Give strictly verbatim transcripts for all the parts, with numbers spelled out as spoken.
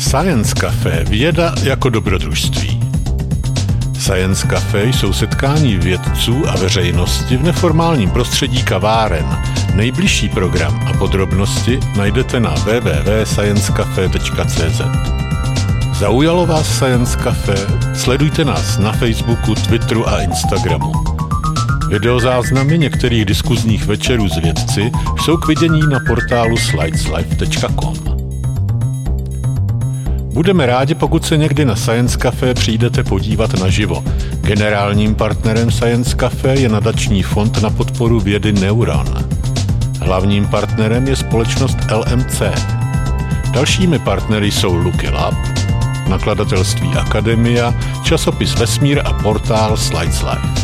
Science Café, věda jako dobrodružství. Science Café jsou setkání vědců a veřejnosti v neformálním prostředí kaváren. Nejbližší program a podrobnosti najdete na w w w tečka science cafe tečka c z. Zaujalo vás Science Café? Sledujte nás na Facebooku, Twitteru a Instagramu. Videozáznamy některých diskuzních večerů s vědci jsou k vidění na portálu slides live tečka com. Budeme rádi, pokud se někdy na Science Café přijdete podívat naživo. Generálním partnerem Science Café je nadační fond na podporu vědy Neuron. Hlavním partnerem je společnost L M C. Dalšími partnery jsou Lucky Lab, nakladatelství Akademia, časopis Vesmír a portál Slides Live.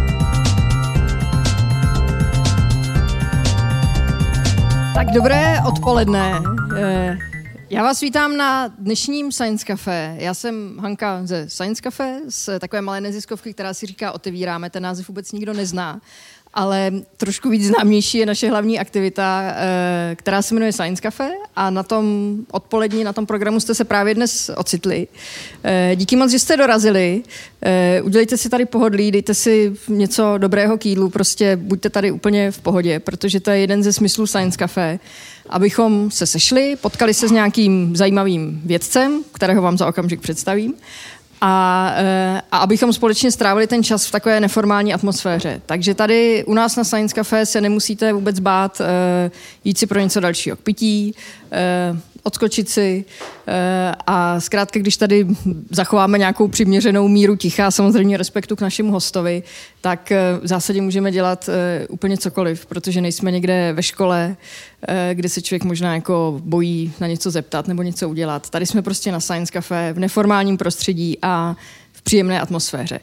Tak dobré odpoledne. Já vás vítám na dnešním Science Café. Já jsem Hanka ze Science Café, z takové malé neziskovky, která si říká Otevíráme. Ten název vůbec nikdo nezná, ale trošku víc známější je naše hlavní aktivita, která se jmenuje Science Café, a na tom odpolední, na tom programu jste se právě dnes ocitli. Díky moc, že jste dorazili. Udělejte si tady pohodlí, dejte si něco dobrého k jídlu, prostě buďte tady úplně v pohodě, protože to je jeden ze smyslů Science Café, abychom se sešli, potkali se s nějakým zajímavým vědcem, kterého vám za okamžik představím, a, a abychom společně strávili ten čas v takové neformální atmosféře. Takže tady u nás na Science Café se nemusíte vůbec bát jít si pro něco dalšího k pití, odskočit si a zkrátka, když tady zachováme nějakou přiměřenou míru ticha, samozřejmě respektu k našemu hostovi, tak v zásadě můžeme dělat úplně cokoliv, protože nejsme někde ve škole, kde se člověk možná jako bojí na něco zeptat nebo něco udělat. Tady jsme prostě na Science Café v neformálním prostředí a v příjemné atmosféře.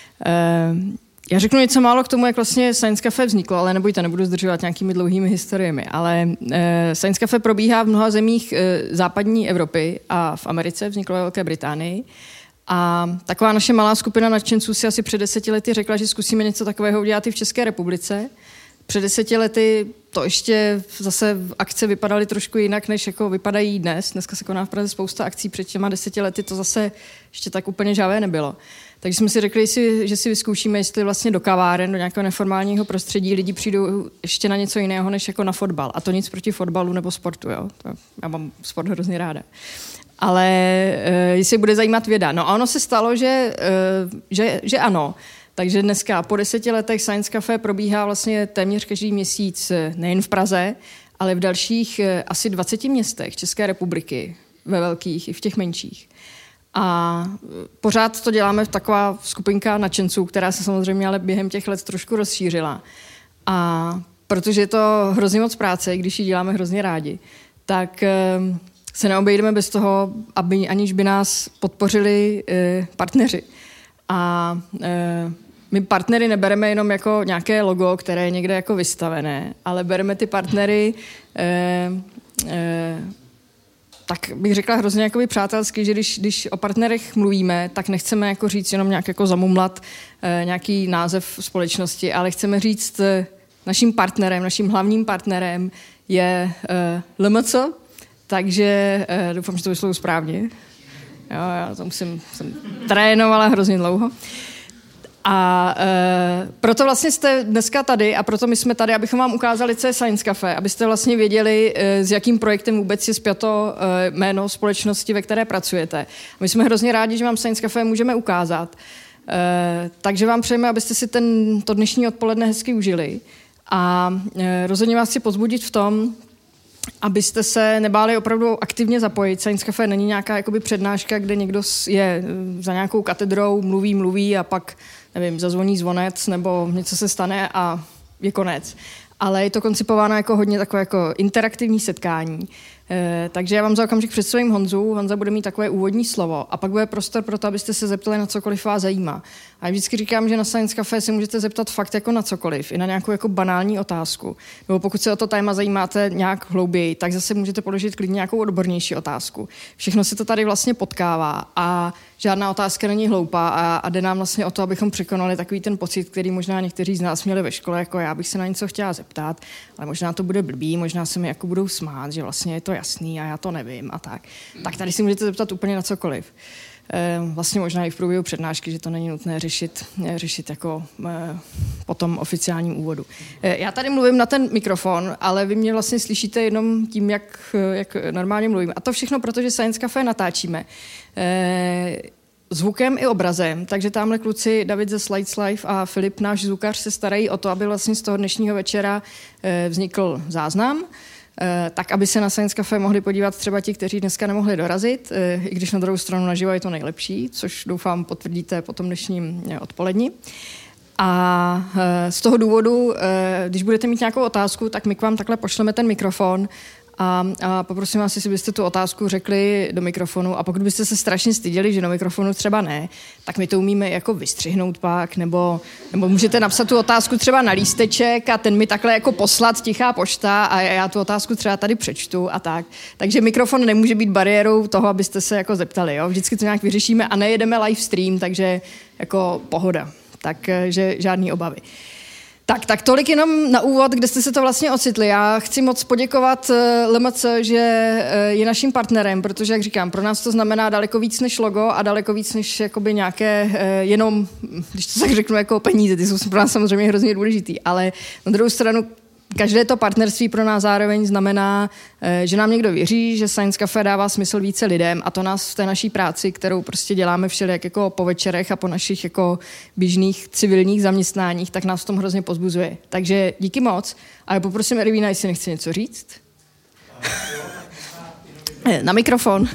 Já řeknu něco málo k tomu, jak vlastně Science Café vzniklo, ale nebojte, nebudu zdržovat nějakými dlouhými historiemi, ale eh, Science Café probíhá v mnoha zemích eh, západní Evropy a v Americe, vzniklo ve Velké Británii. A taková naše malá skupina nadšenců si asi před deseti lety řekla, že zkusíme něco takového udělat i v České republice. Před deseti lety to ještě zase akce vypadaly trošku jinak, než jako vypadají dnes. Dneska se koná v Praze spousta akcí, před těma deseti lety to zase ještě tak úplně žavé nebylo. Takže jsme si řekli, že si vyzkoušíme, jestli vlastně do kaváren, do nějakého neformálního prostředí lidi přijdou ještě na něco jiného, než jako na fotbal. A to nic proti fotbalu nebo sportu, jo. To, já mám sport hrozně ráda. Ale uh, jestli bude zajímat věda. No a ono se stalo, že, uh, že, že ano. Takže dneska po deseti letech Science Café probíhá vlastně téměř každý měsíc nejen v Praze, ale v dalších uh, asi dvaceti městech České republiky, ve velkých i v těch menších. A pořád to děláme v taková skupinka nadšenců, která se samozřejmě ale během těch let trošku rozšířila. A protože je to hrozně moc práce, když ji děláme hrozně rádi, tak se neobejdeme bez toho, aby, aniž by nás podpořili partneři. A my partnery nebereme jenom jako nějaké logo, které je někde jako vystavené, ale bereme ty partnery tak bych řekla hrozně jakoby přátelsky, že když, když o partnerech mluvíme, tak nechceme jako říct jenom nějak jako zamumlat e, nějaký název společnosti, ale chceme říct e, naším partnerem, naším hlavním partnerem je e, L M C, takže e, doufám, že to vyslovuji správně. Jo, já to musím, jsem trénovala hrozně dlouho. A e, proto vlastně jste dneska tady a proto my jsme tady, abychom vám ukázali, co je Science Café, abyste vlastně věděli, e, s jakým projektem vůbec je spjato e, jméno společnosti, ve které pracujete. My jsme hrozně rádi, že vám Science Café můžeme ukázat. E, takže vám přejeme, abyste si ten, to dnešní odpoledne hezky užili. A e, rozhodně vás chci pozbudit v tom, abyste se nebáli opravdu aktivně zapojit. Science Café není nějaká jakoby přednáška, kde někdo je za nějakou katedrou, mluví, mluví a pak, nevím, zazvoní zvonec nebo něco se stane a je konec. Ale je to koncipováno jako hodně takové jako interaktivní setkání. E, takže já vám za okamžik představím Honzu. Honza bude mít takové úvodní slovo a pak bude prostor pro to, abyste se zeptali na cokoliv vás zajímá. A já vždycky říkám, že na Science Café se můžete zeptat fakt jako na cokoliv, i na nějakou jako banální otázku. Nebo pokud se o to téma zajímáte nějak hlouběji, tak zase můžete položit klidně nějakou odbornější otázku. Všechno se to tady vlastně potkává a žádná otázka není hloupá a, a jde nám vlastně o to, abychom překonali takový ten pocit, který možná někteří z nás měli ve škole, jako já bych se na něco chtěla zeptat, ale možná to bude blbý, možná se mi jako budou smát, že vlastně je to jasný a já to nevím a tak. Tak tady si můžete zeptat úplně na cokoliv. Vlastně možná i v průběhu přednášky, že to není nutné řešit, řešit jako po tom oficiálním úvodu. Já tady mluvím na ten mikrofon, ale vy mě vlastně slyšíte jenom tím, jak, jak normálně mluvím. A to všechno, protože Science Café natáčíme zvukem i obrazem, takže tamhle kluci David ze Slides Live a Filip, náš zvukař, se starají o to, aby vlastně z toho dnešního večera vznikl záznam, tak aby se na Science Café mohli podívat třeba ti, kteří dneska nemohli dorazit, i když na druhou stranu naživo je to nejlepší, což doufám potvrdíte po tom dnešním odpoledni. A z toho důvodu, když budete mít nějakou otázku, tak my k vám takhle pošleme ten mikrofon a, a poprosím vás, jestli byste tu otázku řekli do mikrofonu a pokud byste se strašně styděli, že do mikrofonu třeba ne, tak my to umíme jako vystřihnout pak, nebo, nebo můžete napsat tu otázku třeba na lísteček a ten mi takhle jako poslat tichá pošta a já tu otázku třeba tady přečtu a tak. Takže mikrofon nemůže být bariérou toho, abyste se jako zeptali, jo? Vždycky to nějak vyřešíme a nejedeme live stream, takže jako pohoda. Takže žádný obavy. Tak, tak tolik jenom na úvod, kde jste se to vlastně ocitli. Já chci moc poděkovat L M C, že je naším partnerem, protože, jak říkám, pro nás to znamená daleko víc než logo a daleko víc než jakoby nějaké jenom, když to tak řeknu, jako peníze, ty jsou pro nás samozřejmě hrozně důležitý, ale na druhou stranu každé to partnerství pro nás zároveň znamená, že nám někdo věří, že Science Café dává smysl více lidem a to nás v té naší práci, kterou prostě děláme všelijak jako po večerech a po našich jako běžných civilních zaměstnáních, tak nás v tom hrozně pozbuzuje. Takže díky moc. A já poprosím Ervína, jestli nechce něco říct. Na mikrofon.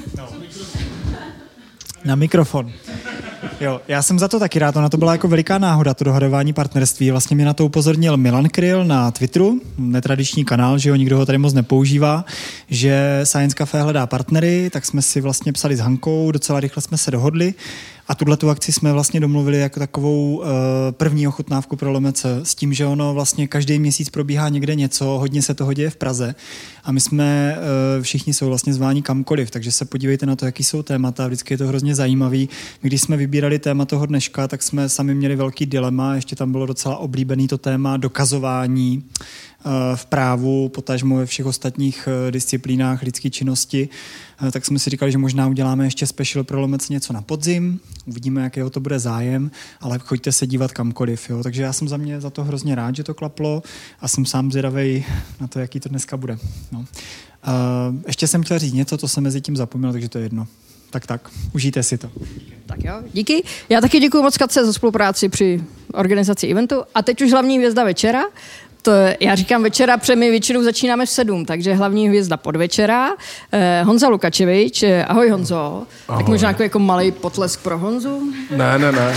Na mikrofon. Jo, já jsem za to taky rád, ona to byla jako veliká náhoda, to dohadování partnerství. Vlastně mě na to upozornil Milan Kryl na Twitteru, netradiční kanál, že jo, nikdo ho tady moc nepoužívá, že Science Café hledá partnery, tak jsme si vlastně psali s Hankou, docela rychle jsme se dohodli a tuhletu akci jsme vlastně domluvili jako takovou uh, první ochutnávku pro L M C s tím, že ono vlastně každý měsíc probíhá někde něco, hodně se toho děje v Praze a my jsme uh, všichni jsou vlastně zváni kamkoliv, takže se podívejte na to, jaký jsou témata, vždycky je to hrozně zajímavý. Když jsme vybírali téma toho dneška, tak jsme sami měli velký dilema, ještě tam bylo docela oblíbený to téma dokazování v právu, potažmo ve všech ostatních disciplínách lidské činnosti, tak jsme si říkali, že možná uděláme ještě special pro L M C něco na podzim, uvidíme, jakého to bude zájem, ale choďte se dívat kamkoliv. Jo. Takže já jsem za mě za to hrozně rád, že to klaplo a jsem sám zvědavej na to, jaký to dneska bude. No. Uh, ještě jsem chtěl říct něco, to jsem mezi tím zapomněl, takže to je jedno. Tak tak, užijte si to. Tak jo, díky. Já taky děkuji moc Katce za spolupráci při organizaci eventu a teď už hlavní hvězda večera. To, já říkám večera, protože my většinou začínáme v sedm, takže hlavní hvězda podvečera. Eh, Honza Lukačevič, eh, ahoj Honzo. Ahoj. Tak možná jako, jako malý potlesk pro Honzu. Ne, ne, ne.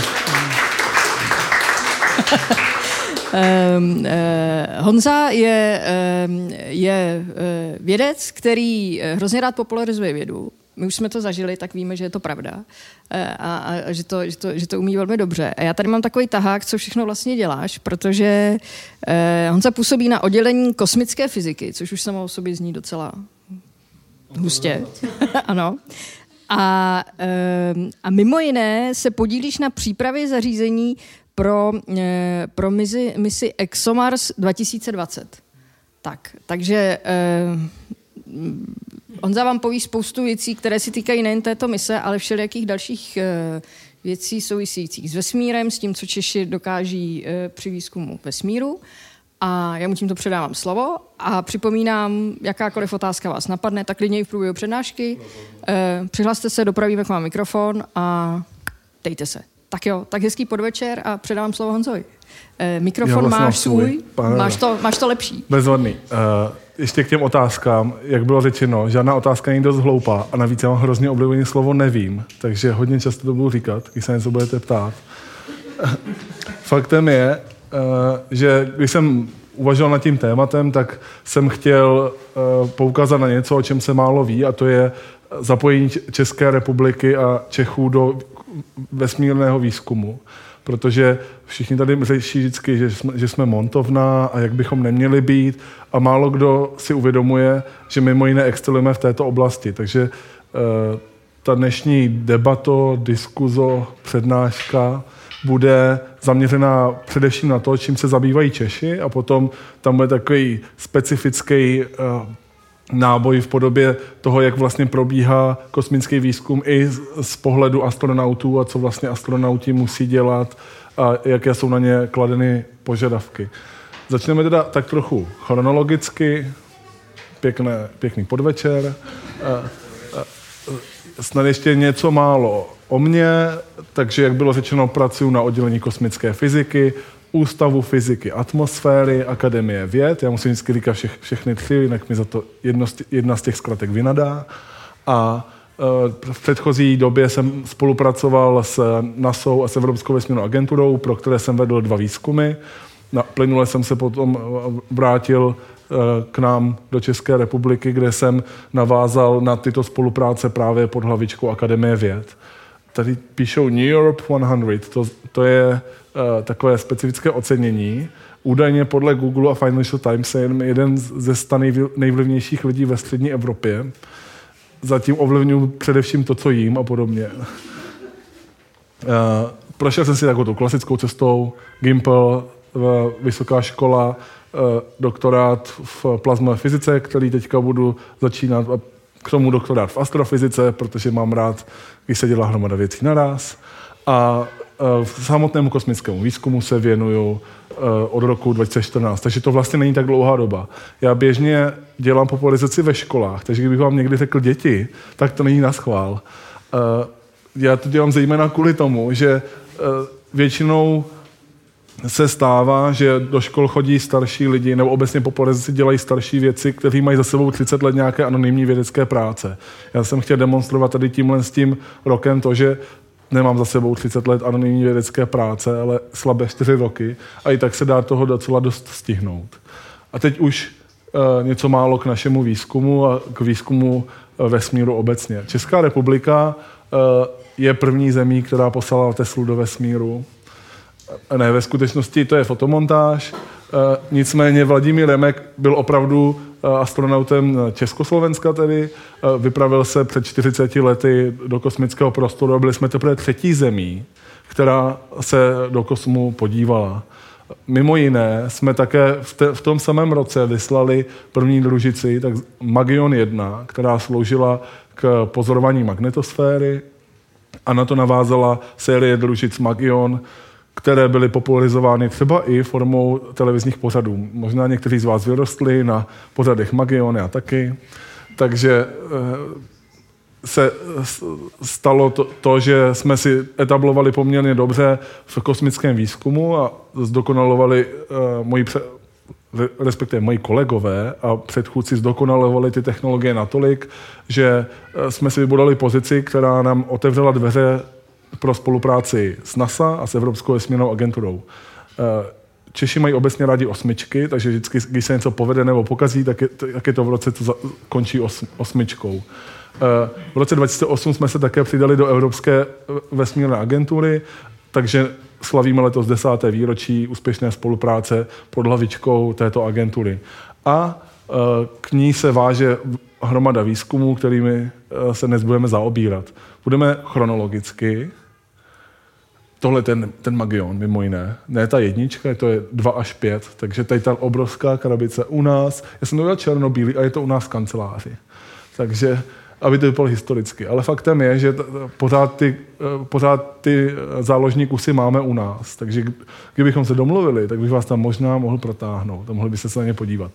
Um, uh, Honza je, um, je uh, vědec, který hrozně rád popularizuje vědu. My už jsme to zažili, tak víme, že je to pravda a, a, a že, to, že, to, že to umí velmi dobře. A já tady mám takový tahák, co všechno vlastně děláš, protože eh, Honza působí na oddělení kosmické fyziky, což už samo o sobě zní docela hustě. Ano. A, eh, a mimo jiné se podílíš na přípravě zařízení pro, eh, pro misi, misi ExoMars dva tisíce dvacet. Tak, takže... Eh, Honza vám poví spoustu věcí, které se týkají nejen této mise, ale všelijakých dalších uh, věcí souvisejících s vesmírem, s tím, co Češi dokáží uh, při výzkumu vesmíru. A já mu tímto předávám slovo a připomínám, jakákoliv otázka vás napadne, tak klidně i v průběhu přednášky. Uh, přihlaste se, dopravíme k vám mikrofon a dejte se. Tak jo, tak hezký podvečer a předávám slovo Honzovi. Uh, mikrofon vlastně máš svůj, máš to, máš to lepší. Bezvadný. Uh... Ještě k těm otázkám, jak bylo řečeno, žádná otázka není dost hloupá a navíc já mám hrozně oblíbené slovo nevím, takže hodně často to budu říkat, když se něco budete ptát. Faktem je, že když jsem uvažoval nad tím tématem, tak jsem chtěl poukázat na něco, o čem se málo ví, a to je zapojení České republiky a Čechů do vesmírného výzkumu. Protože všichni tady řeší vždycky, že jsme, že jsme montovna a jak bychom neměli být a málo kdo si uvědomuje, že mimo jiné excelujeme v této oblasti. Takže e, ta dnešní debato, diskuzo, přednáška bude zaměřená především na to, čím se zabývají Češi a potom tam bude takový specifický e, náboj v podobě toho, jak vlastně probíhá kosmický výzkum i z, z pohledu astronautů a co vlastně astronauti musí dělat a jaké jsou na ně kladeny požadavky. Začneme teda tak trochu chronologicky, pěkné, pěkný podvečer. A, a, snad ještě něco málo o mně, takže jak bylo řečeno, pracuji na oddělení kosmické fyziky, Ústavu fyziky atmosféry, Akademie věd. Já musím vždycky říkat vše, všechny tři, jinak mi za to jedno, jedna z těch zkratek vynadá. A e, v předchozí době jsem spolupracoval s NASA a s Evropskou vesmírnou agenturou, pro které jsem vedl dva výzkumy. Na, plynule jsem se potom vrátil e, k nám do České republiky, kde jsem navázal na tyto spolupráce právě pod hlavičkou Akademie věd. Tady píšou New Europe sto, to, to je uh, takové specifické ocenění. Údajně podle Google a Financial Times je jeden ze sta nejvlivnějších lidí ve střední Evropě. Zatím ovlivňuji především to, co jím a podobně. Uh, prošel jsem si takovou tou klasickou cestou, Gimpel, uh, vysoká škola, uh, doktorát v plazmové fyzice, který teďka budu začínat, a k tomu doktorát v astrofyzice, protože mám rád, když se dělá hromada věcí naraz. A v samotnému kosmickému výzkumu se věnuju od roku dva tisíce čtrnáct, takže to vlastně není tak dlouhá doba. Já běžně dělám popularizaci ve školách, takže kdybych vám někdy řekl děti, tak to není naschvál. Já to dělám zejména kvůli tomu, že většinou se stává, že do škol chodí starší lidi, nebo obecně popularizaci dělají starší věci, kteří mají za sebou třicet let nějaké anonymní vědecké práce. Já jsem chtěl demonstrovat tady tímhle s tím rokem to, že nemám za sebou třicet let anonymní vědecké práce, ale slabé čtyři roky a i tak se dá toho docela dost stihnout. A teď už uh, něco málo k našemu výzkumu a k výzkumu uh, vesmíru obecně. Česká republika uh, je první zemí, která poslala Teslu do vesmíru. Ne, ve skutečnosti to je fotomontáž. Nicméně Vladimír Remek byl opravdu astronautem Československa tedy. Vypravil se před čtyřiceti lety do kosmického prostoru a byli jsme teprve třetí zemí, která se do kosmu podívala. Mimo jiné jsme také v, te, v tom samém roce vyslali první družici, tak Magion jedna, která sloužila k pozorování magnetosféry, a na to navázala série družic Magion, které byly popularizovány třeba i formou televizních pořadů. Možná někteří z vás vyrostli na pořadech Magion a taky. Takže se stalo to, to, že jsme si etablovali poměrně dobře v kosmickém výzkumu a zdokonalovali moji, respektive moji kolegové a předchůdci zdokonalovali ty technologie natolik, že jsme si vybudovali pozici, která nám otevřela dveře pro spolupráci s NASA a s Evropskou vesmírnou agenturou. Češi mají obecně rádi osmičky, takže vždycky, když se něco povede nebo pokazí, tak je, tak je to v roce, co končí os, osmičkou. V roce dva tisíce osm jsme se také přidali do Evropské vesmírné agentury, takže slavíme letos desáté výročí úspěšné spolupráce pod hlavičkou této agentury. A k ní se váže hromada výzkumů, kterými se dnes budeme zaobírat. Budeme chronologicky. Tohle ten, ten Magion, mimo jiné. Ne ta jednička, to je dva až pět, takže tady ta obrovská krabice u nás. Já jsem to dělal černobílý a je to u nás v kanceláři. Takže, aby to vypadalo historicky. Ale faktem je, že pořád ty, pořád ty záložní kusy máme u nás. Takže kdybychom se domluvili, tak bych vás tam možná mohl protáhnout a mohli byste se na ně podívat.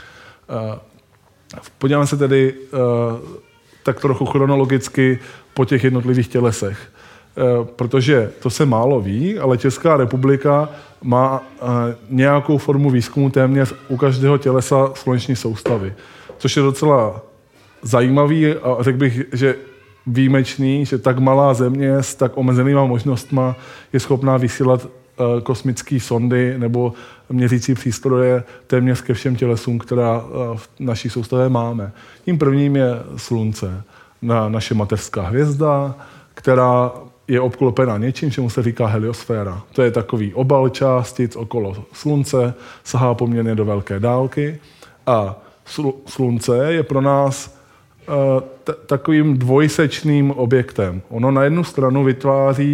Podíváme se tedy tak trochu chronologicky po těch jednotlivých tělesech. Protože to se málo ví, ale Česká republika má nějakou formu výzkumu téměř u každého tělesa sluneční soustavy, což je docela zajímavý a řekl bych, že výjimečný, že tak malá země s tak omezenýma možnostma je schopná vysílat kosmické sondy nebo měřící přístroje téměř ke všem tělesům, která v naší soustavě máme. Tím prvním je Slunce, na naše mateřská hvězda, která je obklopena něčím, čemu se říká heliosféra. To je takový obal částic okolo Slunce, sahá poměrně do velké dálky a Slunce je pro nás t- takovým dvojsečným objektem. Ono na jednu stranu vytváří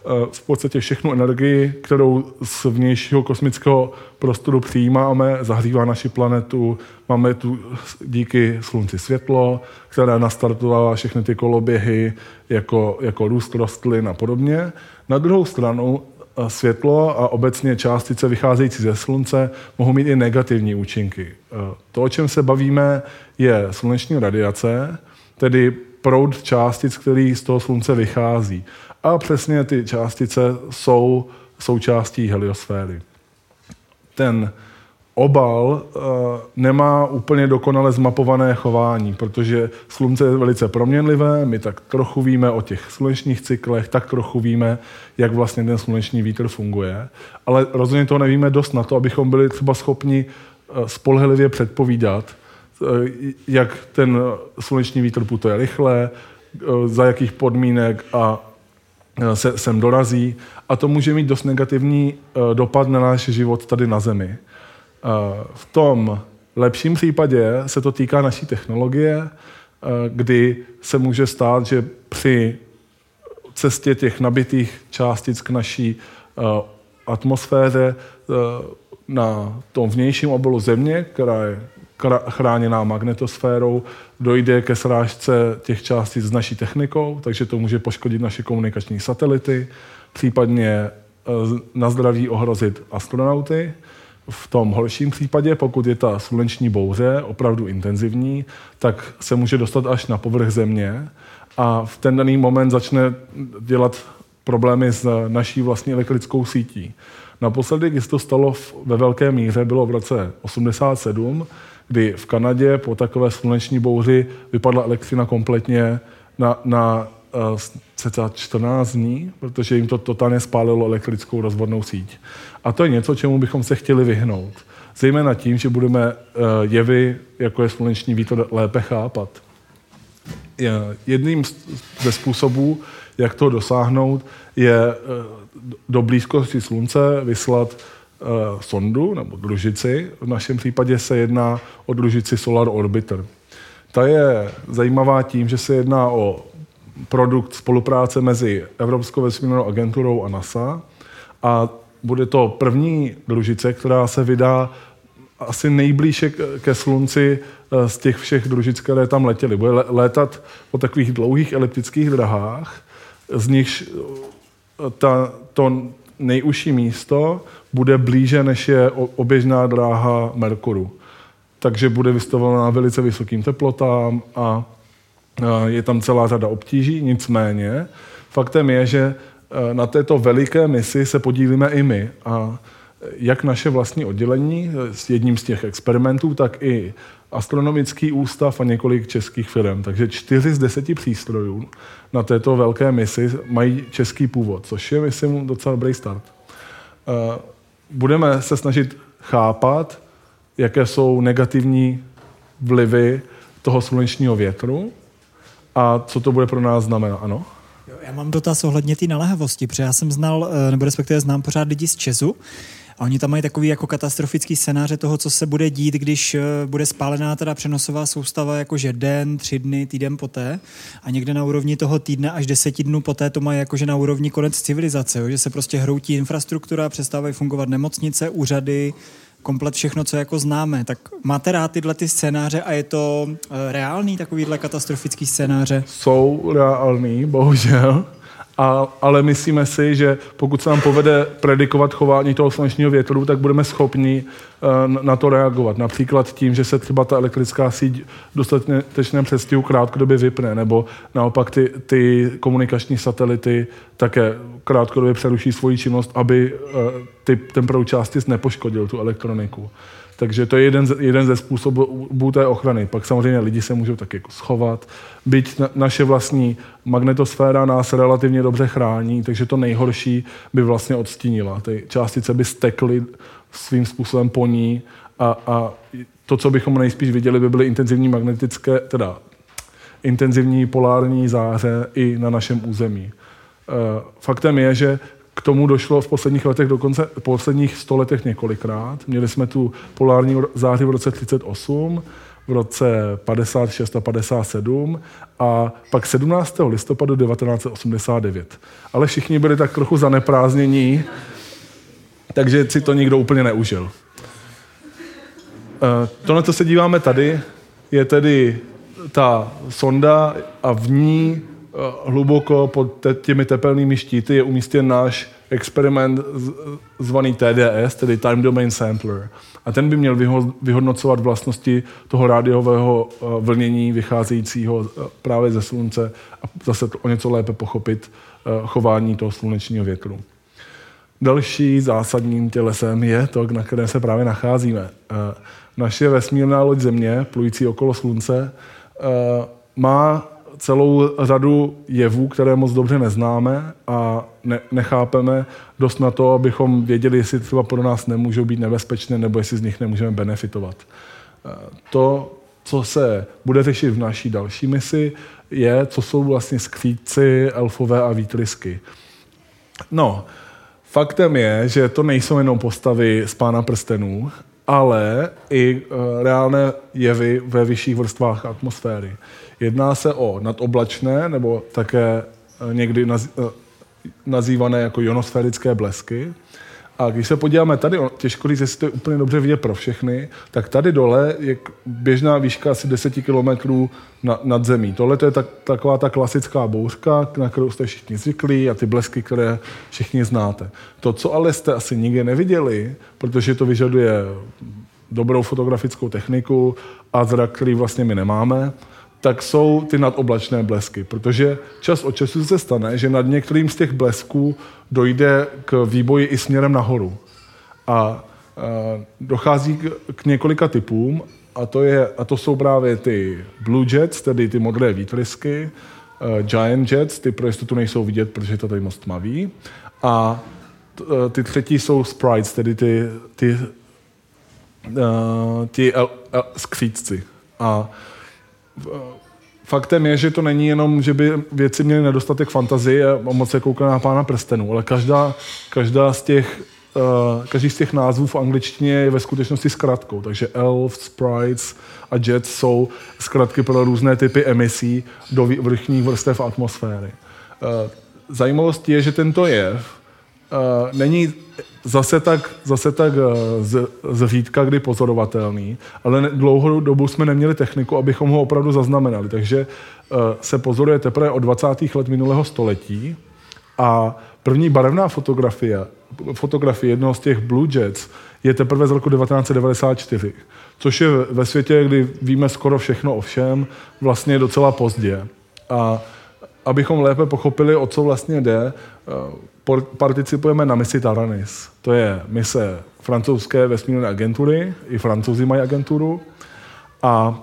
v podstatě všechnu energii, kterou z vnějšího kosmického prostoru přijímáme, zahřívá naši planetu. Máme tu díky slunci světlo, které nastartovává všechny ty koloběhy, jako, jako růst rostlin a podobně. Na druhou stranu světlo a obecně částice vycházející ze slunce mohou mít i negativní účinky. To, o čem se bavíme, je sluneční radiace, tedy proud částic, který z toho slunce vychází. A přesně ty částice jsou součástí heliosféry. Ten obal uh, nemá úplně dokonale zmapované chování, protože slunce je velice proměnlivé, my tak trochu víme o těch slunečních cyklech, tak trochu víme, jak vlastně ten sluneční vítr funguje, ale rozhodně toho nevíme dost na to, abychom byli třeba schopni uh, spolehlivě předpovídat, uh, jak ten sluneční vítr putuje rychle, uh, za jakých podmínek a se sem dorazí. A to může mít dost negativní uh, dopad na náš život tady na Zemi. V tom lepším případě se to týká naší technologie, kdy se může stát, že při cestě těch nabitých částic k naší atmosféře na tom vnějším obalu Země, která je chráněná magnetosférou, dojde ke srážce těch částic s naší technikou, takže to může poškodit naše komunikační satelity, případně na zdraví ohrozit astronauty. V tom horším případě, pokud je ta sluneční bouře opravdu intenzivní, tak se může dostat až na povrch Země a v ten daný moment začne dělat problémy s naší vlastní elektrickou sítí. Naposledy, když to stalo ve velké míře, bylo v roce osmdesát sedm, kdy v Kanadě po takové sluneční bouři vypadla elektřina kompletně na, na uh, cca čtrnáct dní, protože jim to totálně spálilo elektrickou rozvodnou síť. A to je něco, čemu bychom se chtěli vyhnout. Zejména tím, že budeme uh, jevy, jako je sluneční vítr, lépe chápat. Jedním ze způsobů, jak to dosáhnout, je uh, do blízkosti slunce vyslat uh, sondu nebo družici. V našem případě se jedná o družici Solar Orbiter. Ta je zajímavá tím, že se jedná o produkt spolupráce mezi Evropskou vesmírnou agenturou a NASA a bude to první družice, která se vydá asi nejblíže ke slunci z těch všech družic, které tam letěly. Bude létat po takových dlouhých eliptických drahách, z nichž ta, to nejužší místo bude blíže, než je oběžná dráha Merkuru. Takže bude vystavena velice vysokým teplotám a je tam celá řada obtíží, nicméně faktem je, že na této veliké misi se podílíme i my a jak naše vlastní oddělení s jedním z těch experimentů, tak i astronomický ústav a několik českých firm. Takže čtyři z deseti přístrojů na této velké misi mají český původ, což je, myslím, docela dobrý start. Budeme se snažit chápat, jaké jsou negativní vlivy toho slunečního větru a co to bude pro nás znamenat. Ano? Já mám dotaz ohledně té naléhavosti, protože já jsem znal, nebo respektive znám pořád lidi z Česu a oni tam mají takový jako katastrofický scénáře toho, co se bude dít, když bude spálená teda přenosová soustava jakože den, tři dny, týden poté a někde na úrovni toho týdne až deseti dnů poté to mají jakože na úrovni konec civilizace, jo? Že se prostě hroutí infrastruktura, přestávají fungovat nemocnice, úřady, komplet všechno, co jako známe. Tak máte rád tyhle ty scénáře a je to uh, reálný takovýhle katastrofický scénáře? Jsou reální, bohužel, a, ale myslíme si, že pokud se nám povede predikovat chování toho slunečního větru, tak budeme schopni uh, na to reagovat. Například tím, že se třeba ta elektrická síť dostatečném předstihu krátkodobě vypne, nebo naopak ty, ty komunikační satelity také krátkodobě přeruší svoji činnost, aby uh, ty, ten proud částic nepoškodil tu elektroniku. Takže to je jeden, z, jeden ze způsobů té ochrany. Pak samozřejmě lidi se můžou taky jako schovat. Byť na, naše vlastní magnetosféra nás relativně dobře chrání, takže to nejhorší by vlastně odstínila. Ty částice by stekly svým způsobem po ní a, a to, co bychom nejspíš viděli, by byly intenzivní magnetické, teda intenzivní polární záře i na našem území. E, faktem je, že k tomu došlo v posledních letech, dokonce v posledních sto letech několikrát. Měli jsme tu polární záři v roce třicet osm, v roce padesát šest a padesát sedm a pak sedmnáctého listopadu devatenáct set osmdesát devět. Ale všichni byli tak trochu zaneprázdnění, takže si to nikdo úplně neužil. Tohle, co se díváme tady, je tedy ta sonda a v ní hluboko pod těmi tepelnými štíty je umístěn náš experiment zvaný T D S, tedy Time Domain Sampler. A ten by měl vyhodnocovat vlastnosti toho rádiového vlnění vycházejícího právě ze slunce a zase o něco lépe pochopit chování toho slunečního větru. Další zásadním tělesem je to, na které se právě nacházíme. Naše vesmírná loď Země, plující okolo slunce, má celou řadu jevů, které moc dobře neznáme a ne, nechápeme dost na to, abychom věděli, jestli třeba pro nás nemůžou být nebezpečné nebo jestli z nich nemůžeme benefitovat. To, co se bude řešit v naší další misi, je, co jsou vlastně skřídci, elfové a výtrysky. No, faktem je, že to nejsou jenom postavy z Pána prstenů, ale i reálné jevy ve vyšších vrstvách atmosféry. Jedná se o nadoblačné nebo také někdy nazývané jako ionosférické blesky. A když se podíváme tady, těžko říct, jestli to je úplně dobře vidět pro všechny, tak tady dole je běžná výška asi deset kilometrů na, nad zemí. Tohle je tak, taková ta klasická bouřka, na kterou jste všichni zvyklí a ty blesky, které všichni znáte. To, co ale jste asi nikdy neviděli, protože to vyžaduje dobrou fotografickou techniku a zrak, který vlastně my nemáme, tak jsou ty nadoblačné blesky, protože čas od času se stane, že nad některým z těch blesků dojde k výboji i směrem nahoru. A, a dochází k, k několika typům, a to, je, a to jsou právě ty blue jets, tedy ty modré výtrysky, uh, giant jets, ty pro jistotu nejsou vidět, protože to tady moc tmavý, a t, uh, ty třetí jsou sprites, tedy ty, ty, uh, ty el, el, skřídci. A faktem je, že to není jenom, že by věci měly nedostatek fantazie a moc se koukat na Pána prstenů, ale každá, každá z těch, uh, každý z těch názvů v angličtině je ve skutečnosti zkratkou. Takže elf, sprites a jets jsou zkratky pro různé typy emisí do vrchních vrstev atmosféry. Uh, zajímavost je, že tento jev uh, není zase tak, zase tak z, zřídka, kdy pozorovatelný, ale dlouhou dobu jsme neměli techniku, abychom ho opravdu zaznamenali. Takže uh, se pozoruje teprve od dvacátých let minulého století a první barevná fotografie, fotografie jednoho z těch Blue Jets je teprve z roku devatenáct set devadesát čtyři, což je ve světě, kdy víme skoro všechno o všem, vlastně docela pozdě. A abychom lépe pochopili, o co vlastně jde, participujeme na misi Taranis. To je mise francouzské vesmírné agentury, i Francouzi mají agenturu. A, a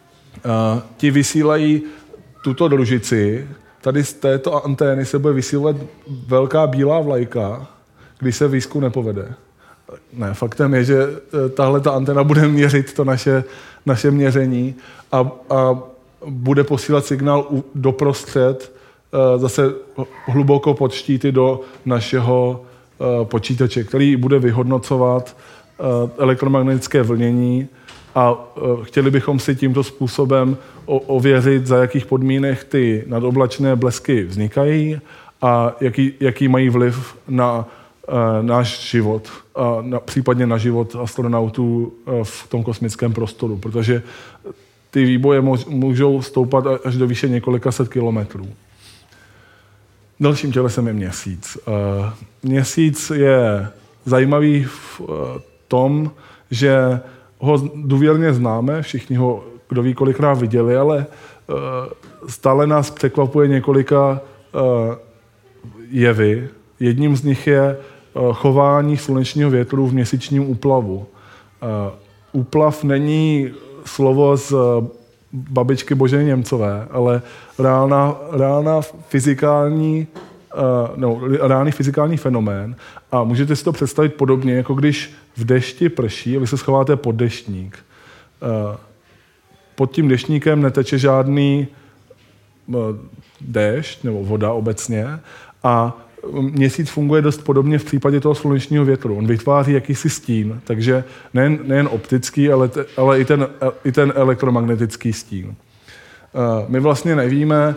ti vysílají tuto družici. Tady z této antény se bude vysílat velká bílá vlajka, když se výzkum nepovede. Ne, faktem je, že tahle ta anténa bude měřit to naše, naše měření a, a bude posílat signál doprostřed, zase hluboko pod štíty do našeho počítače, který bude vyhodnocovat elektromagnetické vlnění a chtěli bychom si tímto způsobem ověřit, za jakých podmínek ty nadoblačné blesky vznikají a jaký, jaký mají vliv na náš život a na, případně na život astronautů v tom kosmickém prostoru, protože ty výboje můžou stoupat až do výše několika set kilometrů. Dalším tělesem je Měsíc. Měsíc je zajímavý v tom, že ho důvěrně známe, všichni ho kdo ví kolikrát viděli, ale stále nás překvapuje několika jevy. Jedním z nich je chování slunečního větru v měsíčním úplavu. Úplav není slovo z babičky Boženy Němcové, ale reálná, reálná fyzikální, uh, no, reálný fyzikální fenomén. A můžete si to představit podobně, jako když v dešti prší a vy se schováte pod deštník. Uh, pod tím deštníkem neteče žádný uh, déšť nebo voda obecně a měsíc funguje dost podobně v případě toho slunečního větru. On vytváří jakýsi stín, takže nejen, nejen optický, ale, te, ale i, ten, i ten elektromagnetický stín. My vlastně nevíme,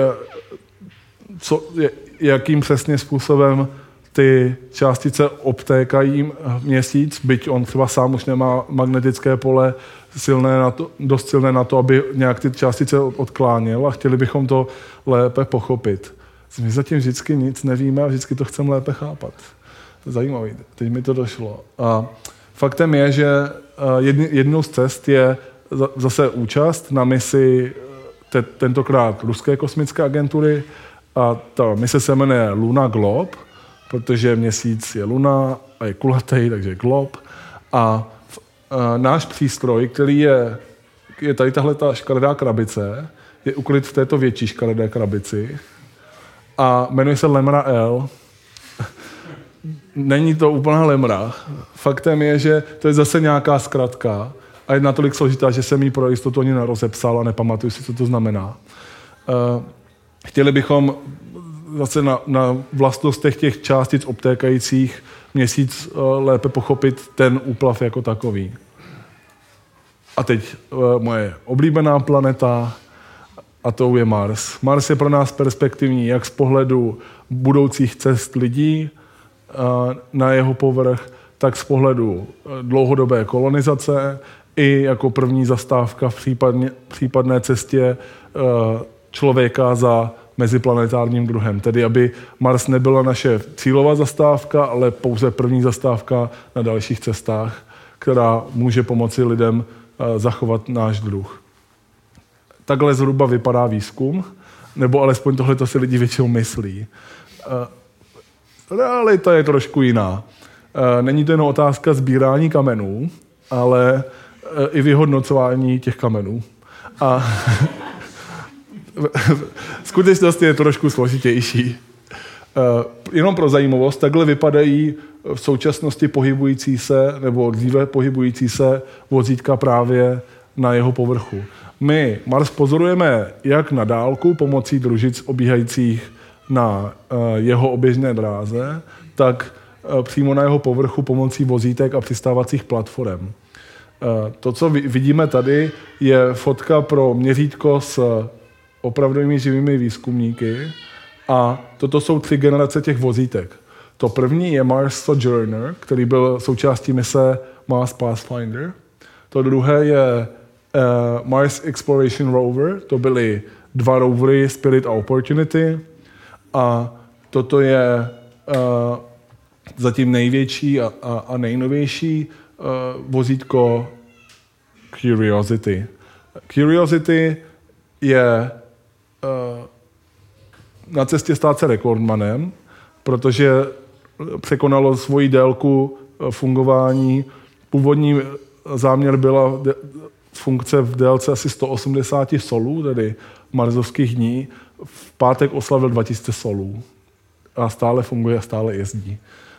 co, jakým přesně způsobem ty částice obtékají měsíc, byť on třeba sám už nemá magnetické pole silné na to, dost silné na to, aby nějak ty částice odkláněl a chtěli bychom to lépe pochopit. My zatím vždycky nic nevíme a vždycky to chceme lépe chápat. Zajímavý, teď mi to došlo. A faktem je, že jednou z cest je zase účast na misi te, tentokrát ruské kosmické agentury a ta mise se jmenuje Luna Globe, protože měsíc je luna a je kulatý, takže je glob. A, a náš přístroj, který je, je tady tahle ta škaredá krabice, je ukryt v této větší škaredé krabici a jmenuje se Lemra L. Není to úplná lemra. Faktem je, že to je zase nějaká zkratka a je natolik složitá, že jsem jí pro jistotu ani nerozepsal a nepamatuju si, co to znamená. Chtěli bychom zase na, na vlastnostech těch částic obtékajících měsíc lépe pochopit ten úplav jako takový. A teď moje oblíbená planeta, a to je Mars. Mars je pro nás perspektivní jak z pohledu budoucích cest lidí na jeho povrch, tak z pohledu dlouhodobé kolonizace i jako první zastávka v případně, případné cestě člověka za meziplanetárním druhem. Tedy, aby Mars nebyla naše cílová zastávka, ale pouze první zastávka na dalších cestách, která může pomoci lidem zachovat náš druh. Takhle zhruba vypadá výzkum, nebo alespoň tohle to si lidi většinou myslí. Realita je trošku jiná. Není to jen otázka sbírání kamenů, ale i vyhodnocování těch kamenů. A skutečnost je trošku složitější. Jenom pro zajímavost, takhle vypadají v současnosti pohybující se, nebo dříve pohybující se vozítka právě na jeho povrchu. My Mars pozorujeme jak na dálku pomocí družic obíhajících na jeho oběžné dráze, tak přímo na jeho povrchu pomocí vozítek a přistávacích platform. To, co vidíme tady, je fotka pro měřítko s opravdovými živými výzkumníky a toto jsou tři generace těch vozítek. To první je Mars Sojourner, který byl součástí mise Mars Pathfinder. To druhé je uh, Mars Exploration Rover, to byly dva rovery Spirit a Opportunity. A toto je uh, zatím největší a, a, a nejnovější uh, vozítko Curiosity. Curiosity je uh, na cestě stát se rekordmanem, protože překonalo svoji délku fungování. Původní záměr byla funkce v délce asi sto osmdesát solů, tedy marsovských dní. V pátek oslavil dva tisíce solů a stále funguje a stále jezdí.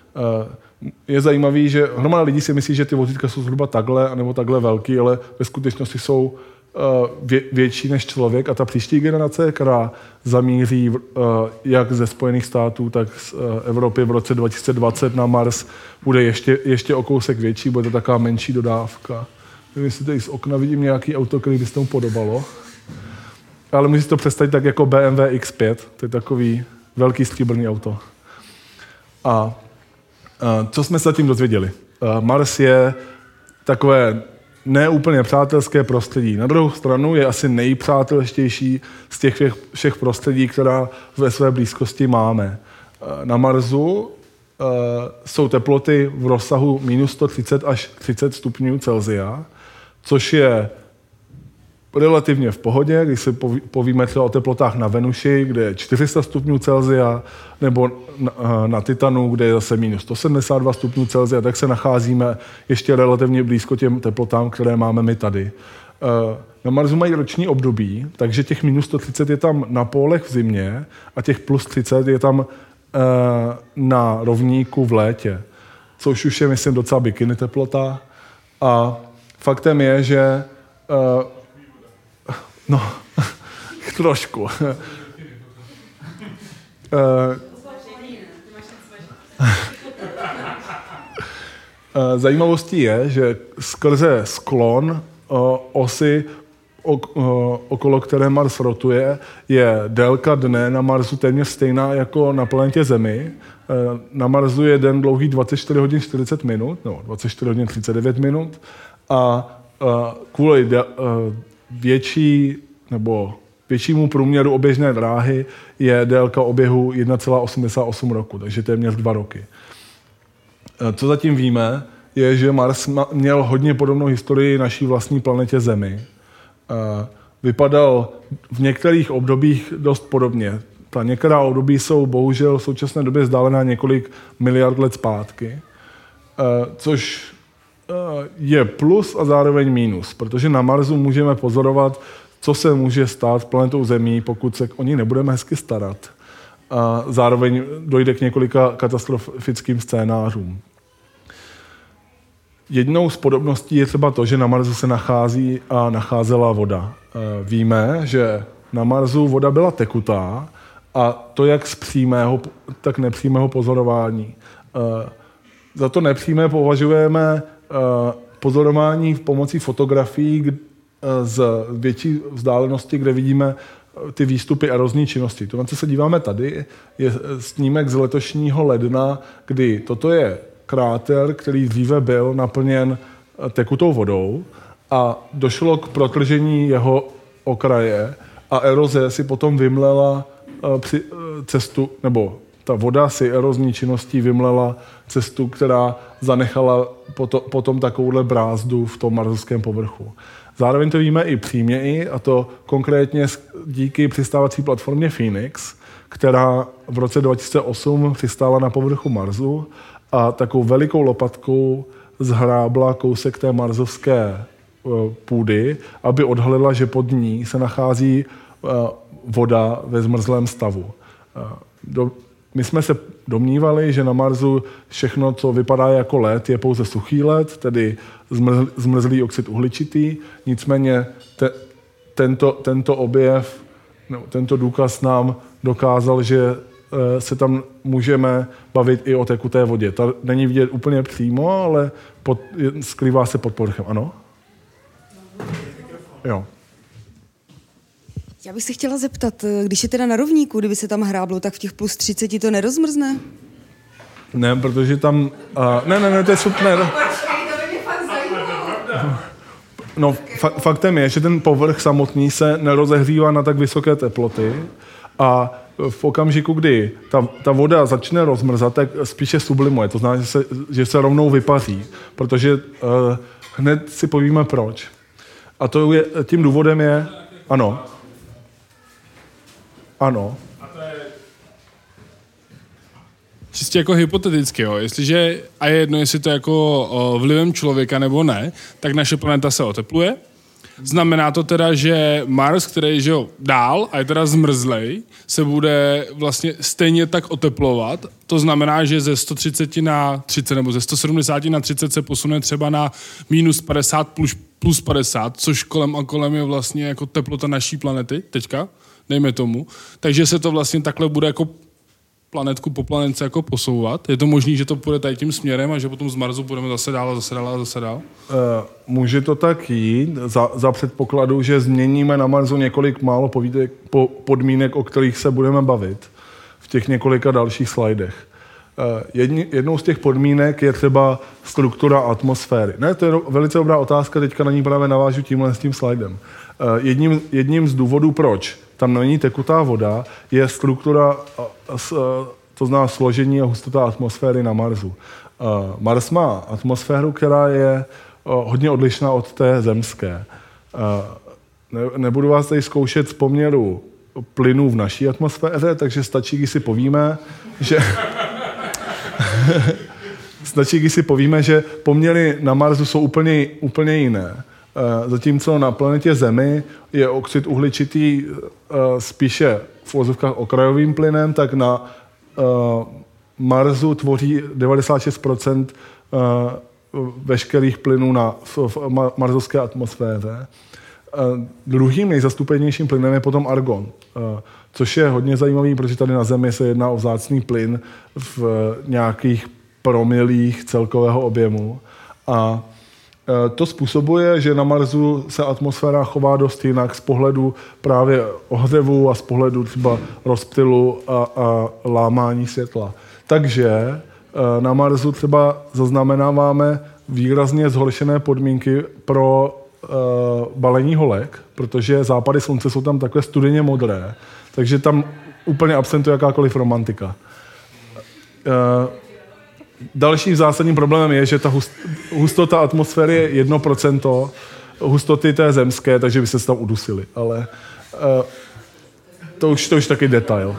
Je zajímavý, že hromada lidí si myslí, že ty vozítka jsou zhruba takhle nebo takhle velký, ale ve skutečnosti jsou vě, větší než člověk a ta příští generace, která zamíří jak ze Spojených států, tak z Evropy v roce dva tisíce dvacet na Mars, bude ještě, ještě o kousek větší, bude to taková menší dodávka. Nevím, jestli tady z okna vidím nějaký auto, který by se tomu podobalo. Ale můžete to představit tak jako B M W X pět, to je takový velký stříbrný auto. A, a co jsme se zatím dozvěděli? A Mars je takové neúplně přátelské prostředí. Na druhou stranu je asi nejpřátelštější z těch všech, všech prostředí, která ve své blízkosti máme. Na Marsu uh, jsou teploty v rozsahu minus sto třicet až třicet stupňů Celsia, což je relativně v pohodě, když se povíme třeba o teplotách na Venuši, kde je čtyři sta stupňů Celsia, nebo na, na Titanu, kde je zase minus sto sedmdesát dva stupňů Celsia, tak se nacházíme ještě relativně blízko těm teplotám, které máme my tady. Na Marsu mají roční období, takže těch minus sto třicet je tam na pólech v zimě a těch plus třicet je tam na rovníku v létě, což už je, myslím, docela bikini teplota. A faktem je, že no, trošku. Zajímavostí je, že skrze sklon osy, okolo které Mars rotuje, je délka dne na Marsu téměř stejná jako na planetě Zemi. Na Marsu je den dlouhý dvacet čtyři hodin čtyřicet minut, no dvacet čtyři hodin třicet devět minut a kvůli větší nebo většímu průměru oběžné dráhy je délka oběhu jedna celá osmdesát osm roku, takže téměř dva roky. Co zatím víme, je, že Mars měl hodně podobnou historii naší vlastní planetě Zemi. Vypadal v některých obdobích dost podobně. Ta některá období jsou bohužel v současné době vzdálená několik miliard let zpátky, což je plus a zároveň mínus, protože na Marsu můžeme pozorovat, co se může stát s planetou Zemí, pokud se o ní nebudeme hezky starat. A zároveň dojde k několika katastrofickým scénářům. Jednou z podobností je třeba to, že na Marsu se nachází a nacházela voda. Víme, že na Marsu voda byla tekutá a to jak z přímého, tak nepřímého pozorování. Za to nepřímé považujeme pozorování pomocí fotografií z větší vzdálenosti, kde vidíme ty výstupy erozní činnosti. To, na co se díváme tady, je snímek z letošního ledna, kdy toto je kráter, který dříve byl naplněn tekutou vodou a došlo k protržení jeho okraje a eroze si potom vymlela cestu, nebo ta voda si erozní činností vymlela cestu, která zanechala potom, potom takovouhle brázdu v tom marsovském povrchu. Zároveň to víme i příměji, a to konkrétně díky přistávací platformě Phoenix, která v roce dva tisíce osm přistála na povrchu Marsu a takovou velikou lopatkou zhrábla kousek té marsovské půdy, aby odhalila, že pod ní se nachází voda ve zmrzlém stavu. Do, my jsme se domnívali, že na Marsu všechno, co vypadá jako led, je pouze suchý led, tedy zmrzl, zmrzlý oxid uhličitý. Nicméně te, tento, tento objev, no, tento důkaz nám dokázal, že e, se tam můžeme bavit i o tekuté vodě. Ta není vidět úplně přímo, ale pod, skrývá se pod povrchem. Ano? Jo. Já bych se chtěla zeptat, když je teda na rovníku, kdyby se tam hráblo, tak v těch plus třiceti to nerozmrzne? Ne, protože tam... Uh, ne, ne, ne, to je super. No, fa- faktem je, že ten povrch samotný se nerozehřívá na tak vysoké teploty a v okamžiku, kdy ta, ta voda začne rozmrzat, tak spíše sublimuje. To znamená, že se, že se rovnou vypaří, protože uh, hned si povíme proč. A to je, tím důvodem je... Ano. Ano. A to je čistě jako hypoteticky, jo. Jestliže, a je jedno, jestli to jako o, vlivem člověka nebo ne, tak naše planeta se otepluje. Znamená to teda, že Mars, který je že jo, dál a je teda zmrzlej, se bude vlastně stejně tak oteplovat. To znamená, že ze sto třicet na třicet nebo ze sto sedmdesát na třicet se posune třeba na minus padesát plus, plus padesát, což kolem a kolem je vlastně jako teplota naší planety teďka, dejme tomu. Takže se to vlastně takhle bude jako planetku po planetce jako posouvat. Je to možný, že to půjde tady tím směrem a že potom z Marsu budeme zase dál a zase dál a zase dál? Uh, může to tak jít za, za předpokladu, že změníme na Marsu několik málo povídek, po, podmínek, o kterých se budeme bavit v těch několika dalších slajdech. Uh, jedni, jednou z těch podmínek je třeba struktura atmosféry. Ne, to je velice dobrá otázka, teďka na ní právě navážu tímhle s tím slajdem. Uh, jedním, jedním z důvodů, proč tam není tekutá voda, je struktura, to znamená složení a hustota atmosféry na Marsu. Mars má atmosféru, která je hodně odlišná od té zemské. Nebudu vás tady zkoušet z poměru plynů v naší atmosféře, takže stačí, když si povíme, že... stačí, když si povíme, že poměry na Marsu jsou úplně, úplně jiné. Zatímco na planetě Zemi je oxid uhličitý spíše v uvozovkách okrajovým plynem, tak na Marsu tvoří devadesát šest procent veškerých plynů na, v, v marsovské atmosféře. Druhým nejzastupenějším plynem je potom argon, což je hodně zajímavý, protože tady na Zemi se jedná o vzácný plyn v nějakých promilích celkového objemu. A to způsobuje, že na Marsu se atmosféra chová dost jinak z pohledu právě ohřevu a z pohledu třeba rozptylu a, a lámání světla. Takže na Marsu třeba zaznamenáváme výrazně zhoršené podmínky pro uh, balení holek, protože západy slunce jsou tam takové studeně modré, takže tam úplně absentuje jakákoliv romantika. Uh, Dalším zásadním problémem je, že ta hustota atmosféry je jedno procento hustoty té zemské, takže by se tam udusili. Ale uh, to už to už taky detail.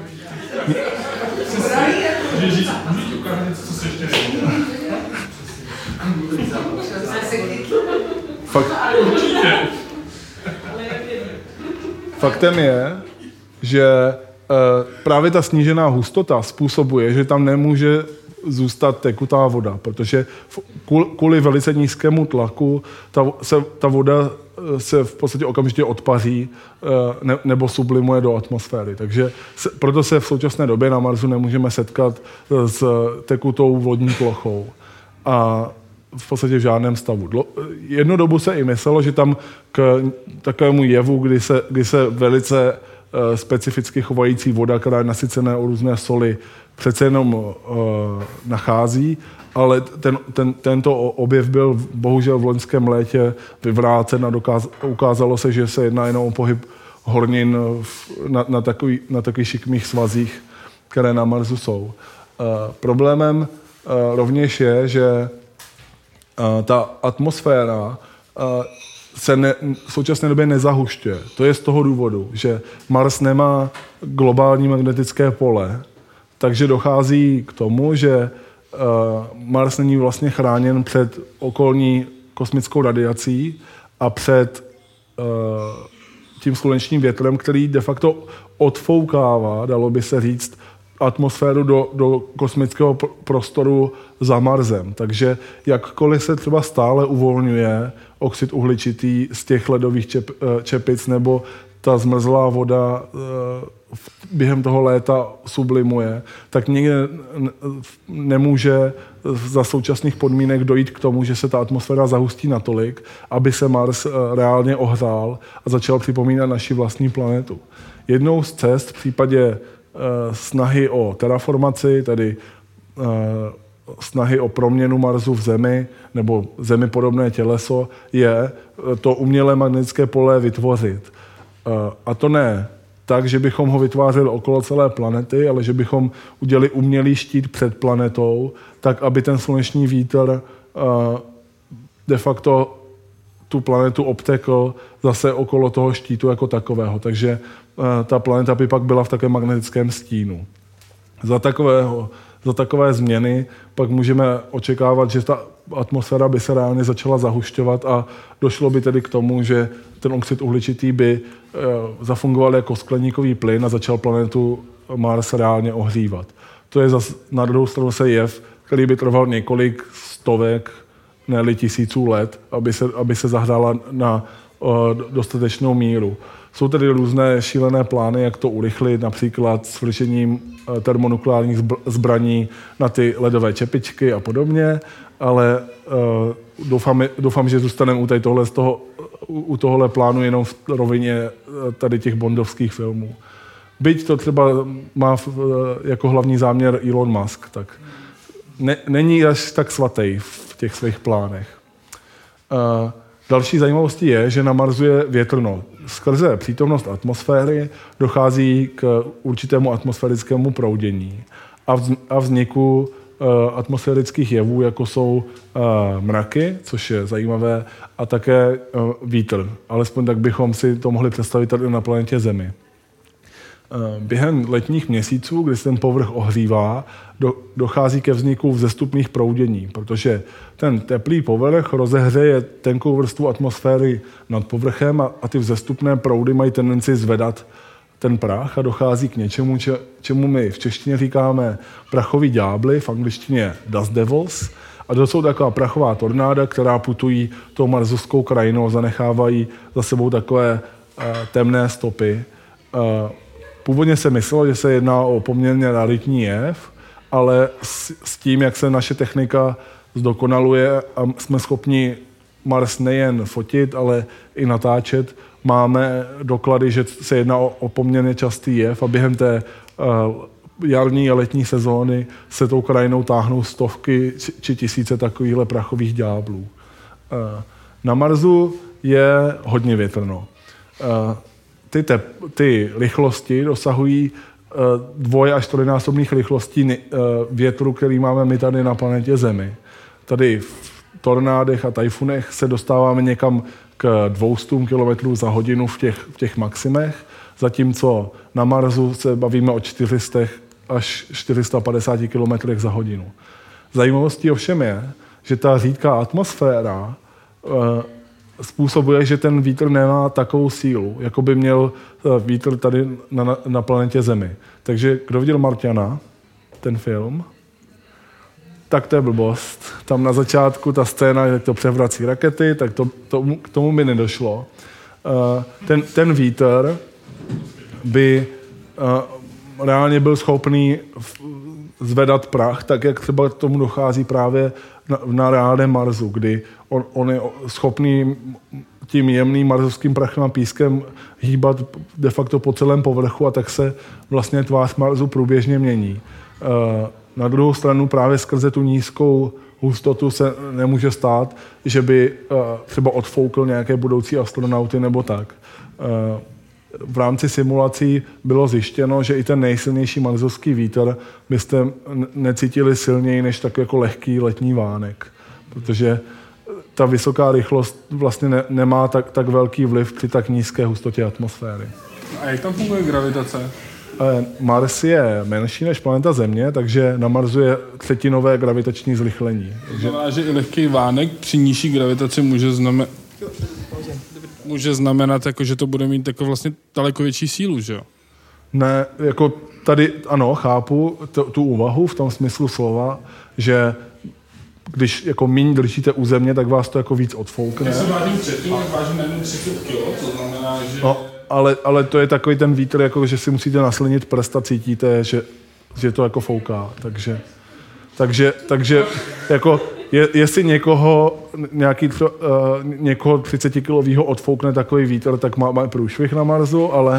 Fakt, faktem je, že uh, právě ta snížená hustota způsobuje, že tam nemůže zůstat tekutá voda, protože kvůli velice nízkému tlaku ta, se, ta voda se v podstatě okamžitě odpaří ne, nebo sublimuje do atmosféry. Takže se, proto se v současné době na Marsu nemůžeme setkat s tekutou vodní plochou. A v podstatě v žádném stavu. Jednu dobu se i myslelo, že tam k takovému jevu, kdy se, kdy se velice specificky chovající voda, která je nasycená o různé soli, přece jenom uh, nachází, ale ten, ten, tento objev byl bohužel v loňském létě vyvrácen a dokáz, ukázalo se, že se jedná jenom o pohyb hornin v, na, na takových na takový šikmých svazích, které na Marsu jsou. Uh, problémem uh, rovněž je, že uh, ta atmosféra uh, se ne, v současné době nezahušťuje. To je z toho důvodu, že Mars nemá globální magnetické pole, takže dochází k tomu, že uh, Mars není vlastně chráněn před okolní kosmickou radiací a před uh, tím slunečním větrem, který de facto odfoukává, dalo by se říct, atmosféru do, do kosmického prostoru za Marsem. Takže jakkoliv se třeba stále uvolňuje oxid uhličitý z těch ledových čep, čepic nebo ta zmrzlá voda během toho léta sublimuje, tak nikdy nemůže za současných podmínek dojít k tomu, že se ta atmosféra zahustí natolik, aby se Mars reálně ohřál a začal připomínat naši vlastní planetu. Jednou z cest v případě snahy o terraformaci, tedy snahy o proměnu Marsu v Zemi nebo Zemi podobné těleso, je to umělé magnetické pole vytvořit. A to ne tak, že bychom ho vytvářeli okolo celé planety, ale že bychom udělali umělý štít před planetou, tak aby ten sluneční vítr de facto tu planetu obtekl zase okolo toho štítu jako takového. Takže ta planeta by pak byla v takovém magnetickém stínu. Za, takového, za takové změny pak můžeme očekávat, že ta atmosféra by se reálně začala zahušťovat a došlo by tedy k tomu, že ten oxid uhličitý by zafungoval jako skleníkový plyn a začal planetu Mars reálně ohřívat. To je zase na druhou stranu se jev, který by trval několik stovek, ne-li tisíců let, aby se, aby se zahrála na uh, dostatečnou míru. Jsou tedy různé šílené plány, jak to urychlit, například s vršením uh, termonukleárních zbr- zbraní na ty ledové čepičky a podobně, ale uh, doufám, doufám, že zůstaneme u, tohle z toho, u tohohle plánu jenom v rovině uh, tady těch bondovských filmů. Byť to třeba má v, uh, jako hlavní záměr Elon Musk, tak ne, není až tak svatý v těch svých plánech. Uh, další zajímavostí je, že na Marsu je větrno. Skrze přítomnost atmosféry dochází k určitému atmosférickému proudění a, vz, a vzniku uh, atmosférických jevů, jako jsou uh, mraky, což je zajímavé, a také uh, vítr. Alespoň tak bychom si to mohli představit tady na planetě Zemi. Během letních měsíců, kdy se ten povrch ohřívá, do, dochází ke vzniku vzestupných proudění, protože ten teplý povrch rozehřeje tenkou vrstvu atmosféry nad povrchem a, a ty vzestupné proudy mají tendenci zvedat ten prach a dochází k něčemu, če, čemu my v češtině říkáme prachoví ďábli, v angličtině dust devils. A to jsou taková prachová tornáda, která putují tou marsovskou krajinou a zanechávají za sebou takové uh, temné stopy. Uh, Původně se myslelo, že se jedná o poměrně raritní jev, ale s, s tím, jak se naše technika zdokonaluje a jsme schopni Mars nejen fotit, ale i natáčet. Máme doklady, že se jedná o, o poměrně častý jev a během té uh, jarní a letní sezóny se tou krajinou táhnou stovky či, či tisíce takovýchhle prachových ďáblů. Uh, na Marsu je hodně větrno. Uh, ty, te, ty rychlosti dosahují uh, dvoj až čtyřnásobných rychlostí uh, větru, který máme my tady na planetě Zemi. Tady v tornádech a tajfunech se dostáváme někam k dvě stě kilometrů za hodinu v těch, v těch maximech, zatímco na Marsu se bavíme o čtyři sta až čtyři sta padesát kilometrů za hodinu. Zajímavostí ovšem je, že ta řídká atmosféra uh, způsobuje, že ten vítr nemá takovou sílu, jako by měl vítr tady na, na planetě Zemi. Takže kdo viděl Marťana, ten film, tak to je blbost. Tam na začátku ta scéna, jak to převrací rakety, tak to, to, k tomu by nedošlo. Uh, ten, ten vítr by uh, reálně byl schopný zvedat prach, tak jak třeba k tomu dochází právě na, na reálném Marsu, kdy on, on je schopný tím jemným marsovským prachem a pískem hýbat de facto po celém povrchu a tak se vlastně tvář Marsu průběžně mění. Uh, Na druhou stranu právě skrze tu nízkou hustotu se nemůže stát, že by uh, třeba odfoukl nějaké budoucí astronauty nebo tak. Uh, v rámci simulací bylo zjištěno, že i ten nejsilnější marsovský vítr byste necítili silněji než tak jako lehký letní vánek, protože ta vysoká rychlost vlastně ne, nemá tak, tak velký vliv při tak nízké hustotě atmosféry. A jak tam funguje gravitace? Mars je menší než planeta Země, takže na Marsu je třetinové gravitační zrychlení. To znamená, že i lehký vánek při nižší gravitaci může znamenat, může znamenat jako, že to bude mít jako vlastně daleko větší sílu, že jo? Ne, jako tady, ano, chápu t- tu úvahu v tom smyslu slova, že když jako míň držíte u Země, tak vás to jako víc odfoukne. Já se vážím třetí, tak vážím jenom třicet kilo, to znamená, že... No. Ale, ale to je takový ten vítr, jako, že si musíte naslinit prst a cítíte, že, že to jako fouká. Takže, takže, takže jako, je, jestli někoho, nějaký, uh, někoho třicetikilovýho odfoukne takový vítr, tak má, má průšvih na Marsu, ale,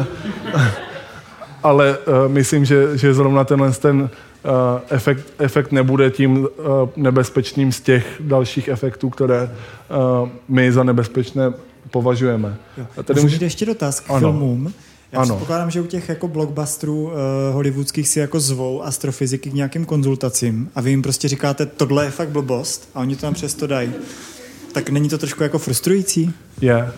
ale uh, myslím, že, že zrovna tenhle ten uh, efekt, efekt nebude tím uh, nebezpečným z těch dalších efektů, které uh, my za nebezpečné považujeme. A tady můžete ještě dotaz k ano. filmům. Já ano. předpokládám, že u těch jako blockbusterů uh, hollywoodských si jako zvou astrofyziky k nějakým konzultacím a vy jim prostě říkáte, tohle je fakt blbost a oni to tam přesto dají. Tak není to trošku jako frustrující? Je.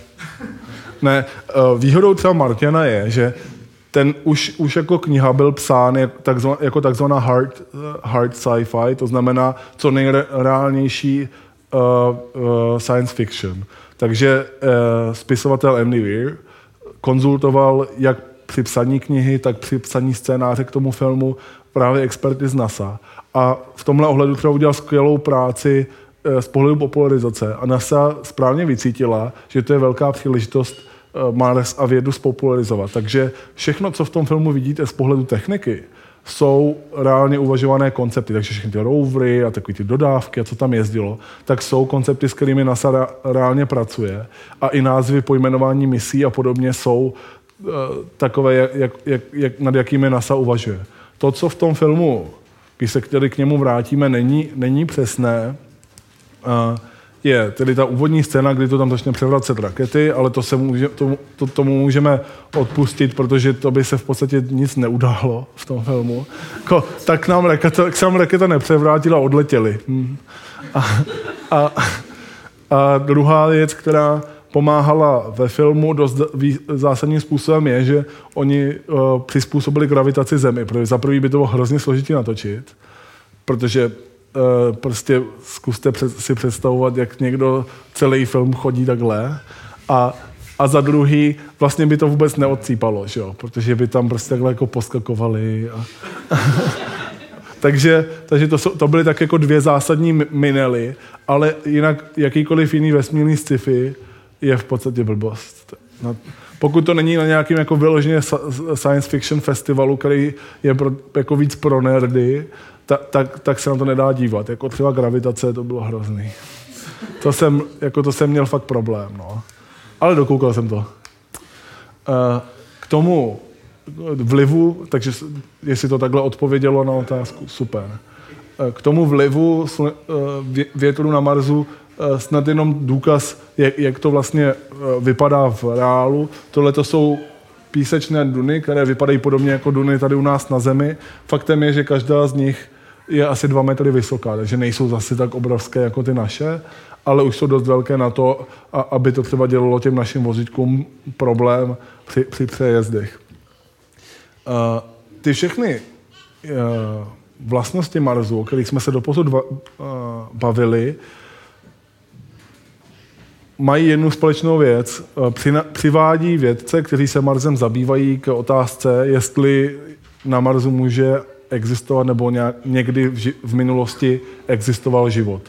Ne, uh, výhodou třeba Marťana je, že ten už, už jako kniha byl psán jako takzvaná, jako takzvaná hard, uh, hard sci-fi, to znamená co nejreálnější uh, uh, science fiction. Takže uh, spisovatel Andy Weir konzultoval jak při psaní knihy, tak při psaní scénáře k tomu filmu právě experty z NASA. A v tomhle ohledu třeba udělal skvělou práci uh, z pohledu popularizace. A NASA správně vycítila, že to je velká příležitost uh, Mars a vědu spopularizovat. Takže všechno, co v tom filmu vidíte z pohledu techniky, jsou reálně uvažované koncepty, takže všechny ty rovery a takové ty dodávky a co tam jezdilo, tak jsou koncepty, s kterými NASA reálně pracuje a i názvy pojmenování misí a podobně jsou uh, takové, jak, jak, jak, nad jakými NASA uvažuje. To, co v tom filmu, když se tedy k němu vrátíme, není, není přesné, uh, je tedy ta úvodní scéna, kdy to tam začne převracet rakety, ale to se může, to, to, tomu můžeme odpustit, protože to by se v podstatě nic neudálo v tom filmu. Ko, tak nám raketa, tak nám raketa nepřevrátila a odletěli. Hmm. A, a, a druhá věc, která pomáhala ve filmu dost zásadním způsobem je, že oni uh, přizpůsobili gravitaci Zemi, protože za prvý by to bylo hrozně složitě natočit, protože Uh, prostě zkuste před, si představovat, jak někdo celý film chodí takhle a, a za druhý vlastně by to vůbec neodcípalo, že jo? Protože by tam prostě takhle jako poskakovali. A takže takže to, jsou, to byly tak jako dvě zásadní minely, ale jinak jakýkoliv jiný vesmírný sci-fi je v podstatě blbost. No, pokud to není na nějakým jako vyloženě science fiction festivalu, který je pro, jako víc pro nerdy, tak, tak, tak se na to nedá dívat. Jako třeba gravitace, to bylo hrozný. To jsem, jako to jsem měl fakt problém, no. Ale dokoukal jsem to. K tomu vlivu, takže jestli to takhle odpovědělo na otázku, super. K tomu vlivu větru na Marsu snad jenom důkaz, jak to vlastně vypadá v reálu. Tohle to jsou písečné duny, které vypadají podobně jako duny tady u nás na Zemi. Faktem je, že každá z nich je asi dva metry vysoká, takže nejsou zase tak obrovské jako ty naše, ale už jsou dost velké na to, aby to třeba dělalo těm našim vozítkům problém při, při přejezdech. Uh, ty všechny uh, vlastnosti Marsu, o kterých jsme se doposud uh, bavili, mají jednu společnou věc. Uh, přina, přivádí vědce, kteří se Marsem zabývají, k otázce, jestli na Marsu může existovat nebo nějak, někdy v, ži, v minulosti existoval život.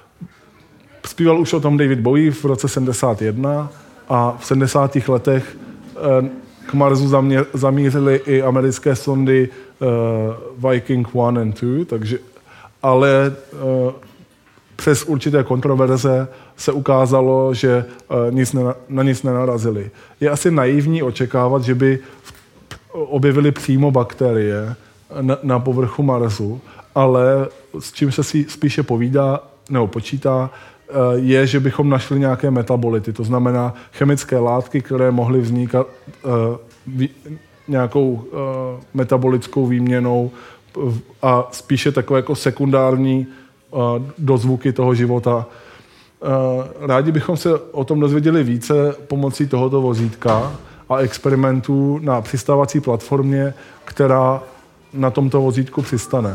Zpíval už o tom David Bowie v roce sedmdesát jedna a v sedmdesátých letech uh, k Marsu zamě, zamířily i americké sondy uh, Viking one and two, takže, ale uh, přes určité kontroverze se ukázalo, že uh, nic ne, na nic nenarazili. Je asi naivní očekávat, že by objevili přímo bakterie na, na povrchu Marsu, ale s čím se si spíše povídá nebo počítá, uh, je, že bychom našli nějaké metabolity, to znamená chemické látky, které mohly vznikat uh, vý, nějakou uh, metabolickou výměnou a spíše takové jako sekundární uh, dozvuky toho života. Uh, rádi bychom se o tom dozvěděli více pomocí tohoto vozítka a experimentů na přistávací platformě, která na tomto vozítku přistane.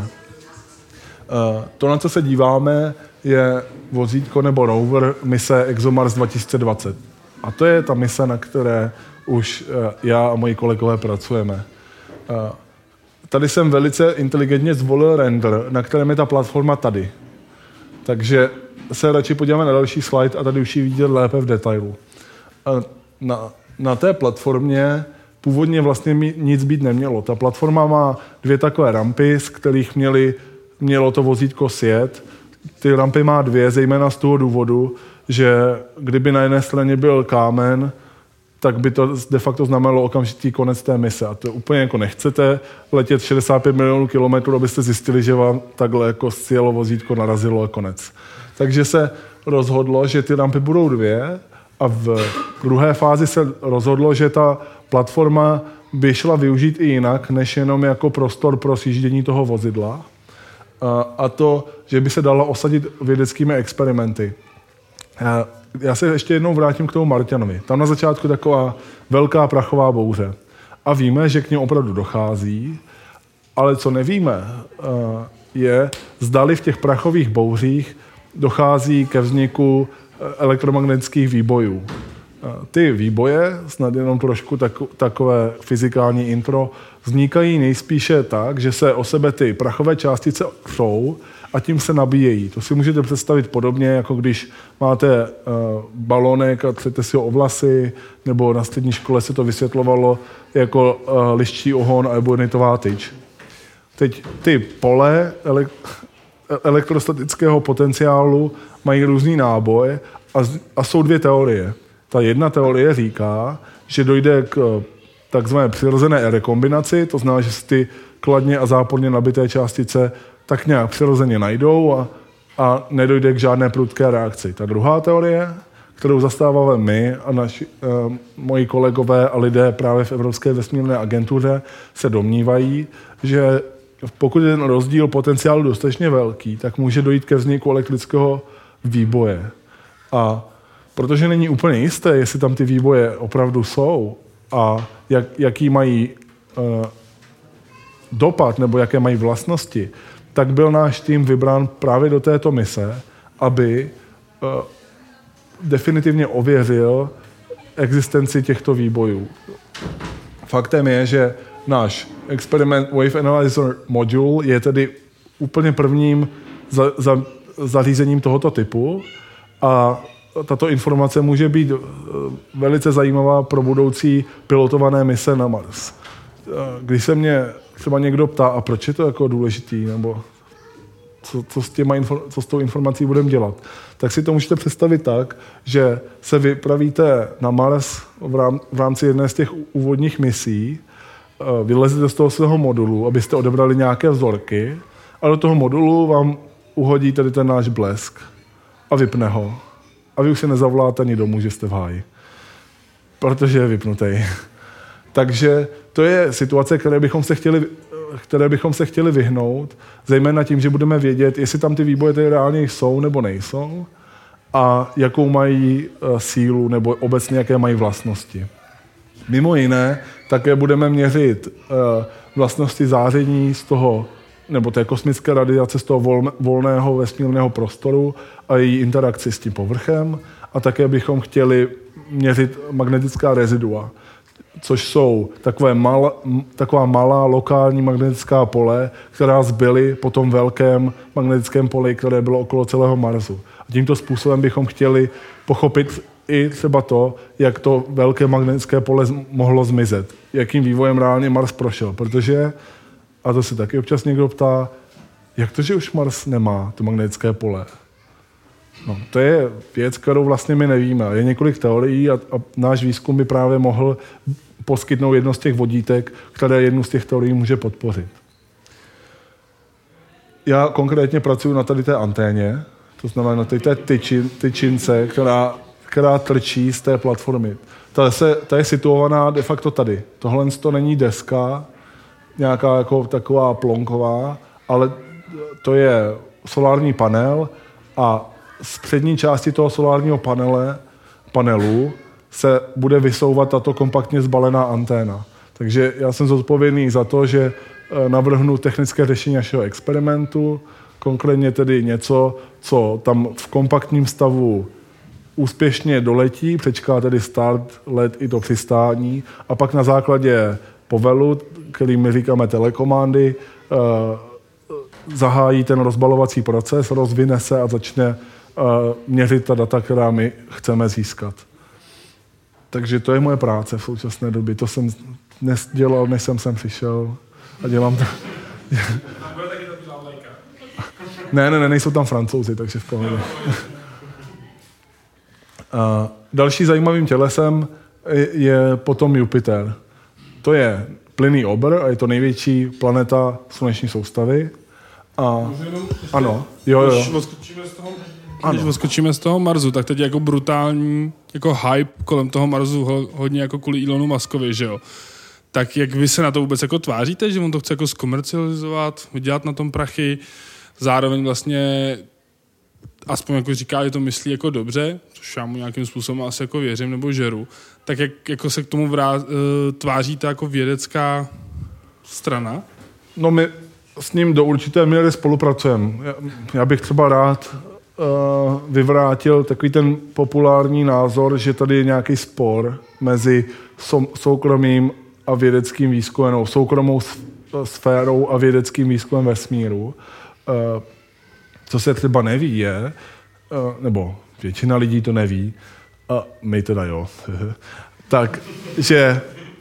Uh, to, na co se díváme, je vozítko nebo rover mise ExoMars dva tisíce dvacet. A to je ta mise, na které už uh, já a moji kolegové pracujeme. Uh, tady jsem velice inteligentně zvolil render, na kterém je ta platforma tady. Takže se radši podíváme na další slide a tady už ji vidět lépe v detailu. Uh, na, na té platformě původně vlastně nic být nemělo. Ta platforma má dvě takové rampy, z kterých měli, mělo to vozítko sjet. Ty rampy má dvě, zejména z toho důvodu, že kdyby na jedné straně byl kámen, tak by to de facto znamenalo okamžitý konec té mise. A to úplně jako nechcete letět šedesát pět milionů kilometrů, abyste zjistili, že vám takhle jako sjelo vozítko, narazilo a konec. Takže se rozhodlo, že ty rampy budou dvě a v druhé fázi se rozhodlo, že ta platforma by šla využít i jinak, než jenom jako prostor pro sjíždění toho vozidla. A to, že by se dala osadit vědeckými experimenty. Já se ještě jednou vrátím k tomu Marťanovi. Tam na začátku taková velká prachová bouře. A víme, že k němu opravdu dochází, ale co nevíme, je, zdali v těch prachových bouřích dochází ke vzniku elektromagnetických výbojů. Ty výboje, snad jenom trošku tak, takové fyzikální intro, vznikají nejspíše tak, že se o sebe ty prachové částice třou a tím se nabíjejí. To si můžete představit podobně, jako když máte uh, balonek a třete si ho o vlasy, nebo na střední škole se to vysvětlovalo jako uh, liščí ohon a ebonitová tyč. Teď ty pole ele- elektrostatického potenciálu mají různý náboj a, a jsou dvě teorie. Ta jedna teorie říká, že dojde k takzvané přirozené rekombinaci, to znamená, že se ty kladně a záporně nabité částice tak nějak přirozeně najdou a, a nedojde k žádné prudké reakci. Ta druhá teorie, kterou zastáváme my a naši, eh, moji kolegové a lidé právě v Evropské vesmírné agentuře, se domnívají, že pokud je ten rozdíl potenciálu dostatečně velký, tak může dojít ke vzniku elektrického výboje. A protože není úplně jisté, jestli tam ty výboje opravdu jsou a jak, jaký mají uh, dopad nebo jaké mají vlastnosti, tak byl náš tým vybrán právě do této mise, aby uh, definitivně ověřil existenci těchto výbojů. Faktem je, že náš experiment Wave Analyzer Module je tedy úplně prvním za, za, zařízením tohoto typu a tato informace může být velice zajímavá pro budoucí pilotované mise na Mars. Když se mě třeba někdo ptá, a proč je to jako důležitý, nebo co, co, s těma info, co s tou informací budeme dělat. Tak si to můžete představit tak, že se vypravíte na Mars v, rám, v rámci jedné z těch úvodních misí, vylezete z toho svého modulu, abyste odebrali nějaké vzorky a do toho modulu vám uhodí tady ten náš blesk a vypne ho. A vy už se nezavoláte ani domů, že jste v háji. Protože je vypnutý. Takže to je situace, které bychom se chtěli, které bychom se chtěli vyhnout, zejména tím, že budeme vědět, jestli tam ty výboje tady reálně jsou nebo nejsou a jakou mají sílu nebo obecně jaké mají vlastnosti. Mimo jiné také budeme měřit vlastnosti záření z toho, nebo té kosmické radiace z toho volného vesmírného prostoru a její interakci s tím povrchem a také bychom chtěli měřit magnetická rezidua, což jsou takové mal, taková malá lokální magnetická pole, která zbyly po tom velkém magnetickém poli, které bylo okolo celého Marsu. A tímto způsobem bychom chtěli pochopit i třeba to, jak to velké magnetické pole mohlo zmizet, jakým vývojem reálně Mars prošel, protože, a to se taky občas někdo ptá, jak to, že už Mars nemá to magnetické pole? No, to je věc, kterou vlastně my nevíme. Je několik teorií a, a náš výzkum by právě mohl poskytnout jedno z těch vodítek, které jednu z těch teorií může podpořit. Já konkrétně pracuji na tady té anténě, to znamená na té tyčin, tyčince, která, která trčí z té platformy. Ta, se, ta je situovaná de facto tady. Tohle to není deska, nějaká jako taková plonková, ale to je solární panel a z přední části toho solárního panele, panelu se bude vysouvat tato kompaktně zbalená anténa. Takže já jsem zodpovědný za to, že navrhnu technické řešení našeho experimentu, konkrétně tedy něco, co tam v kompaktním stavu úspěšně doletí, přečká tedy start, let i to přistání a pak na základě povelu, který my říkáme telekomandy, zahájí ten rozbalovací proces, rozvine se a začne měřit ta data, která my chceme získat. Takže to je moje práce v současné době. To jsem dnes dělal, než jsem sem přišel a dělám to. Ne, ne, ne, nejsou tam Francouzi, takže v pohodě. Další zajímavým tělesem je potom Jupiter. To je plynný obr a je to největší planeta sluneční soustavy. A, ano, jo, jo. Když odskočíme z toho, když odskočíme z toho Marsu, tak teď jako brutální jako hype kolem toho Marsu ho, hodně jako kvůli Elonu Muskovi, že jo. Tak jak vy se na to vůbec jako tváříte, že on to chce jako zkomercializovat, vydělat na tom prachy, zároveň vlastně aspoň jako říká, že to myslí jako dobře, což já mu nějakým způsobem asi jako věřím nebo žeru, tak jak jako se k tomu vrá, tváří ta jako vědecká strana? No my s ním do určité míry spolupracujeme. Já, já bych třeba rád uh, vyvrátil takový ten populární názor, že tady je nějaký spor mezi sou, soukromým a vědeckým výzkumem, no, soukromou sférou a vědeckým výzkumem vesmíru. Uh, co se třeba neví je, uh, nebo většina lidí to neví, a my teda jo, tak, že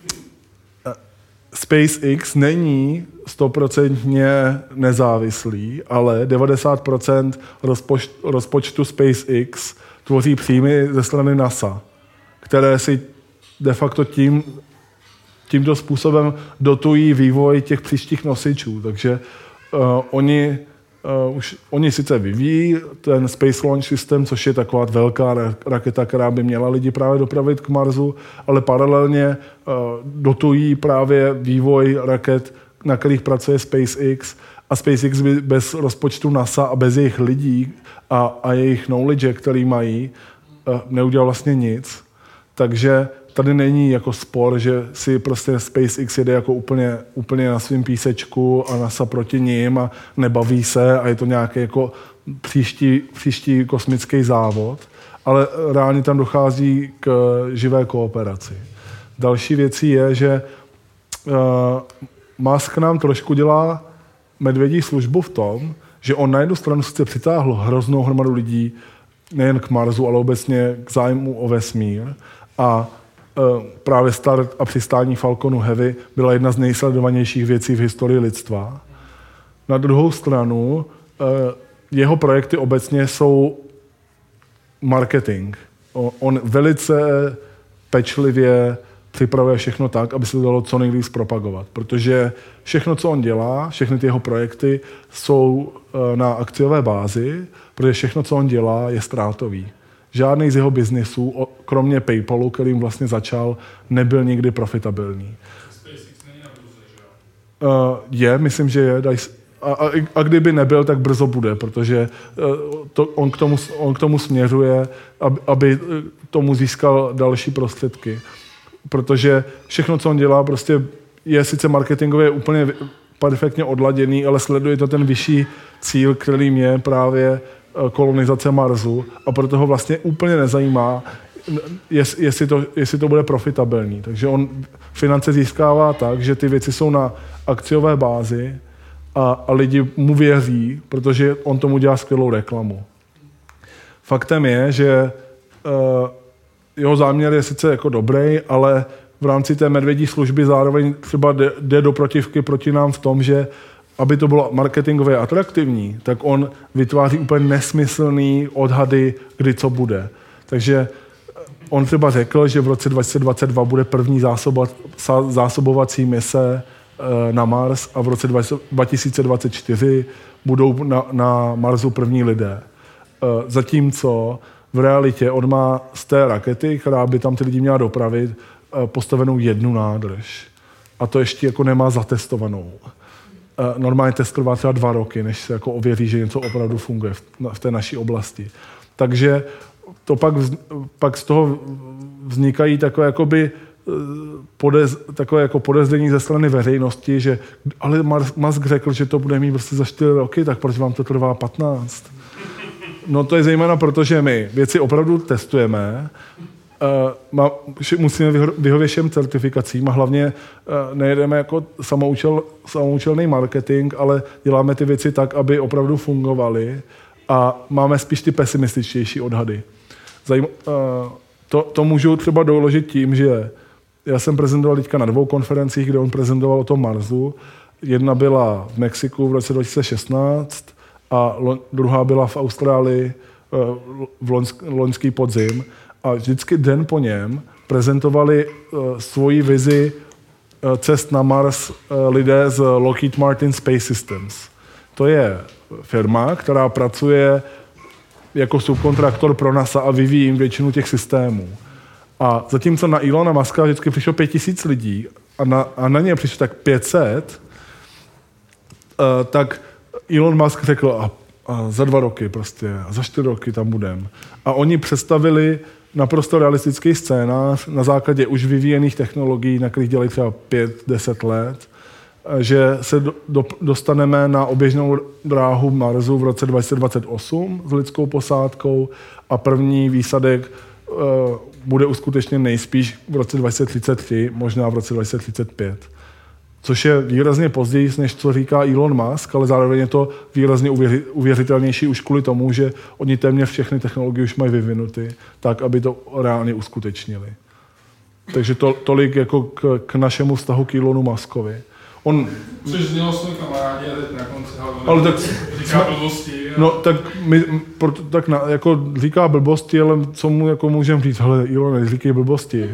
SpaceX není stoprocentně nezávislý, ale devadesát procent rozpoč- rozpočtu SpaceX tvoří příjmy ze strany NASA, které si de facto tím, tímto způsobem dotují vývoj těch příštích nosičů. Takže uh, oni, uh, už, oni sice vyvíjí ten Space Launch System, což je taková velká raketa, která by měla lidi právě dopravit k Marsu, ale paralelně uh, dotují právě vývoj raket, na kterých pracuje SpaceX, a SpaceX by bez rozpočtu NASA a bez jejich lidí a, a jejich knowledge, který mají, uh, neudělal vlastně nic. Takže tady není jako spor, že si prostě SpaceX jede jako úplně, úplně na svým písečku a NASA proti ním a nebaví se a je to nějaký jako příští, příští kosmický závod, ale reálně tam dochází k živé kooperaci. Další věcí je, že uh, Musk nám trošku dělá medvědí službu v tom, že on na jednu stranu sice přitáhl hroznou hromadu lidí nejen k Marsu, ale obecně k zájmu o vesmír a právě start a přistání Falconu Heavy byla jedna z nejsledovanějších věcí v historii lidstva. Na druhou stranu jeho projekty obecně jsou marketing. On velice pečlivě připravuje všechno tak, aby se to dalo co nejvíc propagovat. Protože všechno, co on dělá, všechny ty jeho projekty jsou na akciové bázi, protože všechno, co on dělá, je ztrátový. Žádný z jeho biznisů, kromě PayPalu, kterým vlastně začal, nebyl nikdy profitabilní. Uh, je, myslím, že je. Daj, a, a, a kdyby nebyl, tak brzo bude, protože uh, to, on, k tomu, on k tomu směřuje, aby, aby tomu získal další prostředky. Protože všechno, co on dělá, prostě je sice marketingově úplně perfektně odladěný, ale sleduje to ten vyšší cíl, kterým je právě kolonizace Marsu, a proto ho vlastně úplně nezajímá, jestli to, jestli to bude profitabilní. Takže on finance získává tak, že ty věci jsou na akciové bázi a, a lidi mu věří, protože on tomu dělá skvělou reklamu. Faktem je, že uh, jeho záměr je sice jako dobrý, ale v rámci té medvědí služby zároveň třeba jde, jde do protivky proti nám v tom, že aby to bylo marketingově atraktivní, tak on vytváří úplně nesmyslný odhady, kdy co bude. Takže on třeba řekl, že v roce dva tisíce dvacet dva bude první zásobovací mise na Mars a v roce dva tisíce dvacet čtyři budou na, na Marsu první lidé. Zatímco v realitě on má z té rakety, která by tam ty lidi měla dopravit, postavenou jednu nádrž. A to ještě jako nemá zatestovanou. Normálně test trvá třeba dva roky, než se jako ověří, že něco opravdu funguje v té naší oblasti. Takže to pak, pak z toho vznikají takové, jakoby podez, takové jako podezření ze strany veřejnosti, že ale Musk řekl, že to bude mít prostě za čtyři roky, tak proč vám to trvá patnáct? No to je zejména proto, že my věci opravdu testujeme, Uh, musíme vyhovět všem certifikacím a hlavně uh, nejedeme jako samoučel, samoučelný marketing, ale děláme ty věci tak, aby opravdu fungovaly a máme spíš ty pesimističtější odhady. Zajím, uh, to, to můžu třeba doložit tím, že já jsem prezentoval teďka na dvou konferencích, kde on prezentoval o tom Marsu. Jedna byla v Mexiku v roce dva tisíce šestnáct a lo, druhá byla v Austrálii uh, v loňsk, loňský podzim. A vždycky den po něm prezentovali uh, svoji vizi uh, cest na Mars uh, lidé z Lockheed Martin Space Systems. To je firma, která pracuje jako subkontraktor pro NASA a vyvíjí většinu těch systémů. A zatímco na Elona Muska vždycky přišlo pět tisíc lidí a na, a na ně přišlo tak pět set, uh, tak Elon Musk řekl, a, a za dva roky prostě, a za čtyři roky tam budem. A oni představili naprosto realistický scénář na základě už vyvíjených technologií, na kterých dělají třeba pět deset let, že se do, do, dostaneme na oběžnou dráhu Marsu v roce dva tisíce dvacet osm s lidskou posádkou a první výsadek uh, bude uskutečněn nejspíš v roce dva tisíce třicet tři, možná v roce dva tisíce třicet pět. Což je výrazně později, než co říká Elon Musk, ale zároveň je to výrazně uvěři, uvěřitelnější už kvůli tomu, že oni téměř všechny technologie už mají vyvinuty, tak, aby to reálně uskutečnili. Takže to, tolik jako k, k našemu vztahu k Elonu Muskovi. On... Což znělo svůj kamarádi a teď na konci ale tak, říká blbosti. A... No tak, my, proto, tak na, jako říká blbosti, ale co mu jako můžeme říct, hele Elon, neříkej blbosti.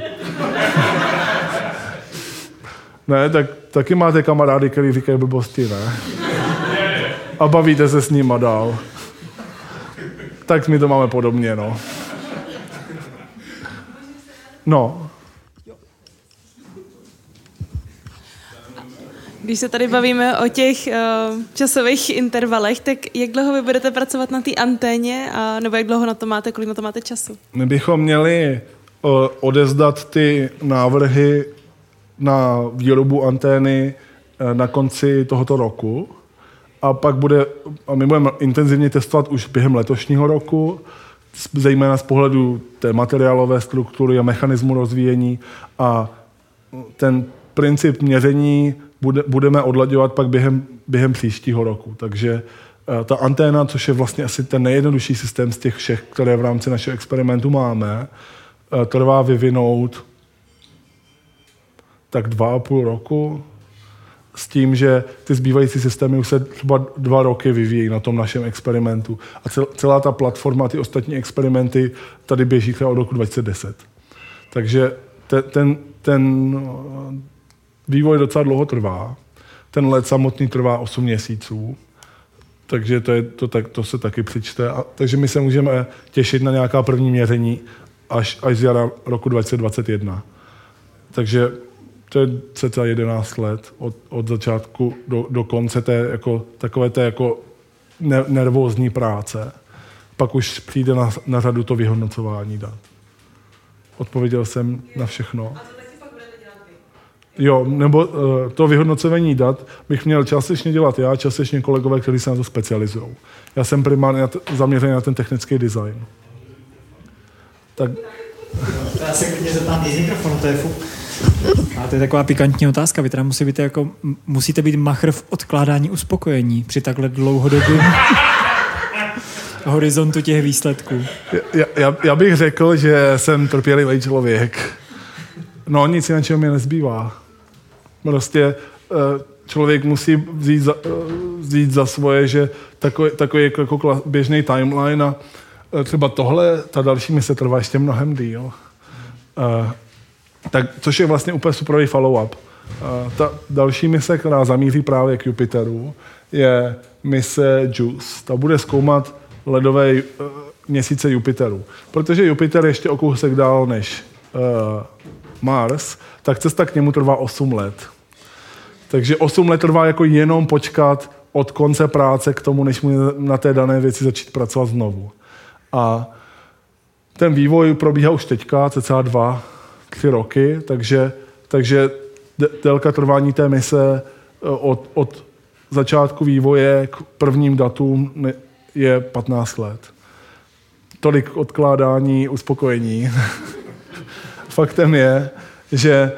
Ne, tak taky máte kamarády, který říkají blbosti, ne? A bavíte se s nima dál. Tak my to máme podobně, no. No. Když se tady bavíme o těch uh, časových intervalech, tak jak dlouho vy budete pracovat na té anténě, a, nebo jak dlouho na to máte, kolik na to máte času? My bychom měli uh, odezdat ty návrhy na výrobu antény na konci tohoto roku a pak bude, a my budeme intenzivně testovat už během letošního roku, zejména z pohledu té materiálové struktury a mechanismu rozvíjení a ten princip měření bude, budeme odlaďovat pak během, během příštího roku. Takže ta anténa, což je vlastně asi ten nejjednodušší systém z těch všech, které v rámci našeho experimentu máme, trvá vyvinout tak dva a půl roku s tím, že ty zbývající systémy už se třeba dva roky vyvíjí na tom našem experimentu. A celá ta platforma, ty ostatní experimenty tady běží třeba od roku dva tisíce deset. Takže ten, ten, ten vývoj docela dlouho trvá. Ten let samotný trvá osm měsíců. Takže to, je, to, tak, to se taky přičte. A, takže my se můžeme těšit na nějaká první měření až, až z jara roku dva tisíce dvacet jedna. Takže to je cca jedenáct let od, od začátku do, do konce té, jako, takové té jako ne, nervózní práce. Pak už přijde na, na řadu to vyhodnocování dat. Odpověděl jsem na všechno. Jo, nebo uh, to vyhodnocování dat bych měl částečně dělat já, částečně kolegové, kteří se na to specializují. Já jsem primárně zaměřený na ten technický design. Tak... Já se klidně zeptám i z mikrofonu, to je fuk. A to je taková pikantní otázka. Vy teda musí být jako, musíte být machr v odkládání uspokojení při takhle dlouhodobém horizontu těch výsledků. Já, já, já bych řekl, že jsem trpělivý člověk. No, nic jiného mi nezbývá. Prostě člověk musí vzít za, vzít za svoje, že takový, takový jako běžný timeline a třeba tohle, ta další mise trvá ještě mnohem díl. Tak, což je vlastně úplně superový follow-up. Ta další mise, která zamíří právě k Jupiteru, je mise JUICE. Ta bude zkoumat ledové měsíce Jupiteru. Protože Jupiter ještě o kousek dál než Mars, tak cesta k němu trvá osm let. Takže osm let trvá jako jenom počkat od konce práce k tomu, než může na té dané věci začít pracovat znovu. A ten vývoj probíhá už teďka, cca dva, tři roky, takže, takže délka trvání té mise od, od začátku vývoje k prvním datům je patnáct let. Tolik odkládání, uspokojení. Faktem je, že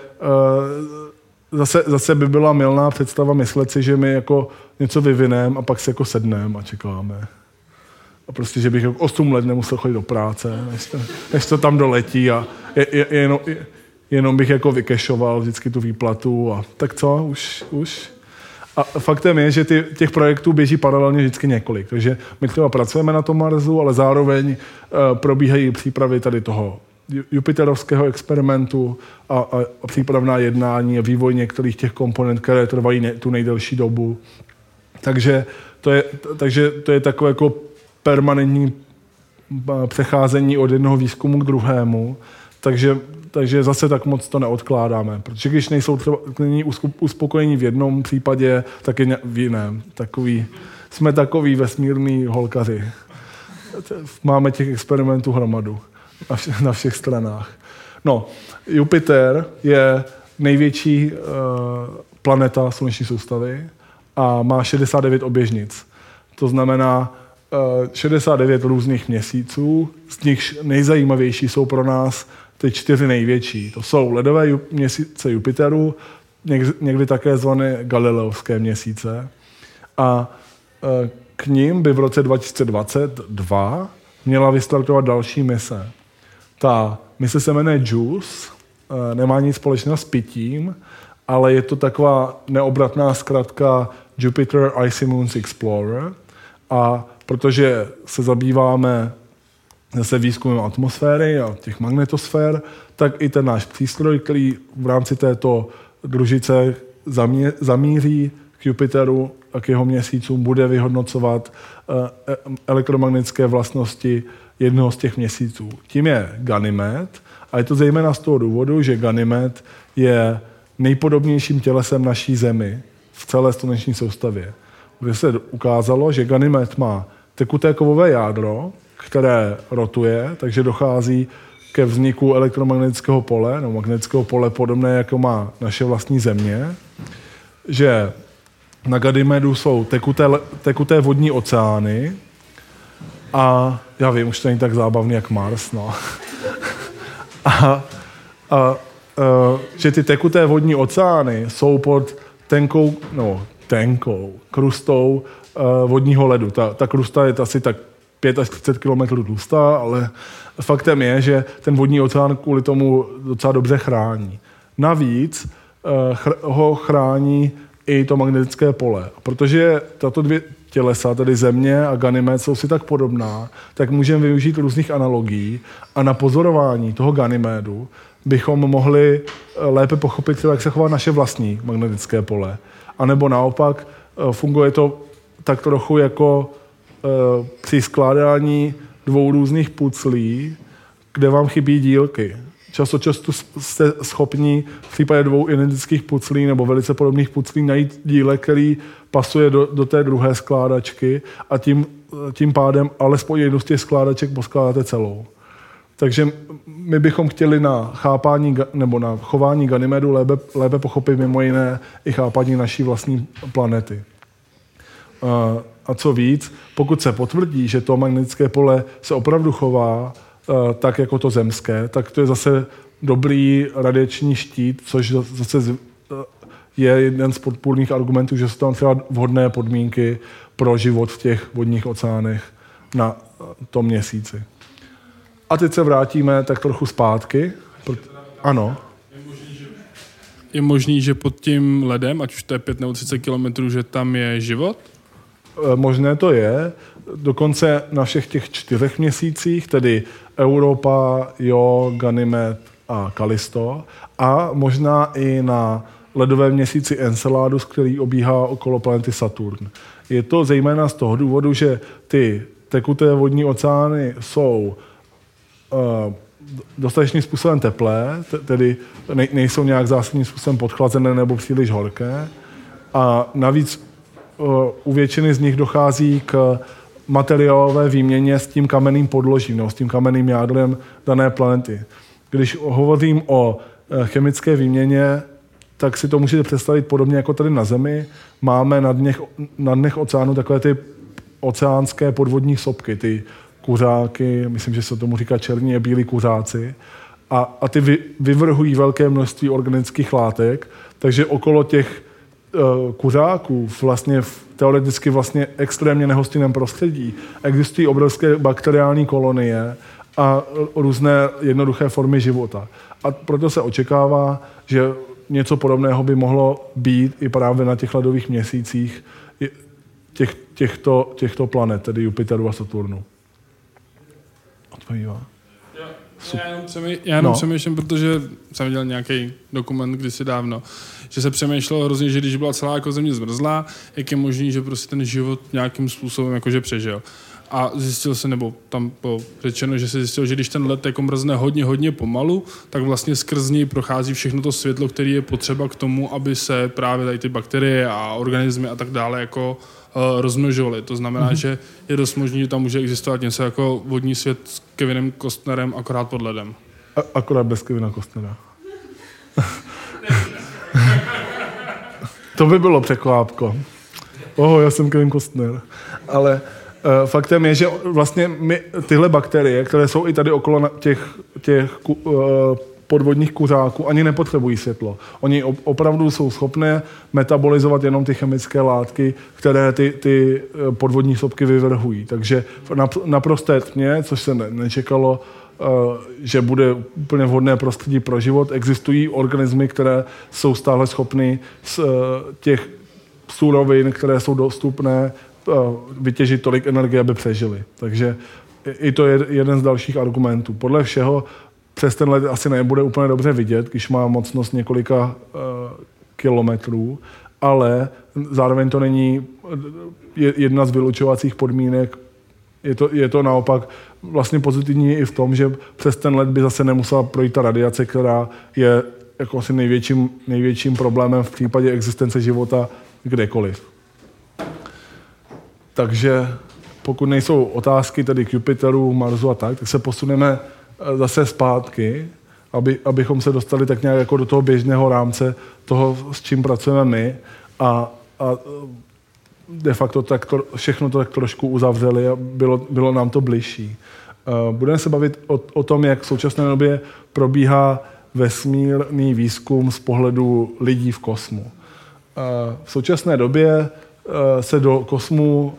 uh, zase, zase by byla mylná představa myslet si, že my jako něco vyvineme a pak si jako sedneme a čekáme. A prostě, že bych jako osm let nemusel chodit do práce, než to, než to tam doletí a je, je, jenom, je, jenom bych jako vykešoval vždycky tu výplatu a tak co, už, už. A faktem je, že ty, těch projektů běží paralelně vždycky několik. Takže my třeba pracujeme na tom Marsu, ale zároveň uh, probíhají přípravy tady toho jupiterovského experimentu a, a, a přípravná jednání a vývoj některých těch komponent, které trvají ne, tu nejdelší dobu. Takže to je, takže to je takové jako permanentní přecházení od jednoho výzkumu k druhému. Takže, takže zase tak moc to neodkládáme. Protože když nejsou třeba není uspokojení v jednom případě, tak je v jiném. Takový, jsme takový vesmírný holkaři. Máme těch experimentů hromadu na, vše, na všech stranách. No, Jupiter je největší uh, planeta sluneční soustavy a má šedesát devět oběžnic. To znamená uh, šedesát devět různých měsíců, z nich nejzajímavější jsou pro nás ty čtyři největší. To jsou ledové ju- měsíce Jupiteru, někdy, někdy také zvané Galileovské měsíce. A uh, k nim by v roce dva tisíce dvacet dva měla vystartovat další mise. Ta mise se jmenuje JUICE, nemá nic společného s pitím, ale je to taková neobratná zkratka Jupiter Icy Moons Explorer. A protože se zabýváme zase výzkumem atmosféry a těch magnetosfér, tak i ten náš přístroj, který v rámci této družice zamíří k Jupiteru a k jeho měsícům, bude vyhodnocovat elektromagnetické vlastnosti jednoho z těch měsíců. Tím je Ganymed a je to zejména z toho důvodu, že Ganymed je nejpodobnějším tělesem naší Zemi v celé sluneční soustavě. Kde se ukázalo, že Ganymed má tekuté kovové jádro, které rotuje, takže dochází ke vzniku elektromagnetického pole, nebo magnetického pole podobné, jako má naše vlastní Země, že na Ganymedu jsou tekuté, tekuté vodní oceány a já vím, už to není tak zábavný jak Mars, no. a, a, a že ty tekuté vodní oceány jsou pod tenkou, no, tenkou krustou uh, vodního ledu. Ta, ta krusta je asi tak pět až třicet kilometrů tlustá, ale faktem je, že ten vodní oceán kvůli tomu docela dobře chrání. Navíc uh, chr- ho chrání i to magnetické pole. Protože tato dvě tělesa, tedy Země a Ganymed, jsou si tak podobná, tak můžeme využít různých analogií a na pozorování toho Ganymedu bychom mohli lépe pochopit, jak se chová naše vlastní magnetické pole. A nebo naopak funguje to tak trochu jako e, při skládání dvou různých puclí, kde vám chybí dílky. Čas od času jste schopni v případě dvou identických puclí nebo velice podobných puclí najít dílek, který pasuje do, do té druhé skládačky a tím, tím pádem alespoň jednu z těch skládaček poskládáte celou. Takže my bychom chtěli na chápání nebo na chování Ganymedu lépe, lépe pochopit mimo jiné i chápání naší vlastní planety. A co víc, pokud se potvrdí, že to magnetické pole se opravdu chová tak jako to zemské, tak to je zase dobrý radiační štít, což zase je jeden z podpůrných argumentů, že jsou tam třeba vhodné podmínky pro život v těch vodních oceánech na tom měsíci. A teď se vrátíme tak trochu zpátky. Ano. Je možný, že pod tím ledem, ať už to je pět nebo třicet kilometrů, že tam je život? Možné to je. Dokonce na všech těch čtyřech měsících, tedy Europa, Jo, Ganymed a Callisto, a možná i na ledovém měsíci Enceladus, který obíhá okolo planety Saturn. Je to zejména z toho důvodu, že ty tekuté vodní oceány jsou uh, dostatečným způsobem teplé, tedy nejsou nějak zásadním způsobem podchlazené nebo příliš horké. A navíc uh, u většiny z nich dochází k materiálové výměně s tím kamenným podložím, no, s tím kamenným jádrem dané planety. Když hovořím o chemické výměně, tak si to můžete představit podobně jako tady na Zemi. Máme na dněch, na dnech oceánu takové ty oceánské podvodní sopky, ty kuřáky, myslím, že se tomu říká černí a bílí kuřáci. A, a ty vy, vyvrhují velké množství organických látek, takže okolo těch uh, kuřáků vlastně v, teoreticky vlastně extrémně nehostinném prostředí existují obrovské bakteriální kolonie a různé jednoduché formy života. A proto se očekává, že něco podobného by mohlo být i právě na těch ledových měsících těch, těchto, těchto planet, tedy Jupiteru a Saturnu. Odpovídá. Já jenom, přemý, já jenom no. přemýšlím, protože jsem viděl nějaký dokument kdysi dávno, že se přemýšlelo hrozně, že když byla celá jako země zmrzlá, jak je možný, že prostě ten život nějakým způsobem jakože přežil. A zjistil se, nebo tam bylo řečeno, že se zjistilo, že když ten led jako mrzne hodně, hodně pomalu, tak vlastně skrz něj prochází všechno to světlo, které je potřeba k tomu, aby se právě tady ty bakterie a organismy a tak dále jako uh, rozmnožovaly. To znamená, mm-hmm. že je dost možné, že tam může existovat něco jako vodní svět s Kevinem Costnerem akorát pod ledem. A- akorát bez Kevina Costnera. To by bylo překvápko. Oho, já jsem Kevin Costner. Ale uh, faktem je, že vlastně my, tyhle bakterie, které jsou i tady okolo těch, těch uh, podvodních kuřáků, ani nepotřebují světlo. Oni opravdu jsou schopné metabolizovat jenom ty chemické látky, které ty, ty podvodní sopky vyvrhují. Takže na, naprosté tmě, což se ne, nečekalo, uh, že bude úplně vhodné prostředí pro život, existují organismy, které jsou stále schopny z uh, těch surovin, které jsou dostupné, vytěžit tolik energie, aby přežili. Takže i to je jeden z dalších argumentů. Podle všeho přes ten led asi nebude úplně dobře vidět, když má mocnost několika uh, kilometrů, ale zároveň to není jedna z vylučovacích podmínek. Je to, je to naopak vlastně pozitivní i v tom, že přes ten led by zase nemusela projít ta radiace, která je jako asi největším, největším problémem v případě existence života kdekoliv. Takže pokud nejsou otázky tedy k Jupiteru, Marsu a tak, tak se posuneme zase zpátky, aby, abychom se dostali tak nějak jako do toho běžného rámce toho, s čím pracujeme my a, a de facto tak to, všechno to tak trošku uzavřeli a bylo, bylo nám to bližší. Budeme se bavit o, o tom, jak v současné době probíhá vesmírný výzkum z pohledu lidí v kosmu. V současné době se do kosmu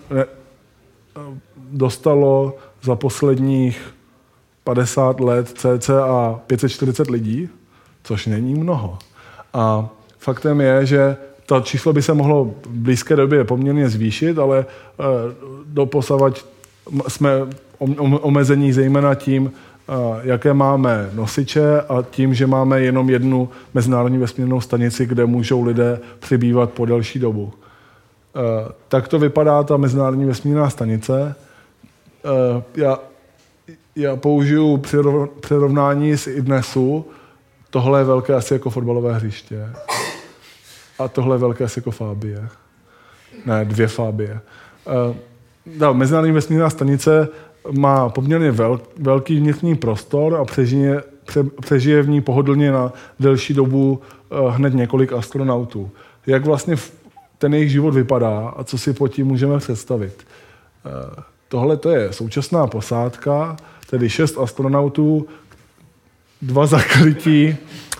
dostalo za posledních padesát let cca pět set čtyřicet lidí, což není mnoho. A faktem je, že to číslo by se mohlo v blízké době poměrně zvýšit, ale doposavad jsme omezení zejména tím, jaké máme nosiče a tím, že máme jenom jednu mezinárodní vesmírnou stanici, kde můžou lidé přibývat po delší dobu. Tak to vypadá ta mezinárodní vesmírná stanice. Já, já použiju přirovnání z idnesu. Tohle je velké asi jako fotbalové hřiště. A tohle je velké asi jako fábie. Ne, dvě fábie. Ta mezinárodní vesmírná stanice má poměrně vel, velký vnitřní prostor a přežije, pře, přežije v ní pohodlně na delší dobu hned několik astronautů. Jak vlastně ten jejich život vypadá a co si pod tím můžeme představit? Tohle to je současná posádka, tedy šest astronautů, dva zakrytí,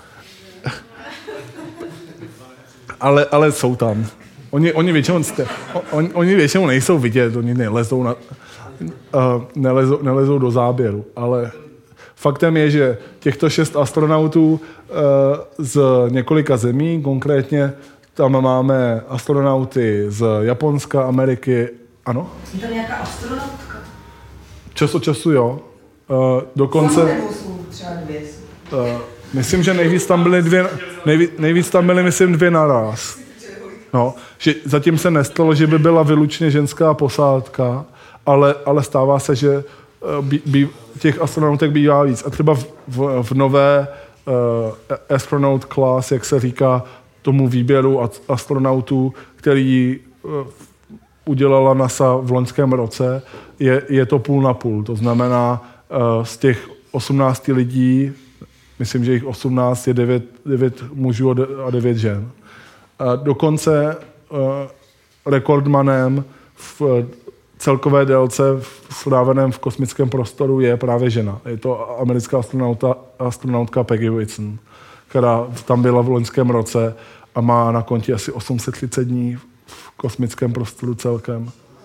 ale, ale jsou tam. Oni, oni, většinou, oni, oni většinou nejsou vidět, oni nelezou, na, uh, nelezou, nelezou do záběru, ale faktem je, že těchto šest astronautů uh, z několika zemí, konkrétně tam máme astronauty z Japonska, Ameriky, ano? Je tam nějaká astronautka? Čas od času, jo. Uh, dokonce... Nebo jsou třeba dvě? Uh, myslím, že nejvíc tam byly dvě, nejvíc, nejvíc tam byly, myslím, dvě naraz. No, že zatím se nestalo, že by byla vylučně ženská posádka, ale, ale stává se, že by, by, těch astronautek bývá víc. A třeba v, v, v nové uh, astronaut class, jak se říká, tomu výběru astronautů, který uh, udělala NASA v loňském roce, je, je to půl na půl. To znamená, uh, z těch osmnácti lidí, myslím, že jich osmnáct je devět, devět mužů a devět žen. A dokonce uh, rekordmanem v celkové délce sláveném v kosmickém prostoru je právě žena. Je to americká astronauta, astronautka Peggy Whitson, která tam byla v loňském roce a má na konti asi osm set třicet dní v kosmickém prostoru celkem.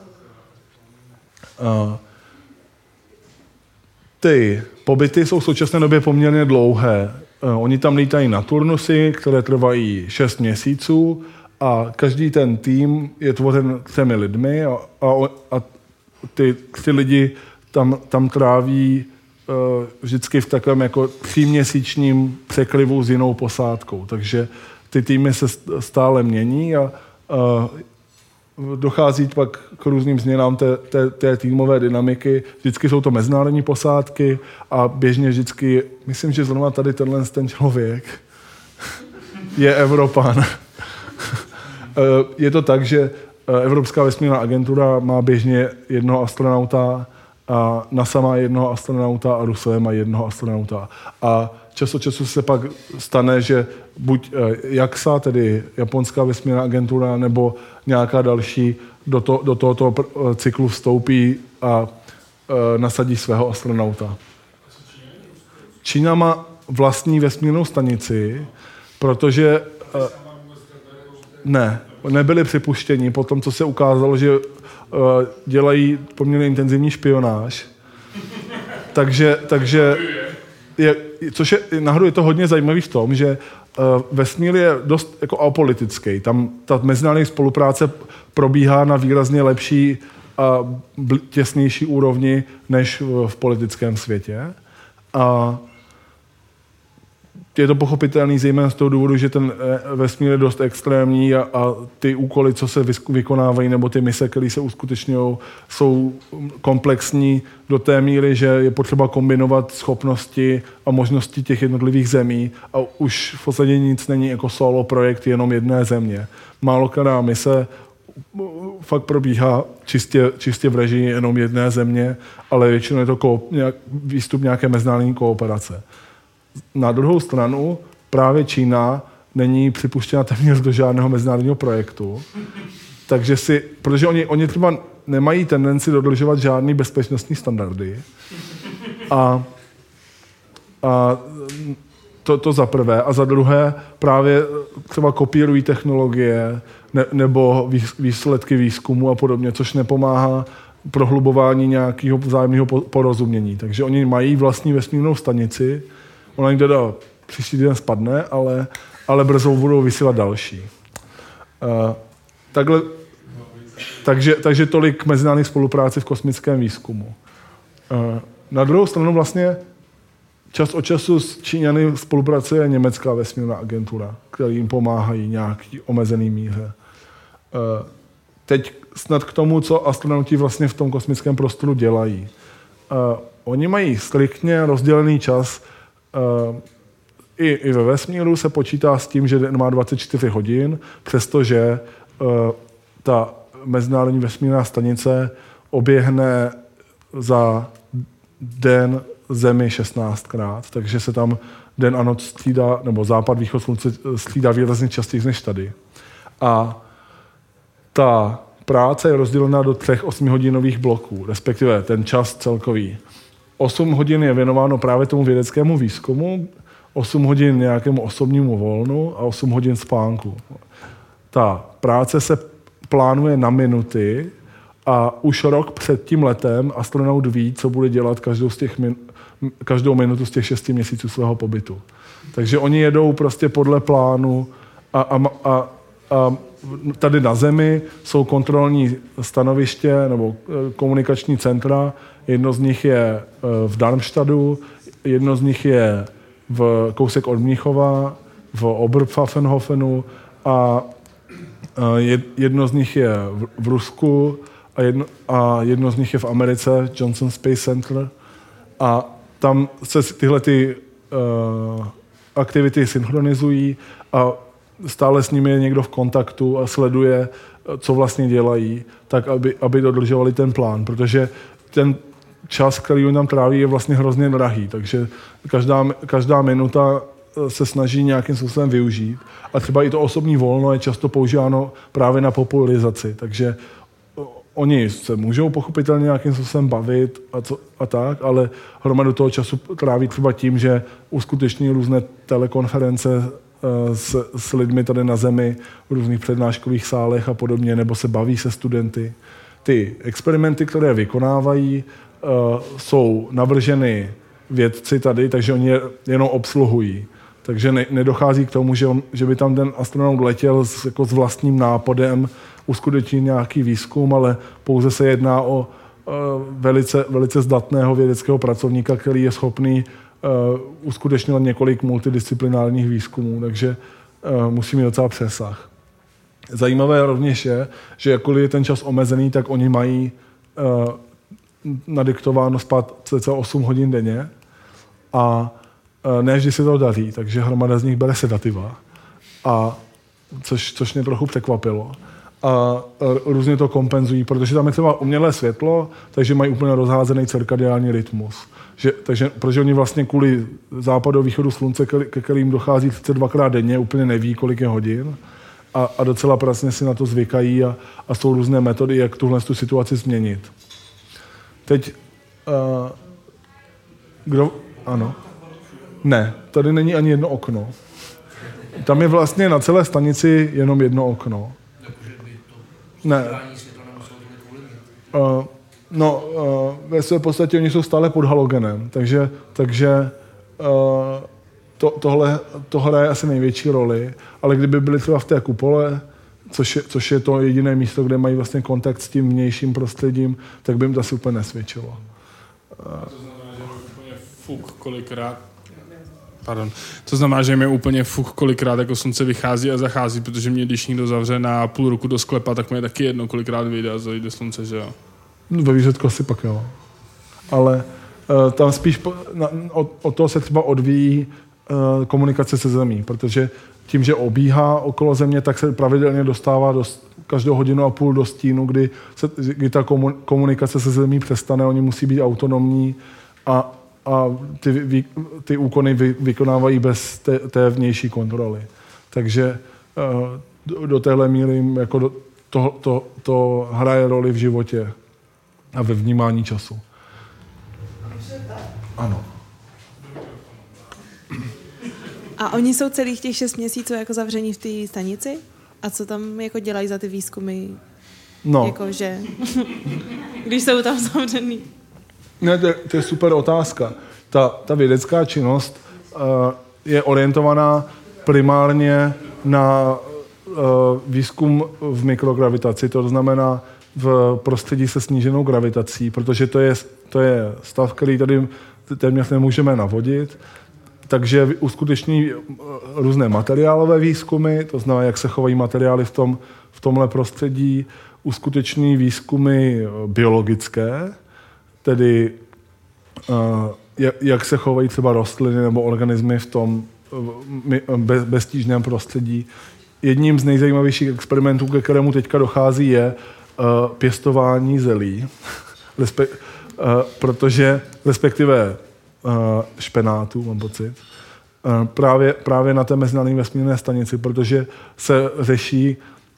Uh, ty pobyty jsou v současné době poměrně dlouhé. Uh, oni tam lítají na turnusy, které trvají šest měsíců a každý ten tým je tvořen třemi lidmi a, a, a ty, ty lidi tam, tam tráví uh, vždycky v takovém jako tříměsíčním překlivu s jinou posádkou. Takže ty týmy se stále mění a uh, dochází pak k různým změnám té, té, té týmové dynamiky. Vždycky jsou to mezinárodní posádky a běžně vždycky, myslím, že zrovna tady tenhle ten člověk je Evropan. Je to tak, že Evropská vesmírná agentura má běžně jednoho astronauta a NASA má jednoho astronauta a Rusové má jednoho astronauta. A čas od času se pak stane, že buď J A X A, tedy Japonská vesmírná agentura, nebo nějaká další do, to, do tohoto cyklu vstoupí a nasadí svého astronauta. Čína má vlastní vesmírnou stanici, protože ne, nebyli připuštěni po tom, co se ukázalo, že uh, dělají poměrně intenzivní špionáž. takže, takže je, což je, nahoru je to hodně zajímavý v tom, že uh, vesmír je dost jako apolitický. Tam ta mezinárodní spolupráce probíhá na výrazně lepší a bl- těsnější úrovni než v, v politickém světě. A je to pochopitelný zejména z toho důvodu, že ten vesmír je dost extrémní a, a ty úkoly, co se vykonávají, nebo ty mise, které se uskutečňují, jsou komplexní do té míry, že je potřeba kombinovat schopnosti a možnosti těch jednotlivých zemí a už v podstatě nic není jako solo projekt jenom jedné země. Málo která mise fakt probíhá čistě, čistě v režii jenom jedné země, ale většinou je to ko- nějak, výstup nějaké mezinárodní kooperace. Na druhou stranu právě Čína není připuštěna téměř do žádného mezinárodního projektu, takže si, protože oni, oni třeba nemají tendenci dodržovat žádný bezpečnostní standardy a, a to, to za prvé a za druhé právě třeba kopírují technologie ne, nebo výsledky výzkumu a podobně, což nepomáhá prohlubování nějakého vzájemného porozumění. Takže oni mají vlastní vesmírnou stanici. Ona jim teda příští týden spadne, ale, ale brzo budou vysílat další. Uh, takhle, takže, takže tolik mezinárodní spolupráci v kosmickém výzkumu. Uh, na druhou stranu vlastně čas od času s Číňany spolupracuje německá vesmírná agentura, která jim pomáhají nějaký omezený míře. Uh, teď snad k tomu, co astronauti vlastně v tom kosmickém prostoru dělají. Uh, oni mají striktně rozdělený čas. Uh, i, I ve vesmíru se počítá s tím, že den má dvacet čtyři hodin, přestože uh, ta mezinárodní vesmírná stanice oběhne za den Zemi šestnáctkrát, takže se tam den a noc střídá, nebo západ, východ slunce střídá výrazně častěji než tady. A ta práce je rozdělená do třech osmihodinových bloků, respektive ten čas celkový. Osm hodin je věnováno právě tomu vědeckému výzkumu, osm hodin nějakému osobnímu volnu a osm hodin spánku. Ta práce se plánuje na minuty a už rok před tím letem astronaut ví, co bude dělat každou, z těch min- každou minutu z těch šesti měsíců svého pobytu. Takže oni jedou prostě podle plánu a, a, a, a tady na Zemi jsou kontrolní stanoviště nebo komunikační centra. Jedno z nich je v Darmstadtu, jedno z nich je v kousek od Mnichova, v Oberpfaffenhofenu a jedno z nich je v Rusku a jedno, a jedno z nich je v Americe, Johnson Space Center. A tam se tyhle ty, uh, aktivity synchronizují a stále s nimi je někdo v kontaktu a sleduje, co vlastně dělají, tak aby, aby dodržovali ten plán, protože ten čas, který oni tam tráví, je vlastně hrozně drahý, takže každá, každá minuta se snaží nějakým způsobem využít. A třeba i to osobní volno je často používáno právě na popularizaci, takže oni se můžou pochopitelně nějakým způsobem bavit a, co, a tak, ale hromadu toho času tráví třeba tím, že uskuteční různé telekonference s, s lidmi tady na Zemi v různých přednáškových sálech a podobně, nebo se baví se studenty. Ty experimenty, které vykonávají, uh, jsou navrženy vědci tady, takže oni je jenom obsluhují. Takže ne, nedochází k tomu, že, on, že by tam ten astronaut letěl s, jako s vlastním nápadem uskutečnit nějaký výzkum, ale pouze se jedná o uh, velice, velice zdatného vědeckého pracovníka, který je schopný uh, uskutečňovat několik multidisciplinárních výzkumů, takže uh, musí mít docela přesah. Zajímavé rovněž je, že jakkoliv je ten čas omezený, tak oni mají uh, nadiktováno spát cca osm hodin denně a uh, ne vždy se to daří, takže hromada z nich bere sedativa, a což, což mě trochu překvapilo. A uh, různě to kompenzují, protože tam je třeba umělé světlo, takže mají úplně rozházený cirkadiální rytmus. Že, takže, protože oni vlastně kvůli západu východu slunce, ke kterým dochází sice dvakrát denně, úplně neví, kolik je hodin, a, a docela pracně si na to zvykají a, a jsou různé metody, jak tuhle tu situaci změnit. Teď, uh, kdo, ano, ne, tady není ani jedno okno. Tam je vlastně na celé stanici jenom jedno okno. Ne. Uh, no, uh, ve své podstatě oni jsou stále pod halogenem, takže, takže uh, to, tohle, to hraje asi největší roli, ale kdyby byli třeba v té kupole, což je, což je to jediné místo, kde mají vlastně kontakt s tím vnějším prostředím, tak by jim to asi úplně nesvědčilo. Uh, to znamená, že je úplně fuk kolikrát Pardon. To znamená, že mi úplně fuk, kolikrát jako slunce vychází a zachází, protože mě, když někdo zavře na půl roku do sklepa, tak mi je taky jedno, kolikrát vyjde a zajde slunce, že jo? No, ve výsledku asi pak jo. Ale uh, tam spíš po, na, od, od toho se třeba odvíjí uh, komunikace se Zemí, protože tím, že obíhá okolo Země, tak se pravidelně dostává do, každou hodinu a půl do stínu, kdy, se, kdy ta komunikace se Zemí přestane, oni musí být autonomní a a ty, vý, ty úkony vy, vykonávají bez té, té vnější kontroly. Takže uh, do, do téhle míry jako do, to, to, to hraje roli v životě a ve vnímání času. Ano. A oni jsou celých těch šest měsíců jako zavření v té stanici? A co tam jako dělají za ty výzkumy? No. Jako, že když jsou tam zavřený? Ne, to, to je super otázka. Ta, ta vědecká činnost uh, je orientovaná primárně na výzkum v mikrogravitaci, to znamená v prostředí se sníženou gravitací, protože to je, to je stav, který tady téměř nemůžeme navodit. Takže uskuteční různé materiálové výzkumy, to znamená, jak se chovají materiály v, tom, v tomhle prostředí, uskuteční výzkumy biologické, tedy jak se chovají třeba rostliny nebo organismy v tom beztížném prostředí. Jedním z nejzajímavějších experimentů, ke kterému teďka dochází, je pěstování zelí, Respe- protože respektive špenátů, mám pocit, právě, právě na té mezinárodní vesmírné stanici, protože se řeší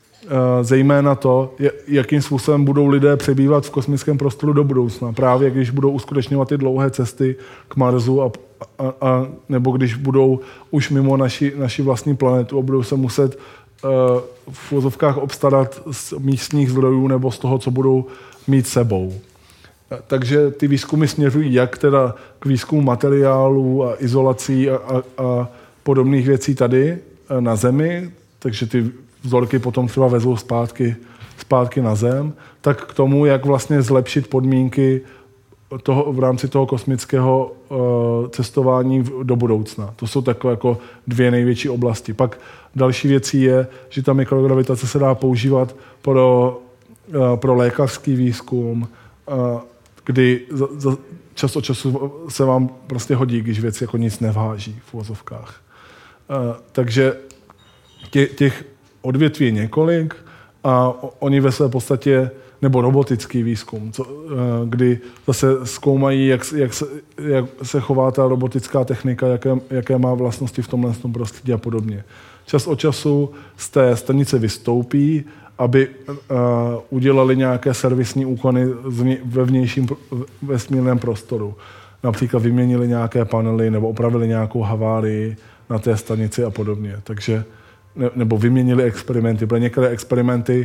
zejména to, jakým způsobem budou lidé přebývat v kosmickém prostoru do budoucna. Právě když budou uskutečňovat ty dlouhé cesty k Marsu a, a, a nebo když budou už mimo naši, naši vlastní planetu a budou se muset uh, v uvozovkách obstarat z místních zdrojů nebo z toho, co budou mít sebou. Takže ty výzkumy směřují jak teda k výzkumu materiálů a izolací a, a, a podobných věcí tady na Zemi, takže ty vzorky potom třeba vezou zpátky, zpátky na Zem, tak k tomu, jak vlastně zlepšit podmínky toho, v rámci toho kosmického uh, cestování v, do budoucna. To jsou takové jako dvě největší oblasti. Pak další věcí je, že ta mikrogravitace se dá používat pro, uh, pro lékařský výzkum, uh, kdy za, za čas od času se vám prostě hodí, když věc jako nic neváží v uvozovkách. Uh, takže tě, těch odvětví je několik a oni ve své podstatě, nebo robotický výzkum, co, kdy zase zkoumají, jak, jak, se, jak se chová ta robotická technika, jaké, jaké má vlastnosti v tomhle tom prostředí a podobně. Čas od času z té stanice vystoupí, aby uh, udělali nějaké servisní úkony ve vnějším vesmírném prostoru. Například vyměnili nějaké panely nebo opravili nějakou havárii na té stanici a podobně. Takže nebo vyměnili experimenty. Pro některé experimenty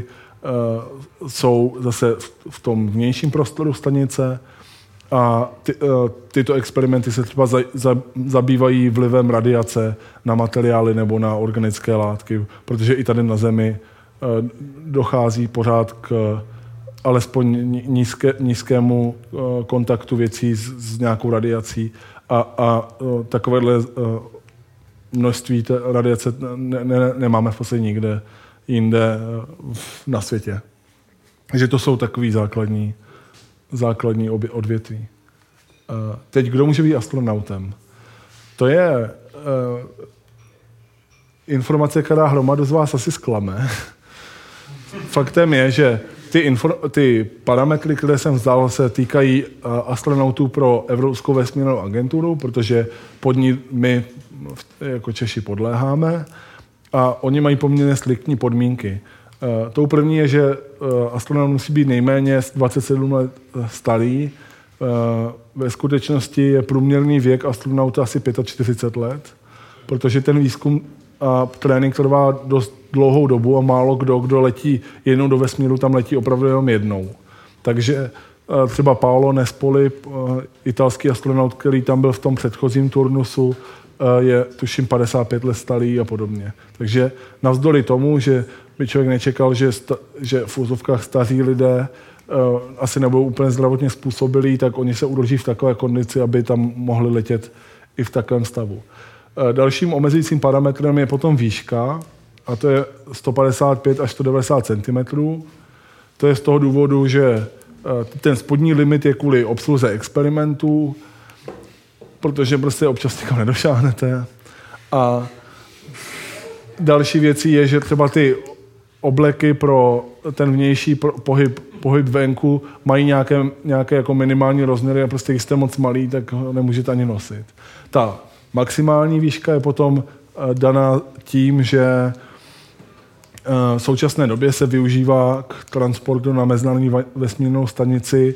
uh, jsou zase v, v tom vnějším prostoru stanice a ty, uh, tyto experimenty se třeba za, za, zabývají vlivem radiace na materiály nebo na organické látky, protože i tady na Zemi uh, dochází pořád k alespoň nízké, nízkému uh, kontaktu věcí s, s nějakou radiací a, a uh, takovéhle uh, množství té radiace ne, ne, nemáme v podstatě nikde jinde na světě. Takže to jsou takový základní, základní odvětví. Teď, kdo může být astronautem? To je uh, informace, která hromadu z vás asi zklame. Faktem je, že ty, infor- ty parametry, které jsem vzdal, se týkají uh, astronautů pro Evropskou vesmírnou agenturu, protože pod ní my jako Češi podléháme a oni mají poměrně striktní podmínky. Uh, tou první je, že uh, astronaut musí být nejméně dvacet sedm let starý. Uh, ve skutečnosti je průměrný věk astronauta asi čtyřicet pět let, protože ten výzkum a trénink trvá dost dlouhou dobu a málo kdo, kdo letí jednou do vesmíru, tam letí opravdu jenom jednou. Takže uh, třeba Paolo Nespoli, uh, italský astronaut, který tam byl v tom předchozím turnusu, je tuším padesát pět let starý a podobně. Takže navzdory tomu, že by člověk nečekal, že, sta, že v úzovkách staří lidé uh, asi nebudou úplně zdravotně způsobilí, tak oni se urodí v takové kondici, aby tam mohli letět i v takovém stavu. Uh, dalším omezujícím parametrem je potom výška, a to je sto padesát pět až sto devadesát centimetrů. To je z toho důvodu, že uh, ten spodní limit je kvůli obsluze experimentů, protože prostě občas nikam nedošáhnete. A další věcí je, že třeba ty obleky pro ten vnější pohyb, pohyb venku mají nějaké, nějaké jako minimální rozměry a prostě když jste moc malý, tak ho nemůžete ani nosit. Ta maximální výška je potom daná tím, že v současné době se využívá k transportu na mezinárodní vesmírnou stanici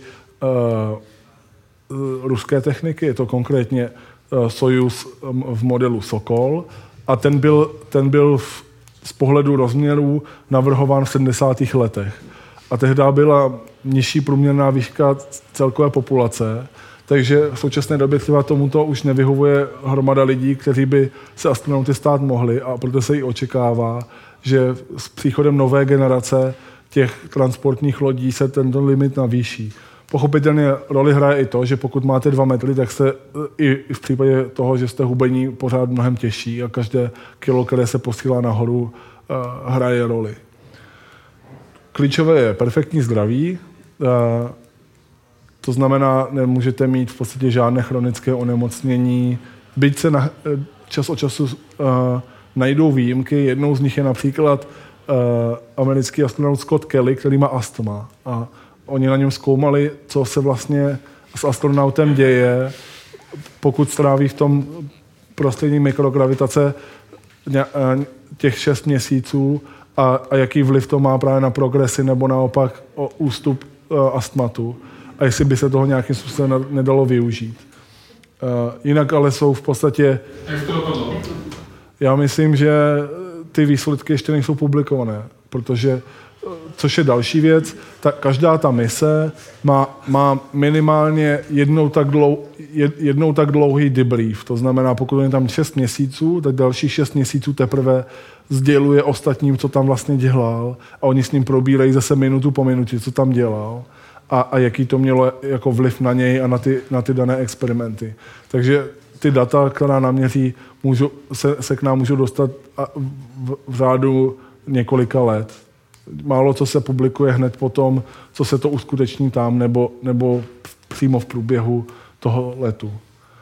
ruské techniky, je to konkrétně Sojuz v modelu Sokol a ten byl, ten byl v, z pohledu rozměrů navrhován v sedmdesátých letech. A tehdy byla nižší průměrná výška celkové populace, Takže v současné době třeba tomuto už nevyhovuje hromada lidí, kteří by se astronauty stát mohli a proto se i očekává, že s příchodem nové generace těch transportních lodí se tento limit navýší. Pochopitelně roli hraje i to, že pokud máte dva metry, tak se i v případě toho, že jste hubení, pořád mnohem těžší a každé kilo, které se posílá nahoru, hraje roli. Klíčové je perfektní zdraví, to znamená, nemůžete mít v podstatě žádné chronické onemocnění, byť se na, čas od času najdou výjimky, jednou z nich je například americký astronaut Scott Kelly, který má astma a oni na něm zkoumali, co se vlastně s astronautem děje, pokud stráví v tom prostředí mikrogravitace těch šest měsíců a, a jaký vliv to má právě na progresi nebo naopak o ústup uh, astmatu a jestli by se toho nějakým způsobem nedalo využít. Uh, jinak ale jsou v podstatě... Já myslím, že ty výsledky ještě nejsou publikované, protože což je další věc, ta, každá ta mise má, má minimálně jednou tak, dlou, jednou tak dlouhý debrief. To znamená, pokud je tam šest měsíců, tak dalších šest měsíců teprve sděluje ostatním, co tam vlastně dělal a oni s ním probírají zase minutu po minutě, co tam dělal a, a jaký to mělo jako vliv na něj a na ty, na ty dané experimenty. Takže ty data, která naměří, můžu, se, se k nám můžou dostat v, v řádu několika let. Málo co se publikuje hned potom, co se to uskuteční tam, nebo, nebo přímo v průběhu toho letu.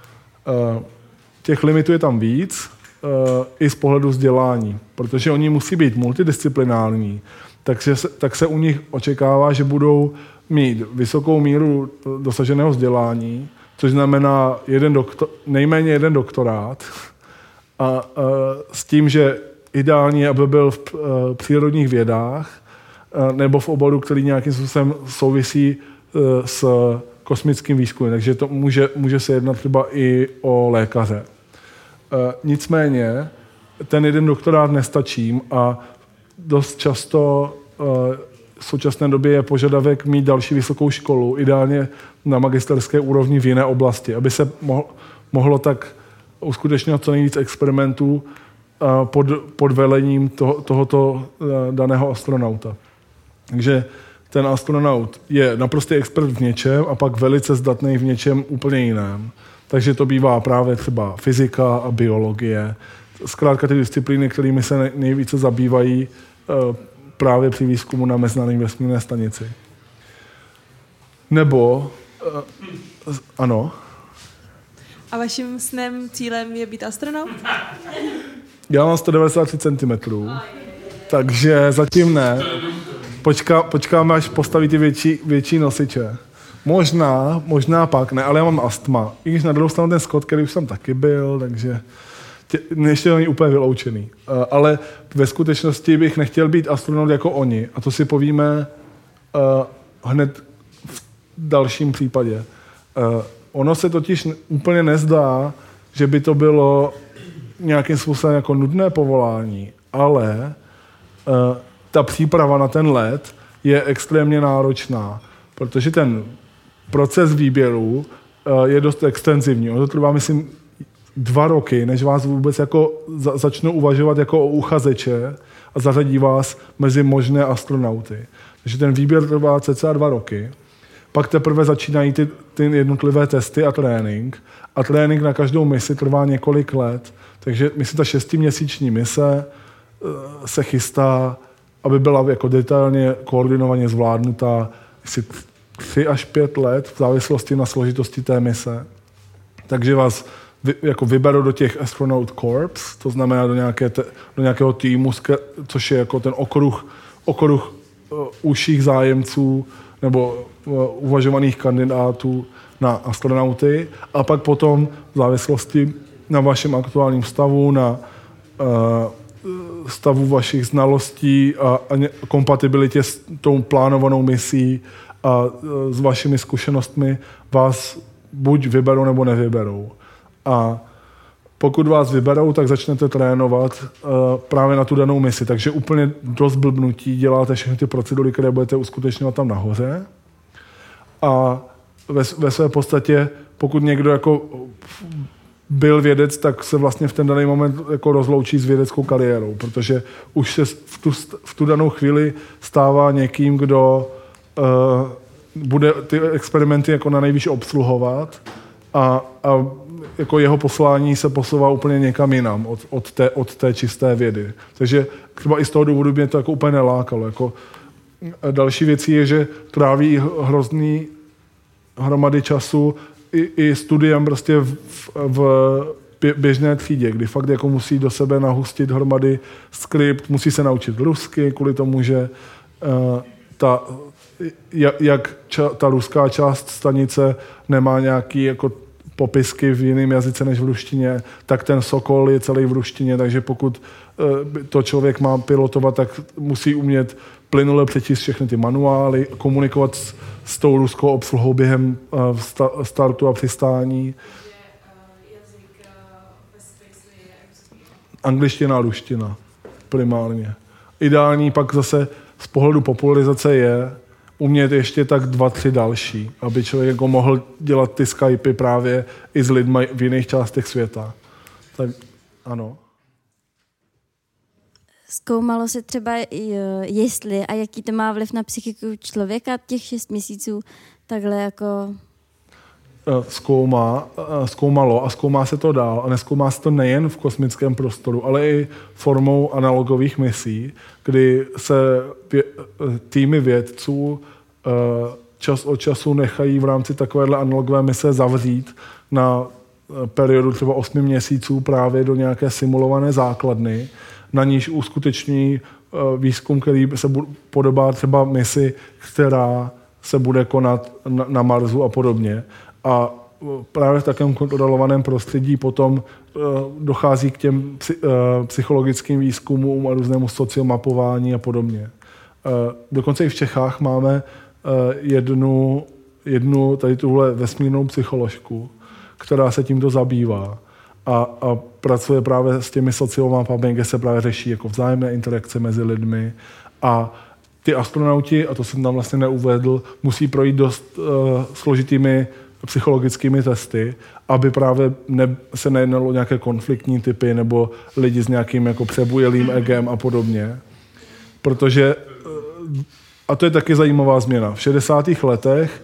Těch limitů je tam víc, i z pohledu vzdělání, protože oni musí být multidisciplinární, takže se, tak se u nich očekává, že budou mít vysokou míru dosaženého vzdělání, což znamená jeden doktor, nejméně jeden doktorát a, a s tím, že ideální, aby byl v přírodních vědách nebo v oboru, který nějakým způsobem souvisí s kosmickým výzkumem. Takže to může, může se jednat třeba i o lékaře. Nicméně ten jeden doktorát nestačí a dost často v současné době je požadavek mít další vysokou školu, ideálně na magisterské úrovni v jiné oblasti, aby se mohlo tak uskutečňovat co nejvíc experimentů pod, pod velením to, tohoto daného astronauta. Takže ten astronaut je naprostý expert v něčem a pak velice zdatný v něčem úplně jiném. Takže to bývá právě třeba fyzika a biologie. Zkrátka ty disciplíny, kterými se nejvíce zabývají právě při výzkumu na Mezinárodní vesmírné stanici. Nebo, ano. A vaším snem, cílem je být astronaut? Já mám sto devadesát tři centimetrů, takže zatím ne. Počká, počkáme, až postaví ty větší, větší nosiče. Možná, možná pak ne, ale já mám astma. I když na druhou stranu ten Scott, který už tam taky byl, takže tě, ještě není úplně vyloučený. Uh, ale ve skutečnosti bych nechtěl být astronaut jako oni. A to si povíme uh, hned v dalším případě. Uh, ono se totiž úplně nezdá, že by to bylo nějakým způsobem jako nudné povolání, ale uh, ta příprava na ten let je extrémně náročná, protože ten proces výběru uh, je dost extenzivní. Ono to trvá, myslím, dva roky, než vás vůbec jako za, začnou uvažovat jako o uchazeče a zařadí vás mezi možné astronauty. Takže ten výběr trvá cca dva roky. Pak teprve začínají ty, ty jednotlivé testy a trénink. A trénink na každou misi trvá několik let. Takže myslím, ta šestiměsíční mise uh, se chystá, aby byla jako detailně koordinovaně zvládnutá asi tři až pět let v závislosti na složitosti té mise. Takže vás vy, jako vyberou do těch astronaut corps, to znamená do, nějaké te, do nějakého týmu, což je jako ten okruh, okruh uh, užších zájemců nebo uh, uvažovaných kandidátů na astronauty a pak potom v závislosti na vašem aktuálním stavu, na uh, stavu vašich znalostí a, a kompatibilitě s tou plánovanou misí a uh, s vašimi zkušenostmi vás buď vyberou nebo nevyberou. A pokud vás vyberou, tak začnete trénovat uh, právě na tu danou misi. Takže úplně dost blbnutí děláte všechny ty procedury, které budete uskutečňovat tam nahoře. A ve, ve své podstatě, pokud někdo jako byl vědec, tak se vlastně v ten daný moment jako rozloučí s vědeckou kariérou, protože už se v tu, v tu danou chvíli stává někým, kdo uh, bude ty experimenty jako na nejvíc obsluhovat a, a jako jeho poslání se posouvá úplně někam jinam od, od, té, od té čisté vědy. Takže třeba i z toho důvodu mě to jako úplně nelákalo. Jako další věcí je, že tráví hrozný hromady času i, i studiem prostě v, v běžné třídě, kdy fakt jako musí do sebe nahustit hromady skript, musí se naučit rusky, kvůli tomu, že uh, ta, jak ča, ta ruská část stanice nemá nějaký jako popisky v jiném jazyce než v ruštině, tak ten Sokol je celý v ruštině, takže pokud uh, to člověk má pilotovat, tak musí umět plynule přečíst všechny ty manuály, komunikovat s, s tou ruskou obsluhou během uh, sta, startu a přistání. Angličtina a ruština primárně. Ideální pak zase z pohledu popularizace je umět ještě tak dva, tři další, aby člověk jako mohl dělat ty Skypy právě i s lidmi v jiných částech světa. Tak ano. Zkoumalo se třeba, jestli a jaký to má vliv na psychiku člověka těch šest měsíců takhle jako... Zkoumá, zkoumalo a zkoumá se to dál. A neskoumá se to nejen v kosmickém prostoru, ale i formou analogových misí, kdy se vě, týmy vědců čas od času nechají v rámci takovéhle analogové mise zavřít na periodu třeba osmi měsíců právě do nějaké simulované základny, na níž uskuteční výzkum, který se podobá třeba misi, která se bude konat na, na Marsu a podobně. A právě v takovém kontrolovaném prostředí potom uh, dochází k těm psy, uh, psychologickým výzkumům a různému sociomapování a podobně. Uh, dokonce i v Čechách máme uh, jednu, jednu tady tuhle vesmírnou psycholožku, která se tímto zabývá a, a pracuje právě s těmi sociomapami, kde se právě řeší jako vzájemné interakce mezi lidmi a ty astronauti, a to jsem tam vlastně neuvedl, musí projít dost uh, složitými psychologickými testy, aby právě ne, se nejednalo o nějaké konfliktní typy nebo lidi s nějakým jako přebujelým egem a podobně. Protože, a to je taky zajímavá změna, v šedesátých letech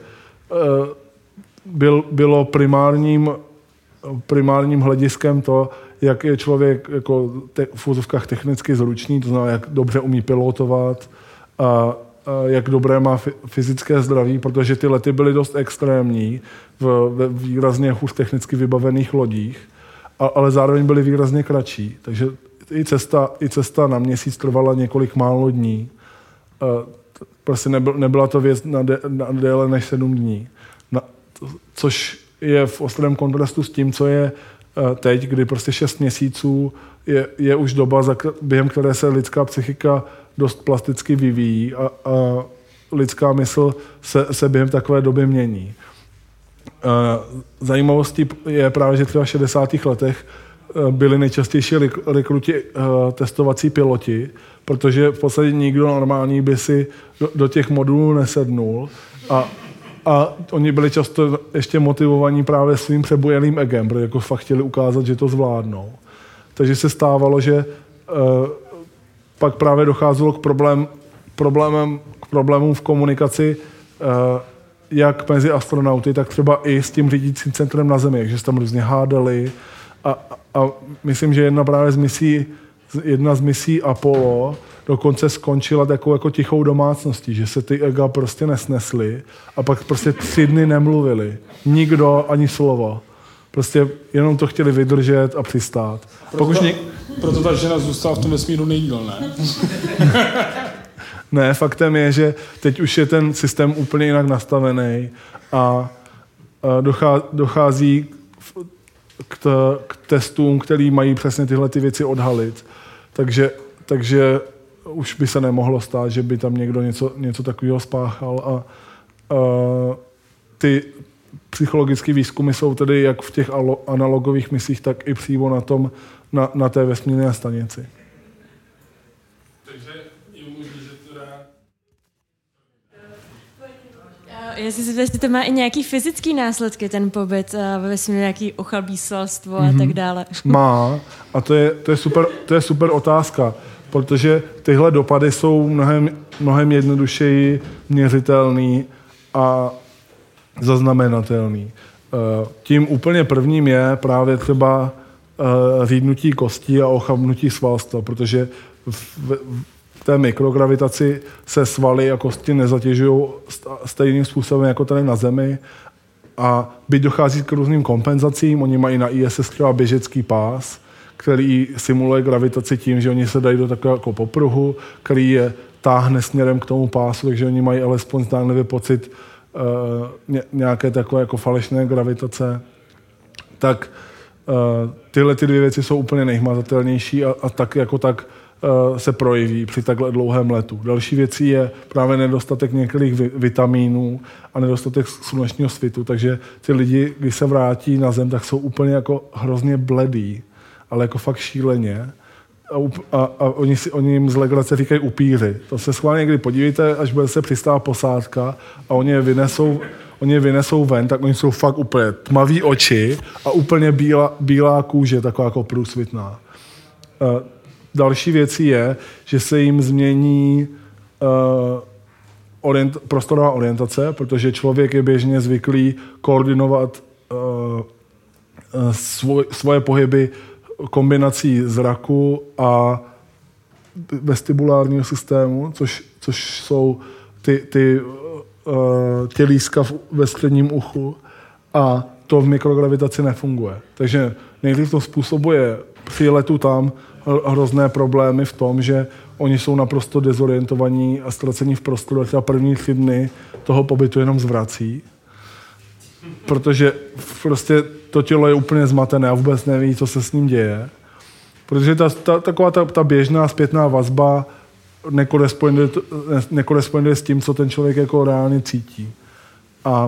byl, bylo primárním, primárním hlediskem to, jak je člověk jako te, v úzovkách technicky zručný, to znamená, jak dobře umí pilotovat a jak dobré má fyzické zdraví, protože ty lety byly dost extrémní v, v výrazně hůř technicky vybavených lodích, a, ale zároveň byly výrazně kratší. Takže i cesta, i cesta na měsíc trvala několik málo dní. Prostě nebyl, nebyla to věc na, de, na déle než sedm dní. Na, což je v ostrém kontrastu s tím, co je teď, kdy prostě šest měsíců je, je už doba, za, během které se lidská psychika dost plasticky vyvíjí a, a lidská mysl se, se během takové doby mění. Zajímavostí je právě, že třeba v šedesátých letech byli nejčastější rekruti testovací piloti, protože v podstatě nikdo normální by si do, do těch modulů nesednul a, a oni byli často ještě motivovaní právě svým přebujelým egem, protože jako fakt chtěli ukázat, že to zvládnou. Takže se stávalo, že pak právě docházelo k, problém, problémem, k problémům v komunikaci jak mezi astronauty, tak třeba i s tím řídícím centrem na Zemi, že se tam různě hádali. A, a myslím, že jedna právě z misí, jedna z misí Apollo dokonce skončila takovou jako tichou domácností, že se ty ega prostě nesnesly a pak prostě tři dny nemluvili. Nikdo ani slovo. Prostě jenom to chtěli vydržet a přistát. Proto, ta, něk... proto ta žena zůstala v tom vesmíru nejdýl, ne? Ne, faktem je, že teď už je ten systém úplně jinak nastavený a dochází k, t, k testům, který mají přesně tyhle ty věci odhalit. Takže, takže už by se nemohlo stát, že by tam někdo něco, něco takového spáchal a, a ty psychologické výzkumy jsou tedy jak v těch analogových misích, tak i přímo na tom, na, na té vesmírné stanici. Jestli si jestli to má i nějaký fyzický následky, ten pobyt a ve vesmíru nějaký ochabíselstvo a tak dále. Má a to je, to je, super, to je super otázka, protože tyhle dopady jsou mnohem, mnohem jednodušeji měřitelný a zaznamenatelný. Tím úplně prvním je právě třeba řídnutí kostí a ochabnutí svalstva, protože v, v té mikrogravitaci se svaly a kosti nezatěžují stejným způsobem jako tady na Zemi a byť dochází k různým kompenzacím, oni mají na I S S třeba běžecký pás, který simuluje gravitaci tím, že oni se dají do takového jako popruhu, který je táhne směrem k tomu pásu, takže oni mají alespoň zdánlivý pocit uh, nějaké takové jako falešné gravitace. Tak uh, tyhle ty dvě věci jsou úplně nejhmatatelnější a, a tak jako tak uh, se projeví při takhle dlouhém letu. Další věcí je právě nedostatek některých vitamínů a nedostatek slunečního svitu, takže ty lidi, když se vrátí na Zem, tak jsou úplně jako hrozně bledý, ale jako fakt šíleně. A, a, a oni, si, oni jim z legrace říkají upíři. To se schválně někdy podívejte, až bude se přistává posádka a oni je vynesou, oni je vynesou ven, tak oni jsou fakt úplně tmavý oči a úplně bílá, bílá kůže, taková jako průsvitná. Uh, další věcí je, že se jim změní uh, orient, prostorová orientace, protože člověk je běžně zvyklý koordinovat uh, uh, svoj, svoje pohyby kombinací zraku a vestibulárního systému, což, což jsou ty, ty uh, tělíska ve středním uchu a to v mikrogravitaci nefunguje. Takže nejdřív to způsobuje při letu tam hrozné problémy v tom, že oni jsou naprosto dezorientovaní a ztracení v prostoru a třeba první tři dny toho pobytu jenom zvrací, protože prostě to tělo je úplně zmatené a vůbec neví, co se s ním děje. Protože ta, ta, taková ta, ta běžná zpětná vazba nekoresponduje, nekoresponduje s tím, co ten člověk jako reálně cítí. A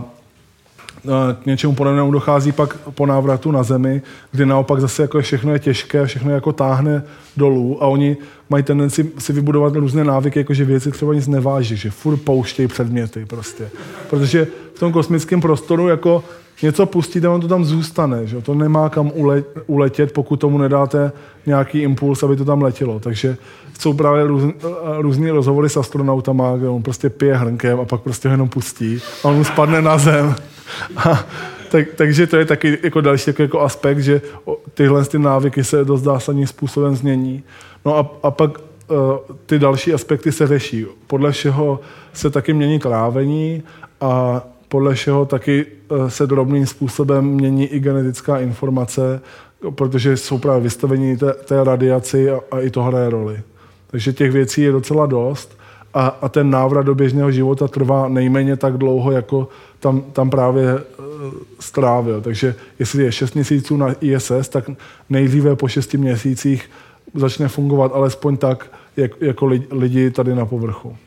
k něčemu podobnému dochází pak po návratu na Zemi, kdy naopak zase jako všechno je těžké, všechno jako táhne dolů a oni mají tendenci si vybudovat různé návyky, jakože věci třeba nic neváží, že furt pouštějí předměty prostě. Protože v tom kosmickém prostoru jako něco pustíte, on to tam zůstane, že? To nemá kam ule, uletět, pokud tomu nedáte nějaký impuls, aby to tam letělo. Takže jsou právě růz, různý rozhovory s astronautama, kde on prostě pije hrnkem a pak prostě ho jenom pustí a on spadne na Zem. A, tak, takže to je taky jako další jako aspekt, že tyhle ty návyky se dost zásadním způsobem změní. No a, a pak uh, ty další aspekty se řeší. Podle všeho se taky mění trávení a podle všeho taky uh, se drobným způsobem mění i genetická informace, protože jsou právě vystavení té, té radiaci a, a i to hraje roli. Takže těch věcí je docela dost a, a ten návrat do běžného života trvá nejméně tak dlouho, jako tam, tam právě uh, strávil. Takže jestli je šest měsíců na I S S, tak nejdříve po šesti měsících začne fungovat alespoň tak, jak, jako lidi, lidi tady na povrchu.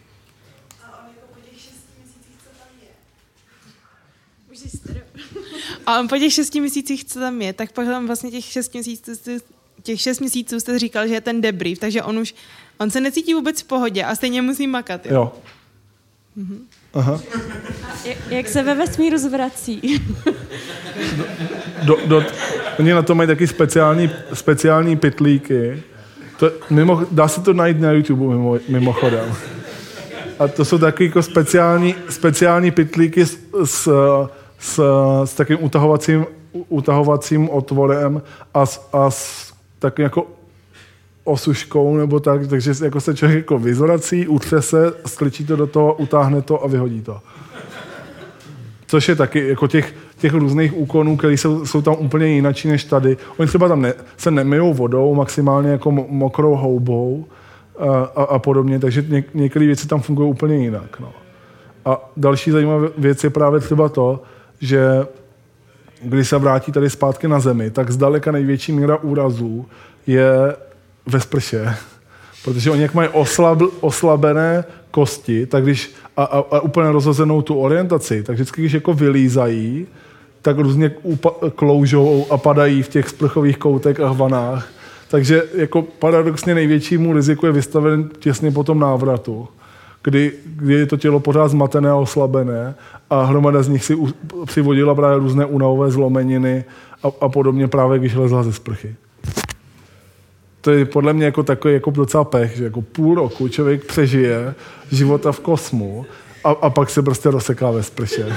A on po těch šesti měsících, co tam je, tak pak tam vlastně těch šest měsíců, těch šest měsíců jste říkal, že je ten debrief, takže on už, on se necítí vůbec v pohodě a stejně musí makat, jo? Jo. Mhm. Aha. A jak se ve vesmíru zvrací? do, do, oni na to mají taky speciální, speciální pytlíky. To, mimo, dá se to najít na YouTube mimo, mimochodem. A to jsou taky jako speciální, speciální pytlíky s, s, s, s takým utahovacím, utahovacím otvorem a, s, a s taky jako osuškou nebo tak, takže jako se člověk jako vyzvrací, utře se, strčí to do toho, utáhne to a vyhodí to. Což je taky jako těch, těch různých úkonů, které jsou, jsou tam úplně jinačí než tady. Oni třeba tam ne, se nemyjou vodou, maximálně jako mokrou houbou a, a, a podobně, takže ně, některé věci tam fungují úplně jinak. No. A další zajímavá věc je právě třeba to, že když se vrátí tady zpátky na Zemi, tak zdaleka největší míra úrazů je ve sprše. Protože oni jak mají oslab, oslabené kosti, tak když a, a, a úplně rozhozenou tu orientaci, tak vždycky, když jako vylízají, tak různě upa, kloužou a padají v těch sprchových koutech a hvanách. Takže jako paradoxně největšímu riziku je vystaven těsně po tom návratu. kdy, kdy je to tělo pořád zmatené a oslabené a hromada z nich si u, přivodila právě různé únavové zlomeniny a, a podobně právě, když lezla ze sprchy. To je podle mě jako takový jako docela pech, že jako půl roku člověk přežije života v kosmu a, a pak se prostě rozseká ve sprše.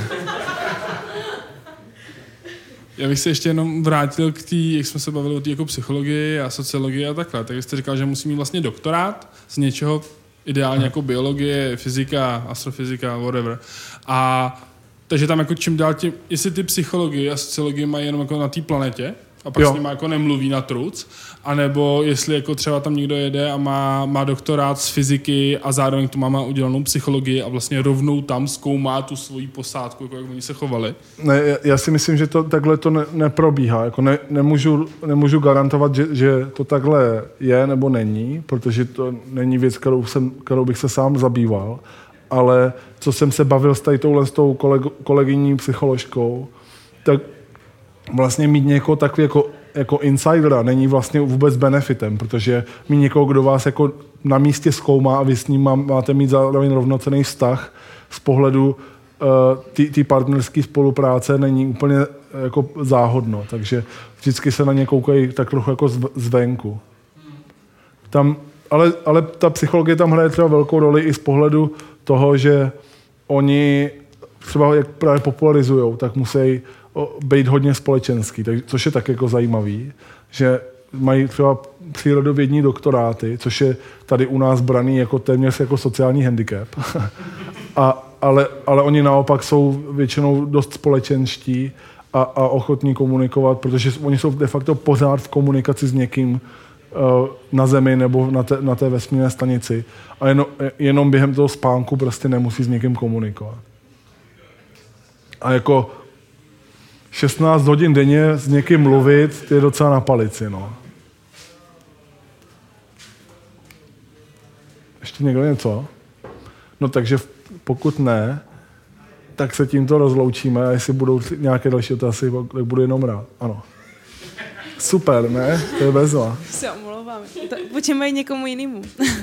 Já bych se ještě jenom vrátil k té, jak jsme se bavili o té jako psychologii a sociologii a takhle. Tak jste říkal, že musí mít vlastně doktorát z něčeho, ideálně jako biologie, fyzika, astrofyzika, whatever. A takže tam jako čím dál tím, jestli ty psychologii a sociologii mají jenom jako na té planetě, a pak jo. s nimi jako nemluví na truc, anebo jestli jako třeba tam někdo jede a má, má doktorát z fyziky a zároveň tu má udělanou psychologii a vlastně rovnou tam zkoumá tu svoji posádku, jako jak oni se chovali. Ne, já si myslím, že to takhle to ne, neprobíhá. Jako ne, nemůžu, nemůžu garantovat, že, že to takhle je nebo není, protože to není věc, kterou, jsem, kterou bych se sám zabýval, ale co jsem se bavil s tady touhle s tou koleg, kolegyní psycholožkou, tak vlastně mít někoho takový jako, jako insidera není vlastně vůbec benefitem, protože mít někoho, kdo vás jako na místě zkoumá a vy s ním máte mít zároveň rovnocenný vztah z pohledu uh, té partnerské spolupráce není úplně jako záhodno, takže vždycky se na ně koukají tak trochu jako zvenku. Tam, ale, ale ta psychologie tam hraje třeba velkou roli i z pohledu toho, že oni třeba jak právě popularizujou, tak musí být hodně společenský, tak, což je tak jako zajímavý, že mají třeba přírodovědní doktoráty, což je tady u nás braný jako téměř jako sociální handicap. a, ale, ale oni naopak jsou většinou dost společenští a, a ochotní komunikovat, protože oni jsou de facto pořád v komunikaci s někým uh, na Zemi nebo na té, na té vesmírné stanici a jenom, jenom během toho spánku prostě nemusí s někým komunikovat. A jako šestnáct hodin denně s někým mluvit, je docela na palici, no. Ještě někdo něco? No takže pokud ne, tak se tímto rozloučíme a jestli budou nějaké další otázky, tak budu jenom rád. Ano. Super, ne? To je bezva. Se omlouvám. Počím mají někomu jinému.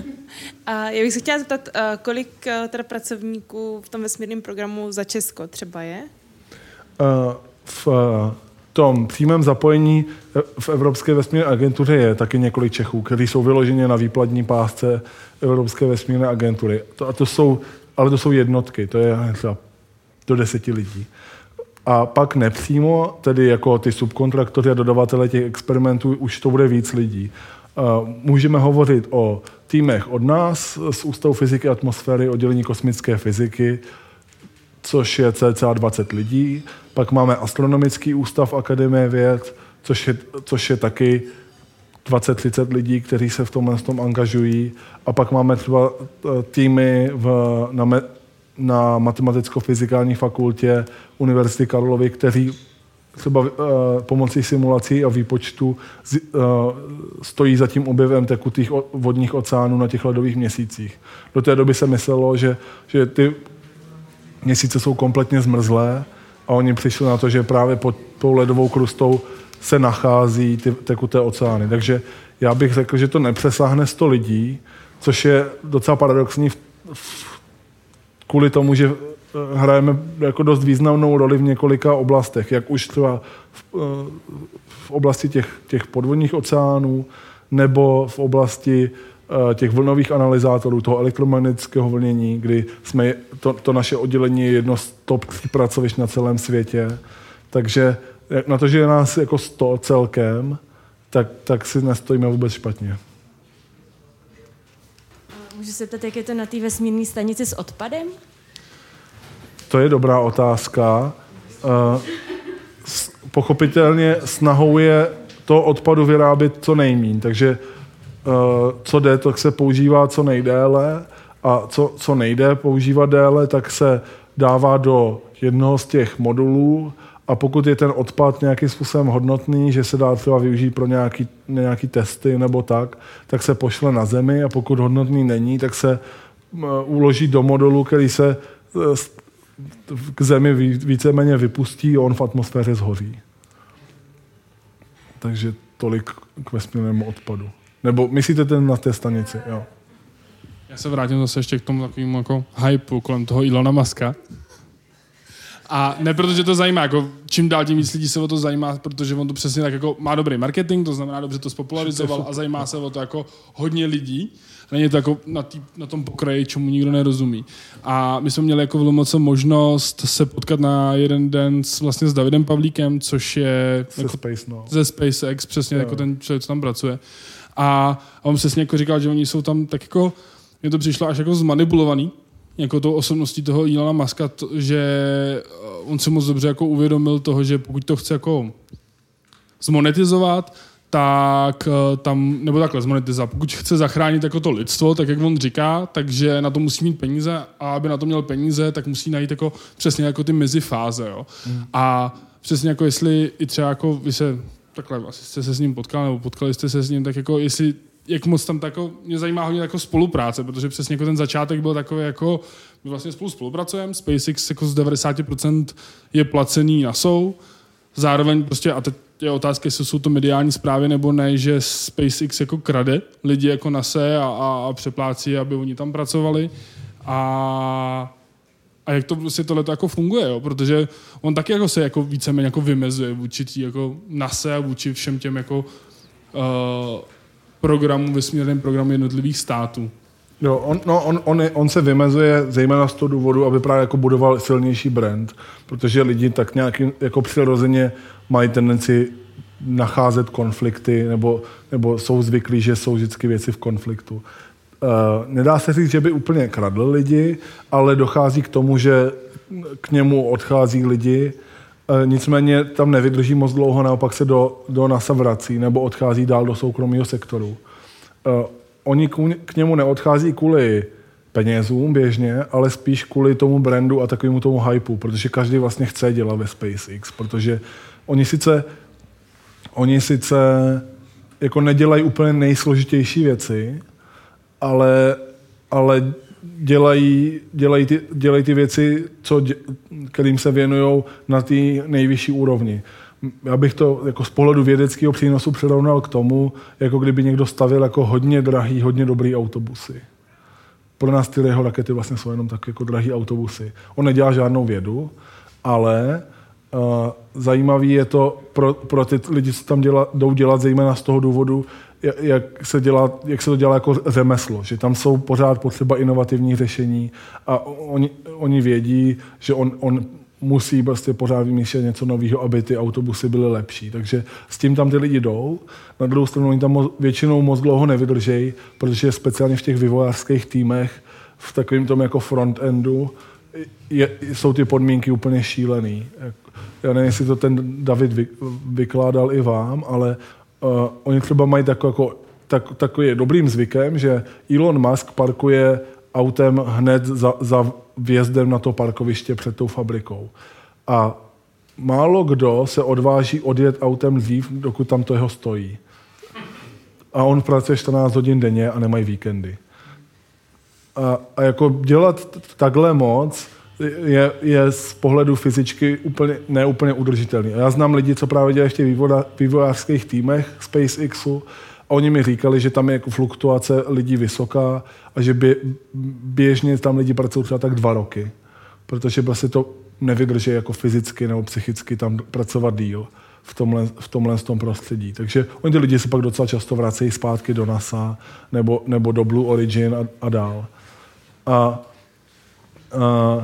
A já bych se chtěla zeptat, kolik teda pracovníků v tom vesmírném programu za Česko třeba je? Uh, v tom přímém zapojení v Evropské vesmírné agentuře je taky několik Čechů, kteří jsou vyloženě na výplatní pásce Evropské vesmírné agentury. To, a to jsou, ale to jsou jednotky, to je třeba do deseti lidí. A pak nepřímo, tedy jako ty subkontraktoři a dodavatele těch experimentů, už to bude víc lidí. Uh, můžeme hovořit o týmech od nás z Ústavu fyziky a atmosféry, oddělení kosmické fyziky, což je cca dvacet lidí. Pak máme astronomický ústav Akademie věd, což je, což je taky dvacet třicet lidí, kteří se v tomhle tom angažují. A pak máme třeba týmy v, na, me, na matematicko-fyzikální fakultě Univerzity Karlovy, kteří třeba uh, pomocí simulací a výpočtu z, uh, stojí za tím objevem tekutých o, vodních oceánů na těch ledových měsících. Do té doby se myslelo, že, že ty měsíce jsou kompletně zmrzlé a oni přišli na to, že právě pod tou ledovou krustou se nachází ty tekuté oceány. Takže já bych řekl, že to nepřesáhne sto lidí, což je docela paradoxní v, v, kvůli tomu, že hrajeme jako dost významnou roli v několika oblastech, jak už třeba v, v oblasti těch, těch podvodních oceánů nebo v oblasti těch vlnových analyzátorů, toho elektromagnetického vlnění, kdy jsme, to, to naše oddělení je jedno z top pracovišť na celém světě. Takže na to, že je nás jako sto celkem, tak, tak si nestojíme vůbec špatně. Můžu se ptat, jak je to na té vesmírné stanici s odpadem? To je dobrá otázka. Pochopitelně snahou je to odpadu vyrábět co nejméně, takže co jde, tak se používá co nejdéle a co, co nejde používat déle, tak se dává do jednoho z těch modulů a pokud je ten odpad nějakým způsobem hodnotný, že se dá třeba využít pro nějaký, nějaký testy nebo tak, tak se pošle na Zemi a pokud hodnotný není, tak se uloží do modulu, který se k Zemi víceméně vypustí a on v atmosféře zhoří. Takže tolik k vesmírnému odpadu. Nebo myslíte ten na té stanici? Jo. Já se vrátím zase ještě k tomu takovému jako hypeu kolem toho Elona Muska. A ne protože to zajímá, jako čím dál tím víc lidí se o to zajímá, protože on to přesně tak jako má dobrý marketing, to znamená dobře to spopularizoval a zajímá se o to jako hodně lidí. Není to jako na, tý, na tom pokraji, čemu nikdo nerozumí. A my jsme měli jako velmi moc možnost se potkat na jeden den s, vlastně s Davidem Pavlíkem, což je ze, jako, Space, no. ze SpaceX, přesně no. jako ten člověk, co tam pracuje. A, a on přesně jako říkal, že oni jsou tam tak jako, mně to přišlo až jako zmanipulovaný, jako tou osobností toho Elona Muska, to, že on si moc dobře jako uvědomil toho, že pokud to chce jako zmonetizovat, tak tam, nebo takhle zmonetizovat, pokud chce zachránit jako to lidstvo, tak jak on říká, takže na to musí mít peníze a aby na to měl peníze, tak musí najít jako přesně jako ty mezifáze, jo. Mm. A přesně jako jestli i třeba jako vy se, takhle asi jste se s ním potkali, nebo potkali jste se s ním, tak jako jestli jak moc tam tako, mě zajímá hodně jako spolupráce, protože přesně jako ten začátek byl takový jako, my vlastně spolu spolupracujeme, SpaceX jako z devadesát procent je placený NASou, zároveň prostě, a teď je otázka, jestli jsou to mediální zprávy nebo ne, že SpaceX jako krade lidi jako NASA a, a, a přeplácí, aby oni tam pracovali a, a jak to prostě tohleto jako funguje, jo? Protože on taky jako se jako víceméně jako vymezuje vůči tý jako NASA a vůči všem těm jako uh, programů, vesmírným programů jednotlivých států. Jo, on, no, on, on, je, on se vymezuje zejména z toho důvodu, aby právě jako budoval silnější brand, protože lidi tak nějak jako přirozeně mají tendenci nacházet konflikty nebo, nebo jsou zvyklí, že jsou vždycky věci v konfliktu. Uh, nedá se říct, že by úplně kradl lidi, ale dochází k tomu, že k němu odchází lidi, uh, nicméně tam nevydrží moc dlouho, naopak se do, do NASA vrací nebo odchází dál do soukromého sektoru. Uh, Oni k němu neodchází kvůli penězům běžně, ale spíš kvůli tomu brandu a takovému tomu hypeu, protože každý vlastně chce dělat ve SpaceX, protože oni sice, oni sice jako nedělají úplně nejsložitější věci, ale, ale dělají, dělají, ty, dělají ty věci, co dě, kterým se věnují na té nejvyšší úrovni. Já bych to jako z pohledu vědeckého přínosu přirovnal k tomu, jako kdyby někdo stavil jako hodně drahý, hodně dobrý autobusy. Pro nás ty jeho rakety vlastně jsou jenom tak jako drahý autobusy. On nedělá žádnou vědu, ale uh, zajímavý je to pro, pro ty lidi, co tam děla, jdou dělat, zejména z toho důvodu, jak se, dělá, jak se to dělá jako řemeslo, že tam jsou pořád potřeba inovativní řešení a oni, oni vědí, že on, on musí prostě pořád vymýšlet něco nového, aby ty autobusy byly lepší. Takže s tím tam ty lidi jdou. Na druhou stranu oni tam moc, většinou moc dlouho nevydržejí, protože speciálně v těch vývojářských týmech, v takovém tom jako front-endu, je, jsou ty podmínky úplně šílený. Já nevím, jestli to ten David vy, vykládal i vám, ale uh, oni třeba mají tak, jako, tak, takový dobrým zvykem, že Elon Musk parkuje autem hned za, za vjezdem na to parkoviště před tou fabrikou. A málo kdo se odváží odjet autem dřív, dokud tam to jeho stojí. A on pracuje čtrnáct hodin denně a nemají víkendy. A, a jako dělat takhle moc je, je z pohledu fyzičky úplně, neúplně udržitelný. A já znám lidi, co právě dělají v těch vývojářských týmech SpaceXu, a oni mi říkali, že tam je jako fluktuace lidí vysoká a že bě, běžně tam lidi pracují třeba tak dva roky, protože vlastně to nevydrží jako fyzicky nebo psychicky tam pracovat díl v tomhle, v tomhle tom prostředí. Takže oni ty lidi se pak docela často vracejí zpátky do NASA nebo, nebo do Blue Origin a, a dál. A, a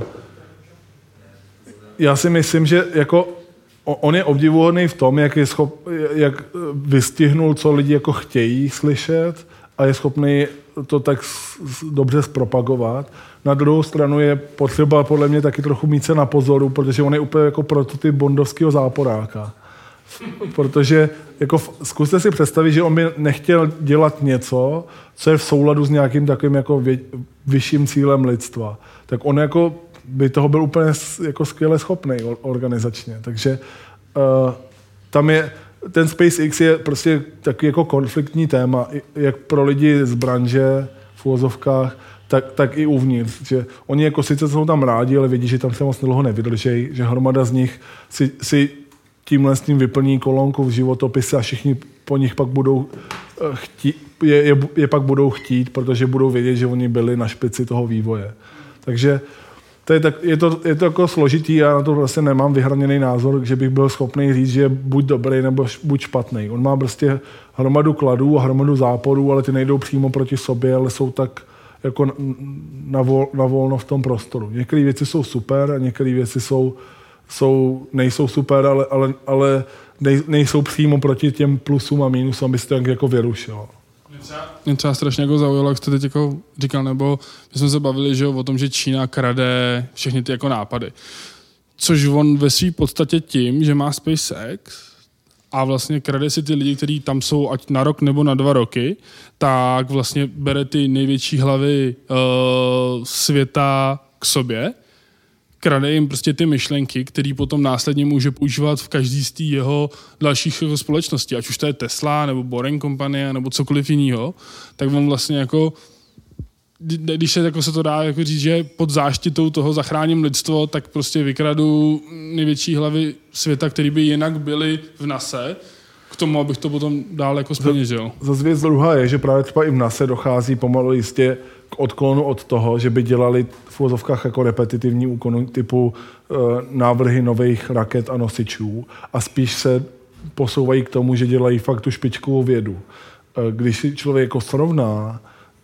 já si myslím, že jako on je obdivuhodný v tom, jak, je schop, jak vystihnul, co lidi jako chtějí slyšet a je schopný to tak dobře zpropagovat. Na druhou stranu je potřeba podle mě taky trochu mít se na pozoru, protože on je úplně jako prototyp bondovského záporáka. Protože jako zkuste si představit, že on by nechtěl dělat něco, co je v souladu s nějakým takovým jako vě, vyšším cílem lidstva. Tak on jako by toho byl úplně jako skvěle schopný organizačně. Takže uh, tam je, ten SpaceX je prostě takový jako konfliktní téma, jak pro lidi z branže v uvozovkách, tak, tak i uvnitř. Že oni jako sice jsou tam rádi, ale vědí, že tam se moc dlouho nevydržejí, že hromada z nich si, si tímhle s tím vyplní kolonku v životopise a všichni po nich pak budou chtít, je, je, je pak budou chtít, protože budou vědět, že oni byli na špici toho vývoje. Takže to je, tak, je, to, je to jako složitý, já na to vlastně nemám vyhraněný názor, že bych byl schopný říct, že je buď dobrý nebo buď špatný. On má prostě hromadu kladů a hromadu záporů, ale ty nejdou přímo proti sobě, ale jsou tak jako na, vol, na volno v tom prostoru. Některé věci jsou super a některé věci jsou, jsou, nejsou super, ale, ale, ale nej, nejsou přímo proti těm plusům a mínusům, aby se to jako vyrušilo. Mě třeba strašně jako zaujalo, jak jste teď jako říkal, nebo my jsme se bavili, že o tom, že Čína krade všechny ty jako nápady. Což on ve své podstatě tím, že má SpaceX a vlastně krade si ty lidi, kteří tam jsou ať na rok nebo na dva roky, tak vlastně bere ty největší hlavy uh, světa k sobě, krade jim prostě ty myšlenky, které potom následně může používat v každý z té jeho dalších jako společností, ať už to je Tesla, nebo Boring Company, nebo cokoliv jiného, tak on vlastně jako, když se, jako se to dá jako říct, že pod záštitou toho zachráním lidstvo, tak prostě vykradu největší hlavy světa, které by jinak byly v NASA, k tomu, abych to potom dál jako zpeněžil. Zase věc druhá je, že právě třeba i v NASA dochází pomalu jistě k odklonu od toho, že by dělali v uvozovkách jako repetitivní úkony typu e, návrhy nových raket a nosičů a spíš se posouvají k tomu, že dělají fakt tu špičkovou vědu. E, když si člověk jako srovná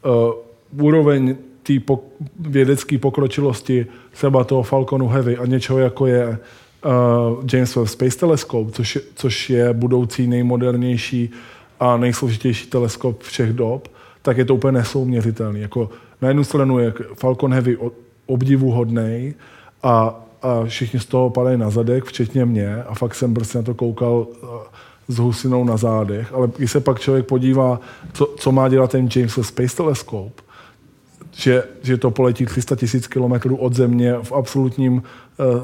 e, úroveň té po, vědecké pokročilosti třeba toho Falconu Heavy a něčeho jako je Uh, James Webb Space Telescope, což, což je budoucí nejmodernější a nejsložitější teleskop všech dob, tak je to úplně nesouměřitelný. Jako na jednu stranu je Falcon Heavy obdivuhodnej a, a všichni z toho padají na zadek, včetně mě, a fakt jsem prostě na to koukal uh, s husinou na zádech, ale když se pak člověk podívá, co, co má dělat ten James Webb Space Telescope, že, že to poletí tři sta tisíc kilometrů od Země v absolutním uh,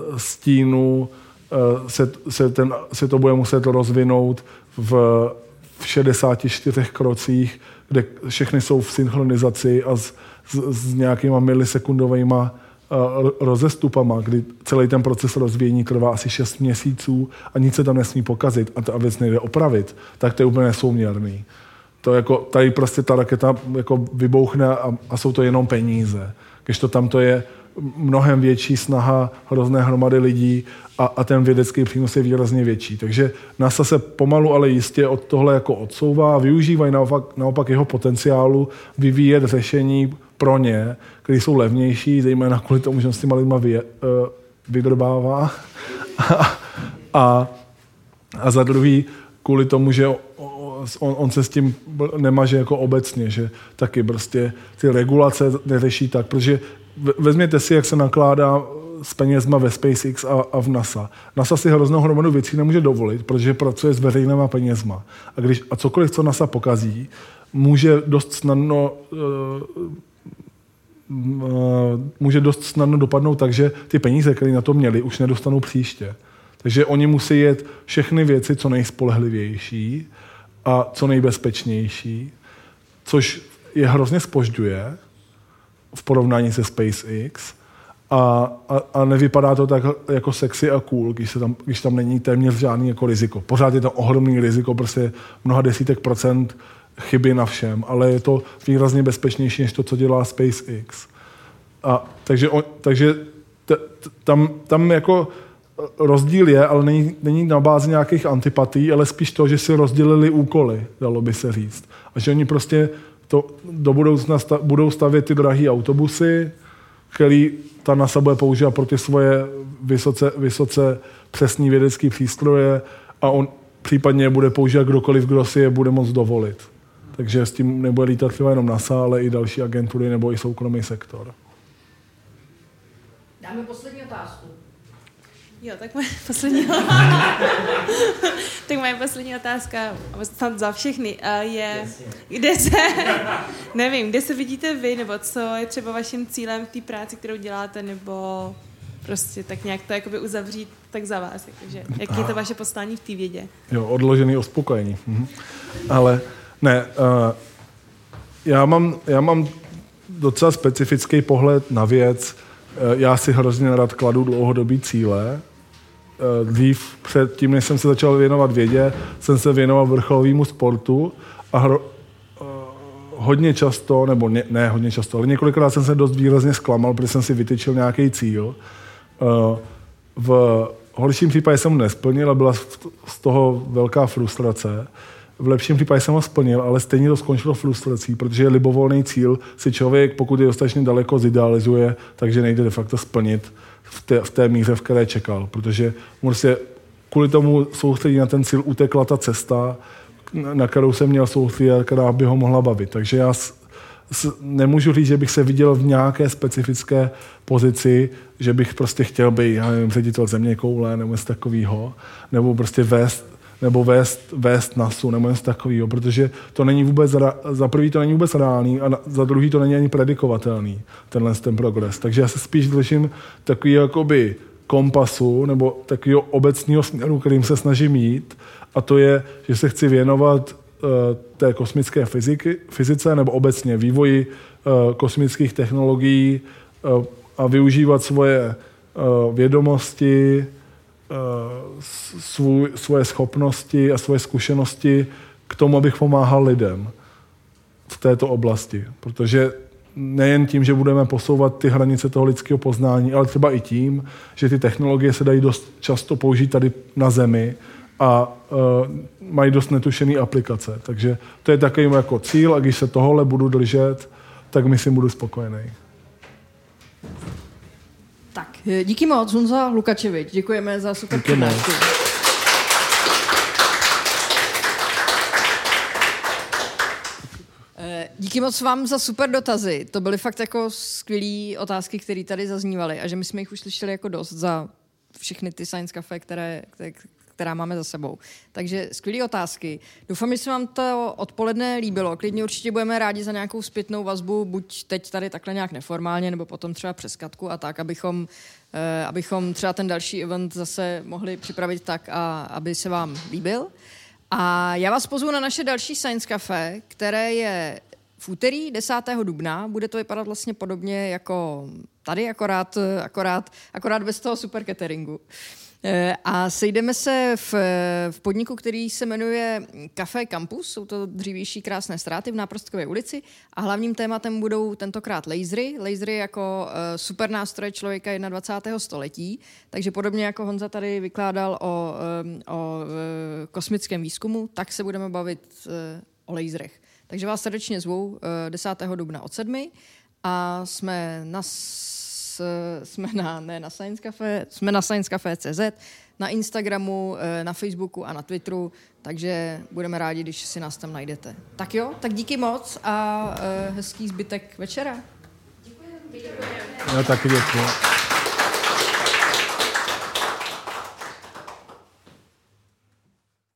stínu, uh, se, se, ten, se to bude muset rozvinout v, v šedesáti čtyřech krocích, kde všechny jsou v synchronizaci a s, s, s nějakýma milisekundovými uh, rozestupama, kdy celý ten proces rozvíjení trvá asi šest měsíců a nic se tam nesmí pokazit a ta věc nejde opravit, tak to je úplně nesouměrný. To jako, tady prostě ta raketa jako vybouchne a, a jsou to jenom peníze. Když to tam to je mnohem větší snaha hrozné hromady lidí a, a ten vědecký přínos je výrazně větší. Takže NASA se pomalu, ale jistě od tohle jako odsouvá a využívají naopak, naopak jeho potenciálu vyvíjet řešení pro ně, které jsou levnější, zejména kvůli tomu, že on s těma lidma vy, uh, vydrbává. a, a, a za druhý kvůli tomu, že On, on se s tím nemaže jako obecně, že taky prostě ty regulace neřeší tak, protože vezměte si, jak se nakládá s penězma ve SpaceX a, a v NASA. NASA si hroznou hromadu věcí nemůže dovolit, protože pracuje s veřejnýma penězma. A, když, a cokoliv, co NASA pokazí, může dost snadno uh, uh, může dost snadno dopadnout tak, že ty peníze, které na to měli, už nedostanou příště. Takže oni musí jet všechny věci co nejspolehlivější a co nejbezpečnější, což je hrozně zpožďuje v porovnání se SpaceX a, a, a nevypadá to tak jako sexy a cool, když, se tam, když tam není téměř žádný jako riziko. Pořád je to ohromný riziko, prostě mnoha desítek procent chyby na všem, ale je to výrazně bezpečnější než to, co dělá SpaceX. A, takže on, takže t, t, tam, tam jako rozdíl je, ale není, není na bázi nějakých antipatí, ale spíš to, že si rozdělili úkoly, dalo by se říct. A že oni prostě to do budoucna sta, budou stavět ty drahé autobusy, který ta NASA bude používat pro ty svoje vysoce, vysoce přesný vědecké přístroje a on případně je bude používat kdokoliv, kdo si je bude moct dovolit. Takže s tím nebude lítat třeba jenom NASA, ale i další agentury nebo i soukromý sektor. Dáme poslední otázku. Jo, tak moje poslední tak moje poslední otázka, snad za všechny, je, kde se, nevím, kde se vidíte vy, nebo co je třeba vaším cílem v té práci, kterou děláte, nebo prostě tak nějak to jakoby uzavřít tak za vás, jakože, jaký je to vaše poslání v té vědě? Jo, odložený uspokojení. Mhm. Ale ne, uh, já mám, já mám docela specifický pohled na věc. Já si hrozně rád kladu dlouhodobý cíle dřív, před tím, než jsem se začal věnovat vědě, jsem se věnoval vrcholovému sportu a hro, hodně často, nebo ne, ne hodně často, ale několikrát jsem se dost výrazně zklamal, protože jsem si vytyčil nějaký cíl. V horším případě jsem ho nesplnil a byla z toho velká frustrace. V lepším případě jsem ho splnil, ale stejně to skončilo frustrací, protože libovolný cíl si člověk, pokud je dostatečně daleko, zidealizuje, takže nejde de facto splnit v té, v té míře, v které čekal. Protože prostě kvůli tomu soustředí na ten cíl utekla ta cesta, na kterou jsem měl soustředit a která by ho mohla bavit. Takže já s, s, nemůžu říct, že bych se viděl v nějaké specifické pozici, že bych prostě chtěl být, já nevím, ředitel zeměkoule nebo něco takového, nebo prostě vést, nebo vést, vést nasu, nebo něco takového, protože to není vůbec, za prvý to není vůbec reálný a za druhý to není ani predikovatelný, tenhle ten progres. Takže já se spíš držím takový jakoby kompasu nebo takového obecného směru, kterým se snažím jít, a to je, že se chci věnovat uh, té kosmické fyziky, fyzice nebo obecně vývoji uh, kosmických technologií uh, a využívat svoje uh, vědomosti, uh, svůj, svoje schopnosti a svoje zkušenosti k tomu, abych pomáhal lidem v této oblasti. Protože nejen tím, že budeme posouvat ty hranice toho lidského poznání, ale třeba i tím, že ty technologie se dají dost často použít tady na Zemi a uh, mají dost netušený aplikace. Takže to je takový jako cíl a když se tohohle budu držet, tak myslím, budu spokojený. Tak, díky moc, Honza Lukačevič. Děkujeme za super přednášku. Díky moc vám za super dotazy. To byly fakt jako skvělé otázky, které tady zaznívaly a že my jsme jich už slyšeli jako dost za všechny ty Science Café, které, které, která máme za sebou. Takže skvělé otázky. Doufám, že se vám to odpoledne líbilo. Klidně určitě budeme rádi za nějakou zpětnou vazbu, buď teď tady takhle nějak neformálně, nebo potom třeba přes Katku a tak, abychom, eh, abychom třeba ten další event zase mohli připravit tak, a, aby se vám líbil. A já vás pozvu na naše další Science Café, které je v úterý desátého dubna. Bude to vypadat vlastně podobně jako tady, akorát, akorát, akorát bez toho super cateringu. A sejdeme se v, v podniku, který se jmenuje Café Campus. Jsou to dřívější krásné ztráty v Náprostkové ulici a hlavním tématem budou tentokrát lasery. Lasery jako uh, super nástroje člověka dvacátého prvního století. Takže podobně jako Honza tady vykládal o, um, o uh, kosmickém výzkumu, tak se budeme bavit uh, o laserech. Takže vás srdečně zvu uh, desátého dubna od sedmi a jsme na jsme na, ne na Science Café, jsme na science cafe tečka cz, na Instagramu, na Facebooku a na Twitteru, takže budeme rádi, když si nás tam najdete. Tak jo, tak díky moc a hezký zbytek večera. Děkuji. Já taky děkuji.